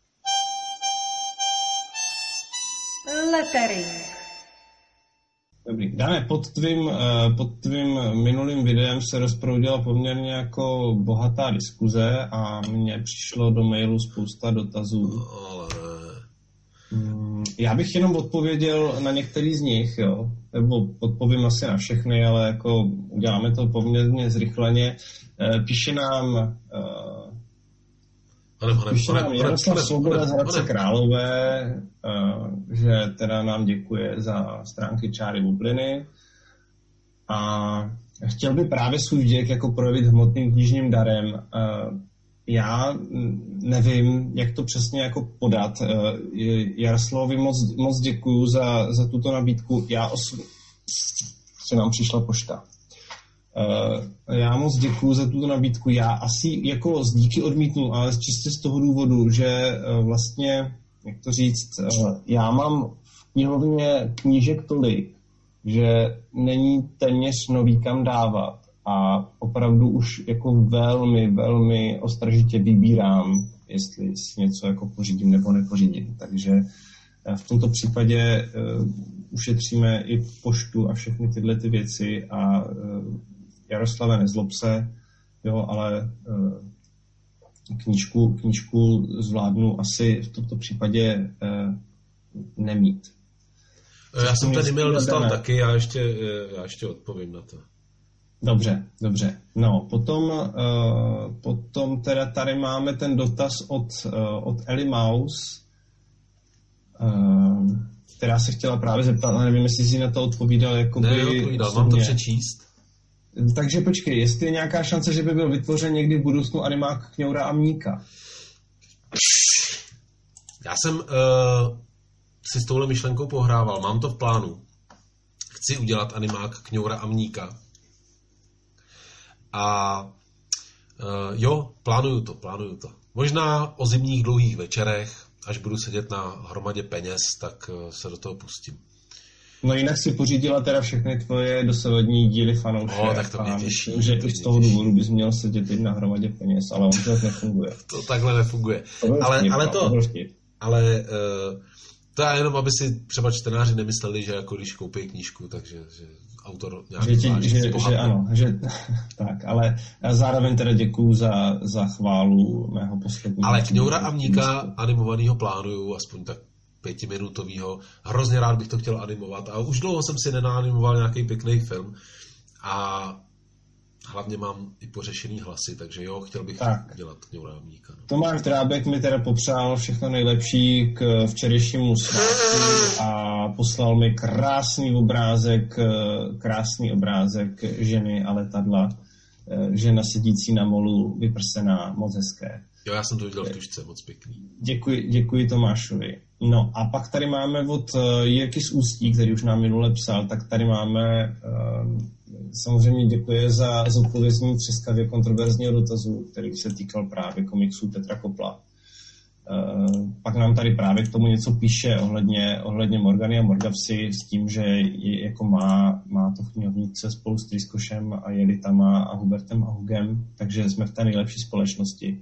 Lettering. Dobrý. Dane, pod tvým, eh, pod tvým minulým videem se rozproudila poměrně jako bohatá diskuze a mně přišlo do mailu spousta dotazů. Ale Mm, Já bych jenom odpověděl na některý z nich, jo. Nebo odpovím asi na všechny, ale jako uděláme to poměrně zrychleně. Eh, Píše nám eh, Honem, honem, Píše nám honem, Jaroslav honem, Svoboda z honem, Hradce honem. Králové, eh, že teda nám děkuje za stránky Čáry bubliny a chtěl by právě svůj vděk jako projevit hmotným knižním darem. Eh, Já mm, nevím, jak to přesně jako podat. Eh, Jaroslavovi moc, moc děkuju za, za tuto nabídku. Já osobně se nám přišla pošta. Uh, já moc děkuju za tuto nabídku. Já asi jako z díky odmítnu, ale čistě z toho důvodu, že uh, vlastně, jak to říct, uh, já mám v knihovně knížek tolik, že není téměř nový kam dávat a opravdu už jako velmi, velmi ostražitě vybírám, jestli si něco jako pořídím nebo nepořídím. Takže uh, v tomto případě uh, ušetříme i poštu a všechny tyhle ty věci a uh, Jaroslave, nezlob se, jo, ale uh, knížku, knížku zvládnu asi v tomto případě uh, nemít. Já jsem ten e-mail dostal Dané. taky, já ještě, já ještě odpovím na to. Dobře, dobře. No, potom, uh, potom teda tady máme ten dotaz od, uh, od Ellie Mouse, uh, která se chtěla právě zeptat, ale nevím, jestli si na to odpovídal jakoby Ne, odpovídal, mám to osobně. přečíst. Takže počkej, jestli je nějaká šance, že by byl vytvořen někdy v budoucnu animák Kňoura a Mníka? Já jsem uh, si s touhle myšlenkou pohrával, mám to v plánu. Chci udělat animák Kňoura a Mníka. A uh, jo, plánuju to, plánuju to. Možná o zimních dlouhých večerech, až budu sedět na hromadě peněz, tak uh, se do toho pustím. No jinak si pořídila teda všechny tvoje dosavadní díly fanoušek. No, tak to mě a těší, myslím, že to i mě z toho těší. důvodu bys měl sedět teď na hromadě peněz, ale on to tak nefunguje. To takhle nefunguje. To byl Ale, vtip, ale no, to, byl vtip. ale uh, to je jenom, aby si třeba čtenáři nemysleli, že jako když koupí knížku, takže že autor nějaký Že, ti, zvláštní že, že bohatý. ano, že tak, ale zároveň teda děkuju za, za chválu mého posledního. Ale Kňoura a Mníka animovanýho plánuju aspoň tak pětiminutovýho. Hrozně rád bych to chtěl animovat a už dlouho jsem si nenaanimoval nějaký pěkný film a hlavně mám i pořešený hlasy, takže jo, chtěl bych tak dělat Kňourávníka. No. Tomáš Drábek mi teda popřál všechno nejlepší k včerejšímu svátku a poslal mi krásný obrázek, krásný obrázek ženy a letadla, žena sedící na molu, vyprsená, moc hezké. Jo, já jsem to viděl v tužce, moc pěkný. Děkuji, děkuji Tomášovi. No a pak tady máme od Jirky z Ústí, který už nám minule psal, tak tady máme, samozřejmě děkuji za zodpovězení třeskavě kontroverzního dotazu, který se týkal právě komiksů Petra Kopla. Pak nám tady právě k tomu něco píše ohledně, ohledně Morgany a Morgavsy s tím, že je, jako má, má to v knihovnice spolu s Trýskošem a Jelitama a Hubertem a Hugem, takže jsme v té nejlepší společnosti.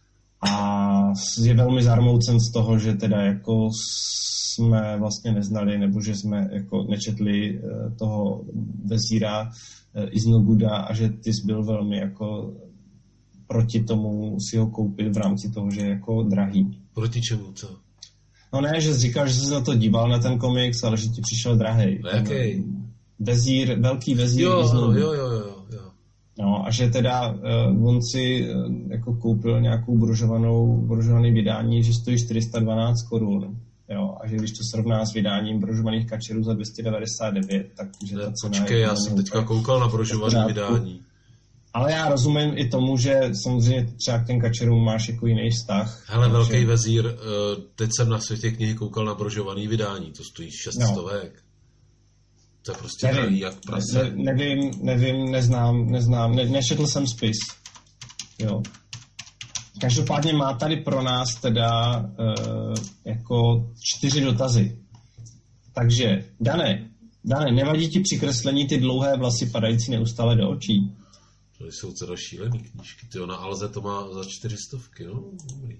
A je velmi zarmoucen z toho, že teda jako jsme vlastně neznali, nebo že jsme jako nečetli toho vezíra Iznoguda a že ty jsi byl velmi jako proti tomu si ho koupit v rámci toho, že je jako drahý. Proti čemu, co? No ne, že jsi říkal, že jsi na to díval na ten komiks, ale že ti přišel drahej. Jaký? Vezír, velký vezír jo, Iznoguda. Jo, jo, jo, jo. No a že teda uh, on si uh, jako koupil nějakou brožovanou, brožovaný vydání, že stojí čtyři sta dvanáct korun. Jo, a že když to srovná s vydáním brožovaných kačerů za dvě stě devadesát devět, tak že ta cena Počkej, je... já jsem teďka koukal na brožované vydání. Ale já rozumím i tomu, že samozřejmě třeba k těm kačerům máš jako jiný vztah. Hele, takže... Velký vezír, uh, teď jsem na Světě knihy koukal na brožovaný vydání, to stojí šest stovek. No. To je prostě nevím, drahý, jak prase. Ne, nevím, nevím, neznám, neznám, ne, nečetl jsem spis. Jo. Každopádně má tady pro nás teda uh, jako čtyři dotazy. Takže, Dane, Dane, nevadí ti při kreslení ty dlouhé vlasy padající neustále do očí? To jsou teda šílený knížky. Tyjo, na Alze to má za čtyři stovky, no, dobrý.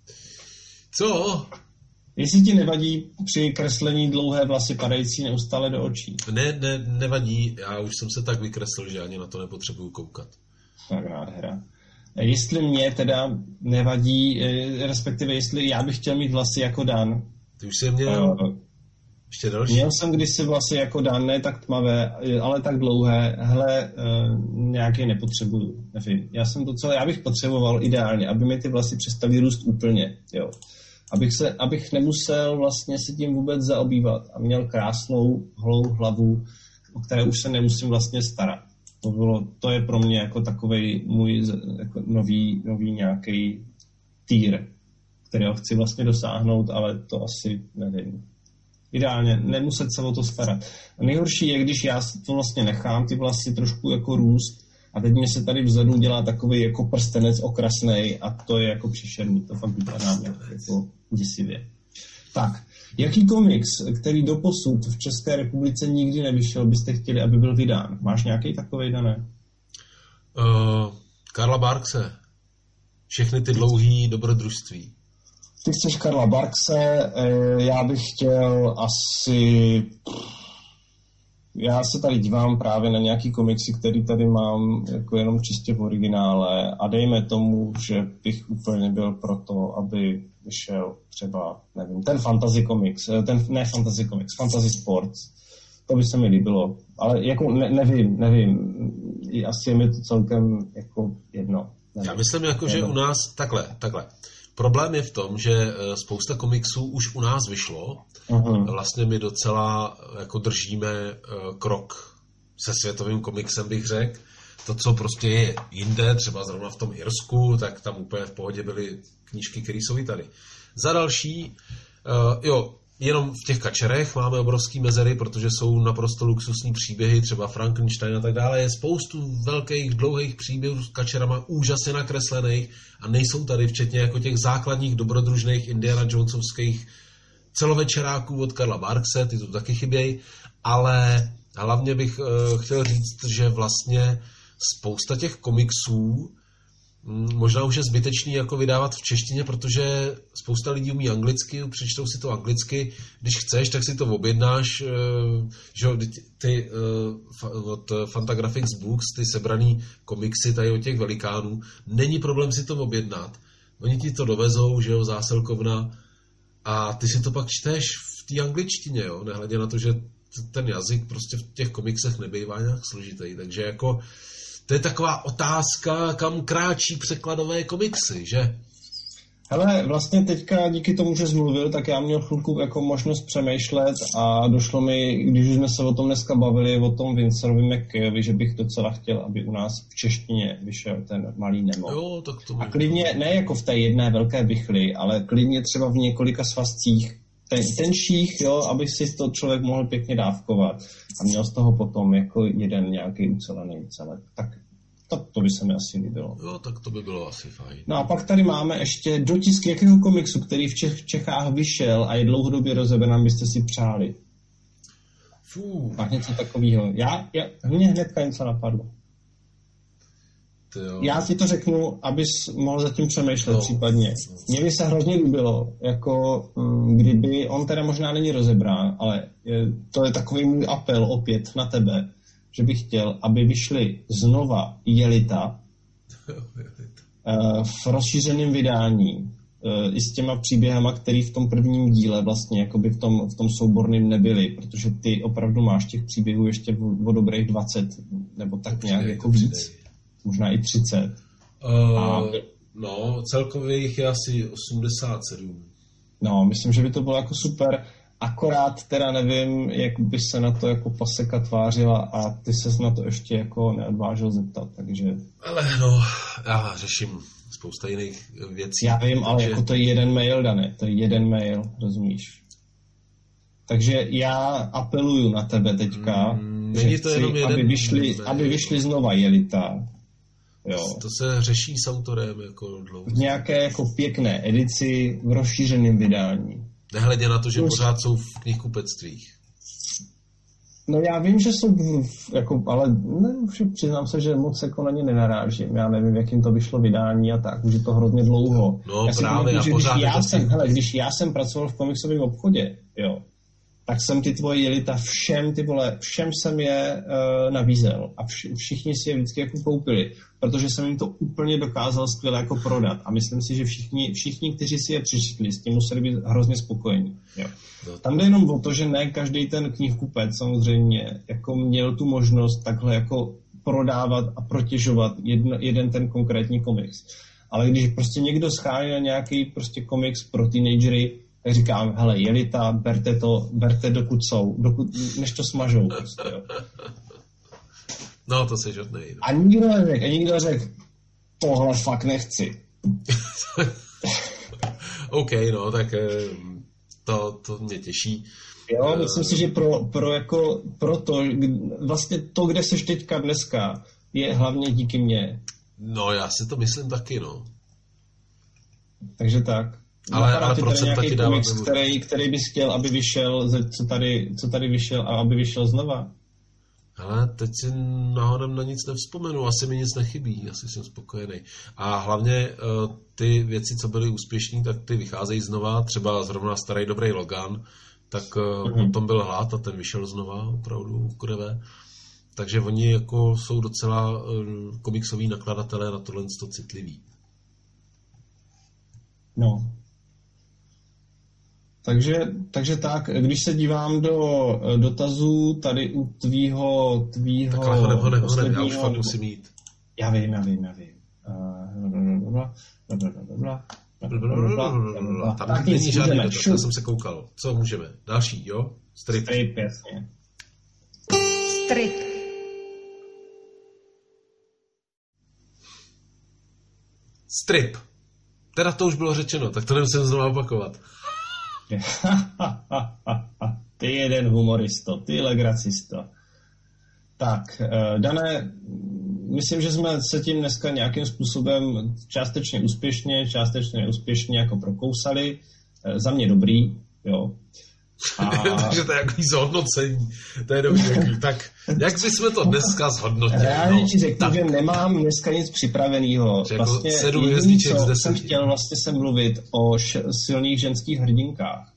Co? Jestli ti nevadí při kreslení dlouhé vlasy padající neustále do očí? Ne, ne, nevadí. Já už jsem se tak vykreslil, že ani na to nepotřebuju koukat. Tak nádhera. Jestli mě teda nevadí, respektive jestli já bych chtěl mít vlasy jako Dan. Ty už jsi měl? Uh, Ještě další? Měl jsem kdysi vlasy jako Dan, ne tak tmavé, ale tak dlouhé. Hele, uh, nějaké nepotřebuju. Nevím. Já jsem to celé, já bych potřeboval ideálně, aby mi ty vlasy přestaly růst úplně, jo. Abych, se, abych nemusel vlastně se tím vůbec zaobývat a měl krásnou holou hlavu, o které už se nemusím vlastně starat. To, bylo, to je pro mě jako takovej můj jako nový, nový nějaký týr, kterého chci vlastně dosáhnout, ale to asi nevím. Ideálně nemuset se o to starat. A nejhorší je, když já to vlastně nechám ty vlasy trošku jako růst a teď mě se tady vzadu dělá takový jako prstenec okrasnej a to je jako příšerný. To fakt vypadá jako děsivě. Tak, jaký komiks, který doposud v České republice nikdy nevyšel, byste chtěli, aby byl vydán? Máš nějaký takovej, Dané? Uh, Karla Barkse. Všechny ty dlouhý dobrodružství. Ty chceš Karla Barkse, já bych chtěl asi... Já se tady dívám právě na nějaký komiksy, který tady mám jako jenom čistě v originále a dejme tomu, že bych úplně byl pro to, aby vyšel třeba, nevím, ten fantasy komiks, ten, ne fantasy komiks, fantasy sports, to by se mi líbilo, ale jako ne, nevím, nevím, asi je mi to celkem jako jedno. Nevím. Já myslím jako, že u nás, takhle, takhle, problém je v tom, že spousta komiksů už u nás vyšlo. Uhum. Vlastně my docela jako držíme krok se světovým komiksem, bych řekl. To, co prostě je jinde, třeba zrovna v tom Irsku, tak tam úplně v pohodě byly knížky, které jsou i tady. Za další, uh, jo, jenom v těch kačerech máme obrovský mezery, protože jsou naprosto luxusní příběhy, třeba Frankenstein a tak dále. Je spoustu velkých, dlouhých příběhů s kačerama, úžasně nakreslených a nejsou tady, včetně jako těch základních dobrodružných Indiana Jonesovských celovečeráků od Karla Barkse, ty tu taky chybějí, ale hlavně bych uh, chtěl říct, že vlastně spousta těch komiksů možná už je zbytečný jako vydávat v češtině, protože spousta lidí umí anglicky, přečtou si to anglicky, když chceš, tak si to objednáš, že ty od Fantagraphics Books, ty sebraný komiksy tady od těch velikánů, není problém si to objednat. Oni ti to dovezou, že jo, zásilkovna, A ty si to pak čteš v té angličtině, jo? Nehledě na to, že ten jazyk prostě v těch komiksech nebývá nějak složitý. Takže jako to je taková otázka, kam kráčí překladové komiksy, že? Hele, vlastně teďka díky tomu, že jsi mluvil, tak já měl chvilku jako možnost přemýšlet a došlo mi, když už jsme se o tom dneska bavili, o tom Vincerovi McKayovi, že bych docela chtěl, aby u nás v češtině vyšel ten malý Nemo. Jo, tak to a klidně, ne jako v té jedné velké bychli, ale klidně třeba v několika svazcích, ten, tenších, jo, aby si to člověk mohl pěkně dávkovat a měl z toho potom jako jeden nějaký ucelený celek. Tak To, to by se mi asi líbilo. Jo, tak to by bylo asi fajn. No a pak tady máme ještě dotisk jakého komiksu, který v, Čech, v Čechách vyšel a je dlouhodobě rozebrán, byste si přáli. Fů. Pak něco takového. Já, já, mně hnedka něco napadlo. Já ti to řeknu, abys mohl zatím přemýšlet no. případně. Mně by se hrozně líbilo, jako m, kdyby, on teda možná není rozebrán, ale je, to je takový můj apel opět na tebe, že bych chtěl, aby vyšly znova Jelita v rozšířeném vydání i s těma příběhama, který v tom prvním díle vlastně jakoby v tom, v tom souborném nebyly, protože ty opravdu máš těch příběhů ještě o, o dobrých dvacet nebo tak to nějak přidej, jako víc, přidej. Možná i třicet. Uh, A, no, celkově jich je asi osmdesát sedm. No, myslím, že by to bylo jako super. Akorát teda nevím, jak by se na to jako paseka tvářila a ty ses na to ještě jako neodvážil zeptat, takže... Ale no, já řeším spousta jiných věcí. Já vím, ale takže... jako to je jeden mail, Dane, to je jeden mail, rozumíš? Takže já apeluju na tebe teďka, mm, že to chci, jenom jeden aby, vyšli, aby vyšli znova Jelita. Jo. To se řeší s autorem jako dlouho. V nějaké jako pěkné edici, v rozšířeném vydání. Nehledě na to, že Už... pořád jsou v knihkupectvích. No já vím, že jsou, jako, ale ne, přiznám se, že moc jako na ně nenarážím. Já nevím, jak jim to vyšlo vydání a tak, už je to hrozně dlouho. No já právě, pamatuju, já pořád... Když já, jsem, hele, když já jsem pracoval v komiksovém obchodě, jo, tak jsem ty tvoje Jelita všem, ty vole, všem jsem je uh, navízel a vš, všichni si je vždycky jako koupili, protože jsem jim to úplně dokázal skvěle jako prodat a myslím si, že všichni, všichni kteří si je přečetli, s tím museli být hrozně spokojení. Jo. Tam jde jenom o to, že ne každý ten knihkupec samozřejmě jako měl tu možnost takhle jako prodávat a protěžovat jedno, jeden ten konkrétní komiks. Ale když prostě někdo schání nějaký prostě komiks pro teenagery, tak říkám, hele, Jelita, berte to, berte dokud jsou, dokud, než to smažou. Prostě, jo. No, to se žodnej. A nikdo neřekl, a nikdo řekl, tohle fakt nechci. OK, no, tak to, to mě těší. Jo, myslím si, že pro, pro, jako, pro to, vlastně to, kde seš teďka dneska, je hlavně díky mně. No, já si to myslím taky, no. Takže tak. Ale, ale procent taky dává. Který, který bys chtěl, aby vyšel, co tady, co tady vyšel a aby vyšel znova? Ale teď si náhodem na nic nevzpomenu, asi mi nic nechybí, asi jsem spokojený. A hlavně ty věci, co byly úspěšní, tak ty vycházejí znova, třeba zrovna starý dobrý Logan, tak mm-hmm. o tom byl hlad a ten vyšel znova, opravdu kurvé. Takže oni jako jsou docela komiksoví nakladatelé na tohle citliví. No. Takže, takže tak, když se dívám do dotazů tady u tvýho... tvýho Takhle honem, honem, honem, já už fakt musím jít. Já vím, já vím, já vím. Tam není žádný dotaz, já jsem se koukal. Co můžeme? Další, jo? Strip. Strip, jasně. Strip. Strip. Teda to už bylo řečeno, tak to nemusím znovu opakovat. Ty jeden humoristo, ty legracisto. Tak, Dané, myslím, že jsme se tím dneska nějakým způsobem částečně úspěšně, částečně neúspěšně jako prokousali. Za mě dobrý, jo. A... Takže to je jako zhodnocení. To je dobrý. Tak jak bychom to dneska zhodnotili? Já no, ti řeknu, tak. Že nemám dneska nic připraveného. Vlastně jediný, co jsem chtěl vlastně se mluvit o š- silných ženských hrdinkách.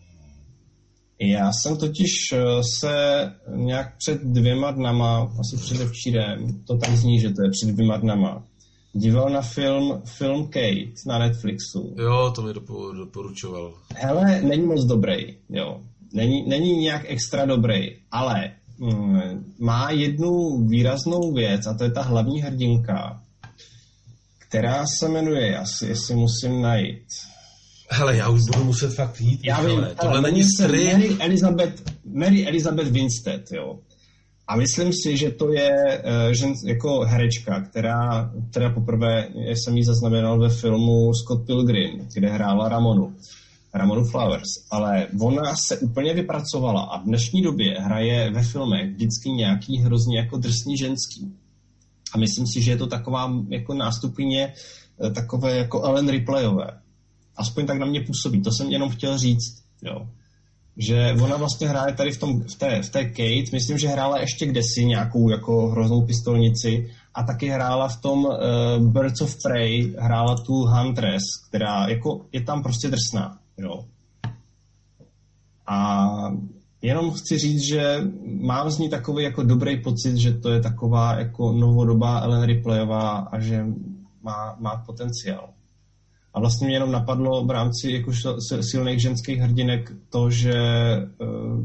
Já jsem totiž se nějak před dvěma dnama, asi předevčírem, to tak zní, že to je před dvěma dnama, díval na film, film Kate na Netflixu. Jo, to mi dopo, doporučoval. Hele, není moc dobrý, jo. Není, není nějak extra dobrý, ale mm, má jednu výraznou věc a to je ta hlavní hrdinka, která se jmenuje, asi jestli musím najít. Hele, já už budu muset fakt jít. Já vím, hele, tohle není strip. Mary Elizabeth, Mary Elizabeth Winstead, jo. A myslím si, že to je uh, žen, jako herečka, která, která poprvé jsem jí zaznamenal ve filmu Scott Pilgrim, kde hrála Ramonu. Ramonu Flowers, ale ona se úplně vypracovala a v dnešní době hraje ve filmech vždycky nějaký hrozně jako drsný ženský. A myslím si, že je to taková jako nástupkyně takové jako Ellen Ripleyové. Aspoň tak na mě působí, to jsem jenom chtěl říct, jo. Že ona vlastně hraje tady v, tom, v, té, v té Kate, myslím, že hrála ještě kdesi nějakou jako hroznou pistolnici a taky hrála v tom uh, Birds of Prey, hrála tu Huntress, která jako je tam prostě drsná, jo. A jenom chci říct, že mám z ní takový jako dobrý pocit, že to je taková jako novodobá Ellen Ripleyová a že má, má potenciál. A vlastně mě jenom napadlo v rámci jako silných ženských hrdinek to, že uh,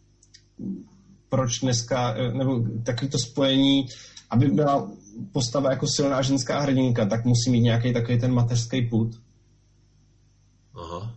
proč dneska, nebo takový to spojení, aby byla postava jako silná ženská hrdinka, tak musí mít nějaký takový ten mateřský pud. Aha.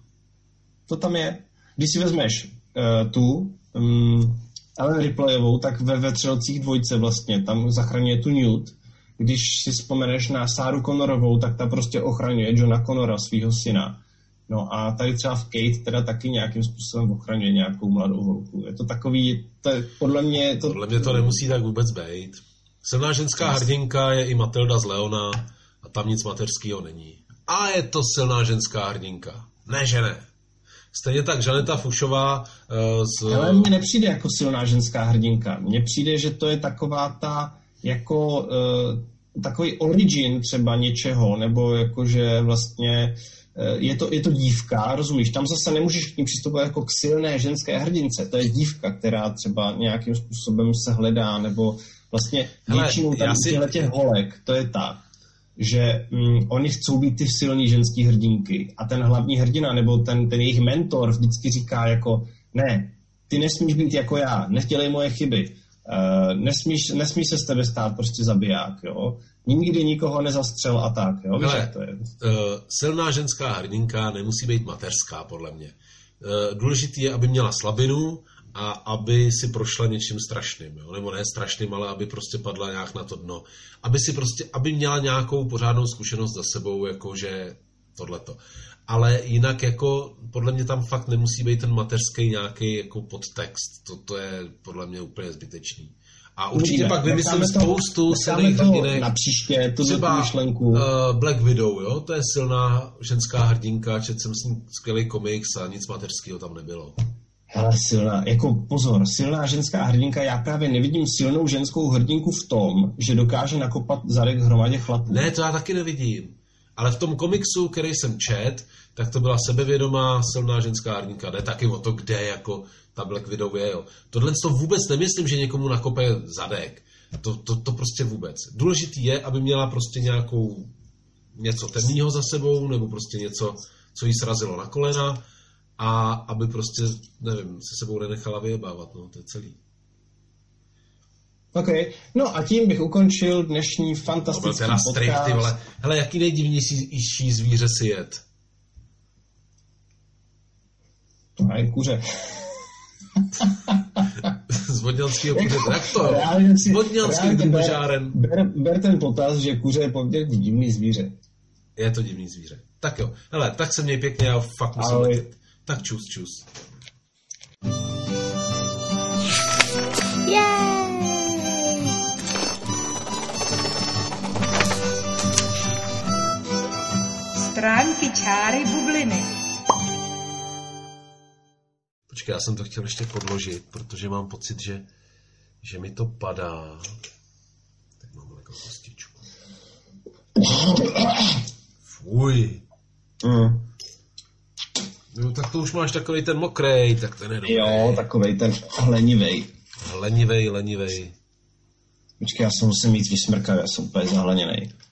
To tam je. Když si vezmeš uh, tu um, Ellen Ripleyovou, tak ve Vetřelcích dvojce vlastně, tam zachraňuje tu Newt. Když si vzpomeneš na Sáru Connorovou, tak ta prostě ochraňuje Johna Connora, svého syna. No a tady třeba v Kate teda taky nějakým způsobem ochraňuje nějakou mladou holku. Je to takový, to je, podle mě... To, podle mě to nemusí tak vůbec být. Silná ženská hrdinka je i Matilda z Leona a tam nic mateřského není. A je to silná ženská hrdinka. Ne, že ne. Stejně tak Žaneta Fušová uh, z... Ale mně nepřijde jako silná ženská hrdinka. Mně přijde, že to je taková ta jako uh, takový origin třeba něčeho, nebo jakože vlastně uh, je, to, je to dívka, rozumíš? Tam zase nemůžeš k ní přistupovat jako k silné ženské hrdince. To je dívka, která třeba nějakým způsobem se hledá, nebo vlastně většinou tam si... těchto těch holek, to je tak, že mm, oni chcou být ty silný ženský hrdinky a ten hlavní hrdina nebo ten, ten jejich mentor vždycky říká jako ne, ty nesmíš být jako já, nedělej moje chyby, uh, nesmíš, nesmíš se z tebe stát prostě zabiják, jo, nikdy nikoho nezastřel a tak, jo, víš, jak to je. Uh, silná ženská hrdinka nemusí být mateřská, podle mě. Uh, důležitý je, aby měla slabinu a aby si prošla něčím strašným, jo? Nebo ne strašným, ale aby prostě padla nějak na to dno. Aby si prostě, aby měla nějakou pořádnou zkušenost za sebou, jakože tohleto. Ale jinak jako, podle mě tam fakt nemusí být ten mateřský nějaký jako podtext. To, to je podle mě úplně zbytečný. A určitě Určitě. Pak vymyslím spoustu silných hrdinek. Na příště, tu myšlenku. Uh, Black Widow, jo? To je silná ženská hrdinka, četl jsem s ním skvělý komiks a nic mateřského tam nebylo. Hele, silná, jako pozor, silná ženská hrdinka, já právě nevidím silnou ženskou hrdinku v tom, že dokáže nakopat zadek hromadě chlapů. Ne, to já taky nevidím. Ale v tom komiksu, který jsem čet, tak to byla sebevědomá silná ženská hrdinka. Jde taky o to, kde jako ta Black Widow je. Jo. Tohle to vůbec nemyslím, že někomu nakope zadek. To, to, to prostě vůbec. Důležitý je, aby měla prostě nějakou něco temného za sebou, nebo prostě něco, co jí srazilo na kolena, a aby prostě, nevím, se sebou nenechala vyjebávat, no, to je celý. OK, no a tím bych ukončil dnešní fantastický to podcast. Strip, ty vole. Hele, jaký nejdivnější zvíře si jet? To je kuře. Z vodňanského kuře, jak to? Z vodňanských drubožáren. Ber, ber ten potaz, že kuře je poměrně divný zvíře. Je to divný zvíře. Tak jo, hele, tak se měj pěkně, já fakt musím Ale... letět. Tak čus, čus. Yay! Stránky, čáry, bubliny. Počkej, já jsem to chtěl ještě podložit, protože mám pocit, že, že mi to padá. Tak mám takovou kostičku. Fuj. Mm. No, tak to už máš takovej ten mokrej, tak ten je dobrý. Jo, takovej ten hlenivej. Hlenivej, lenivej. Počkej, já se musím mít vysmrkat, já jsem úplně zahleněnej.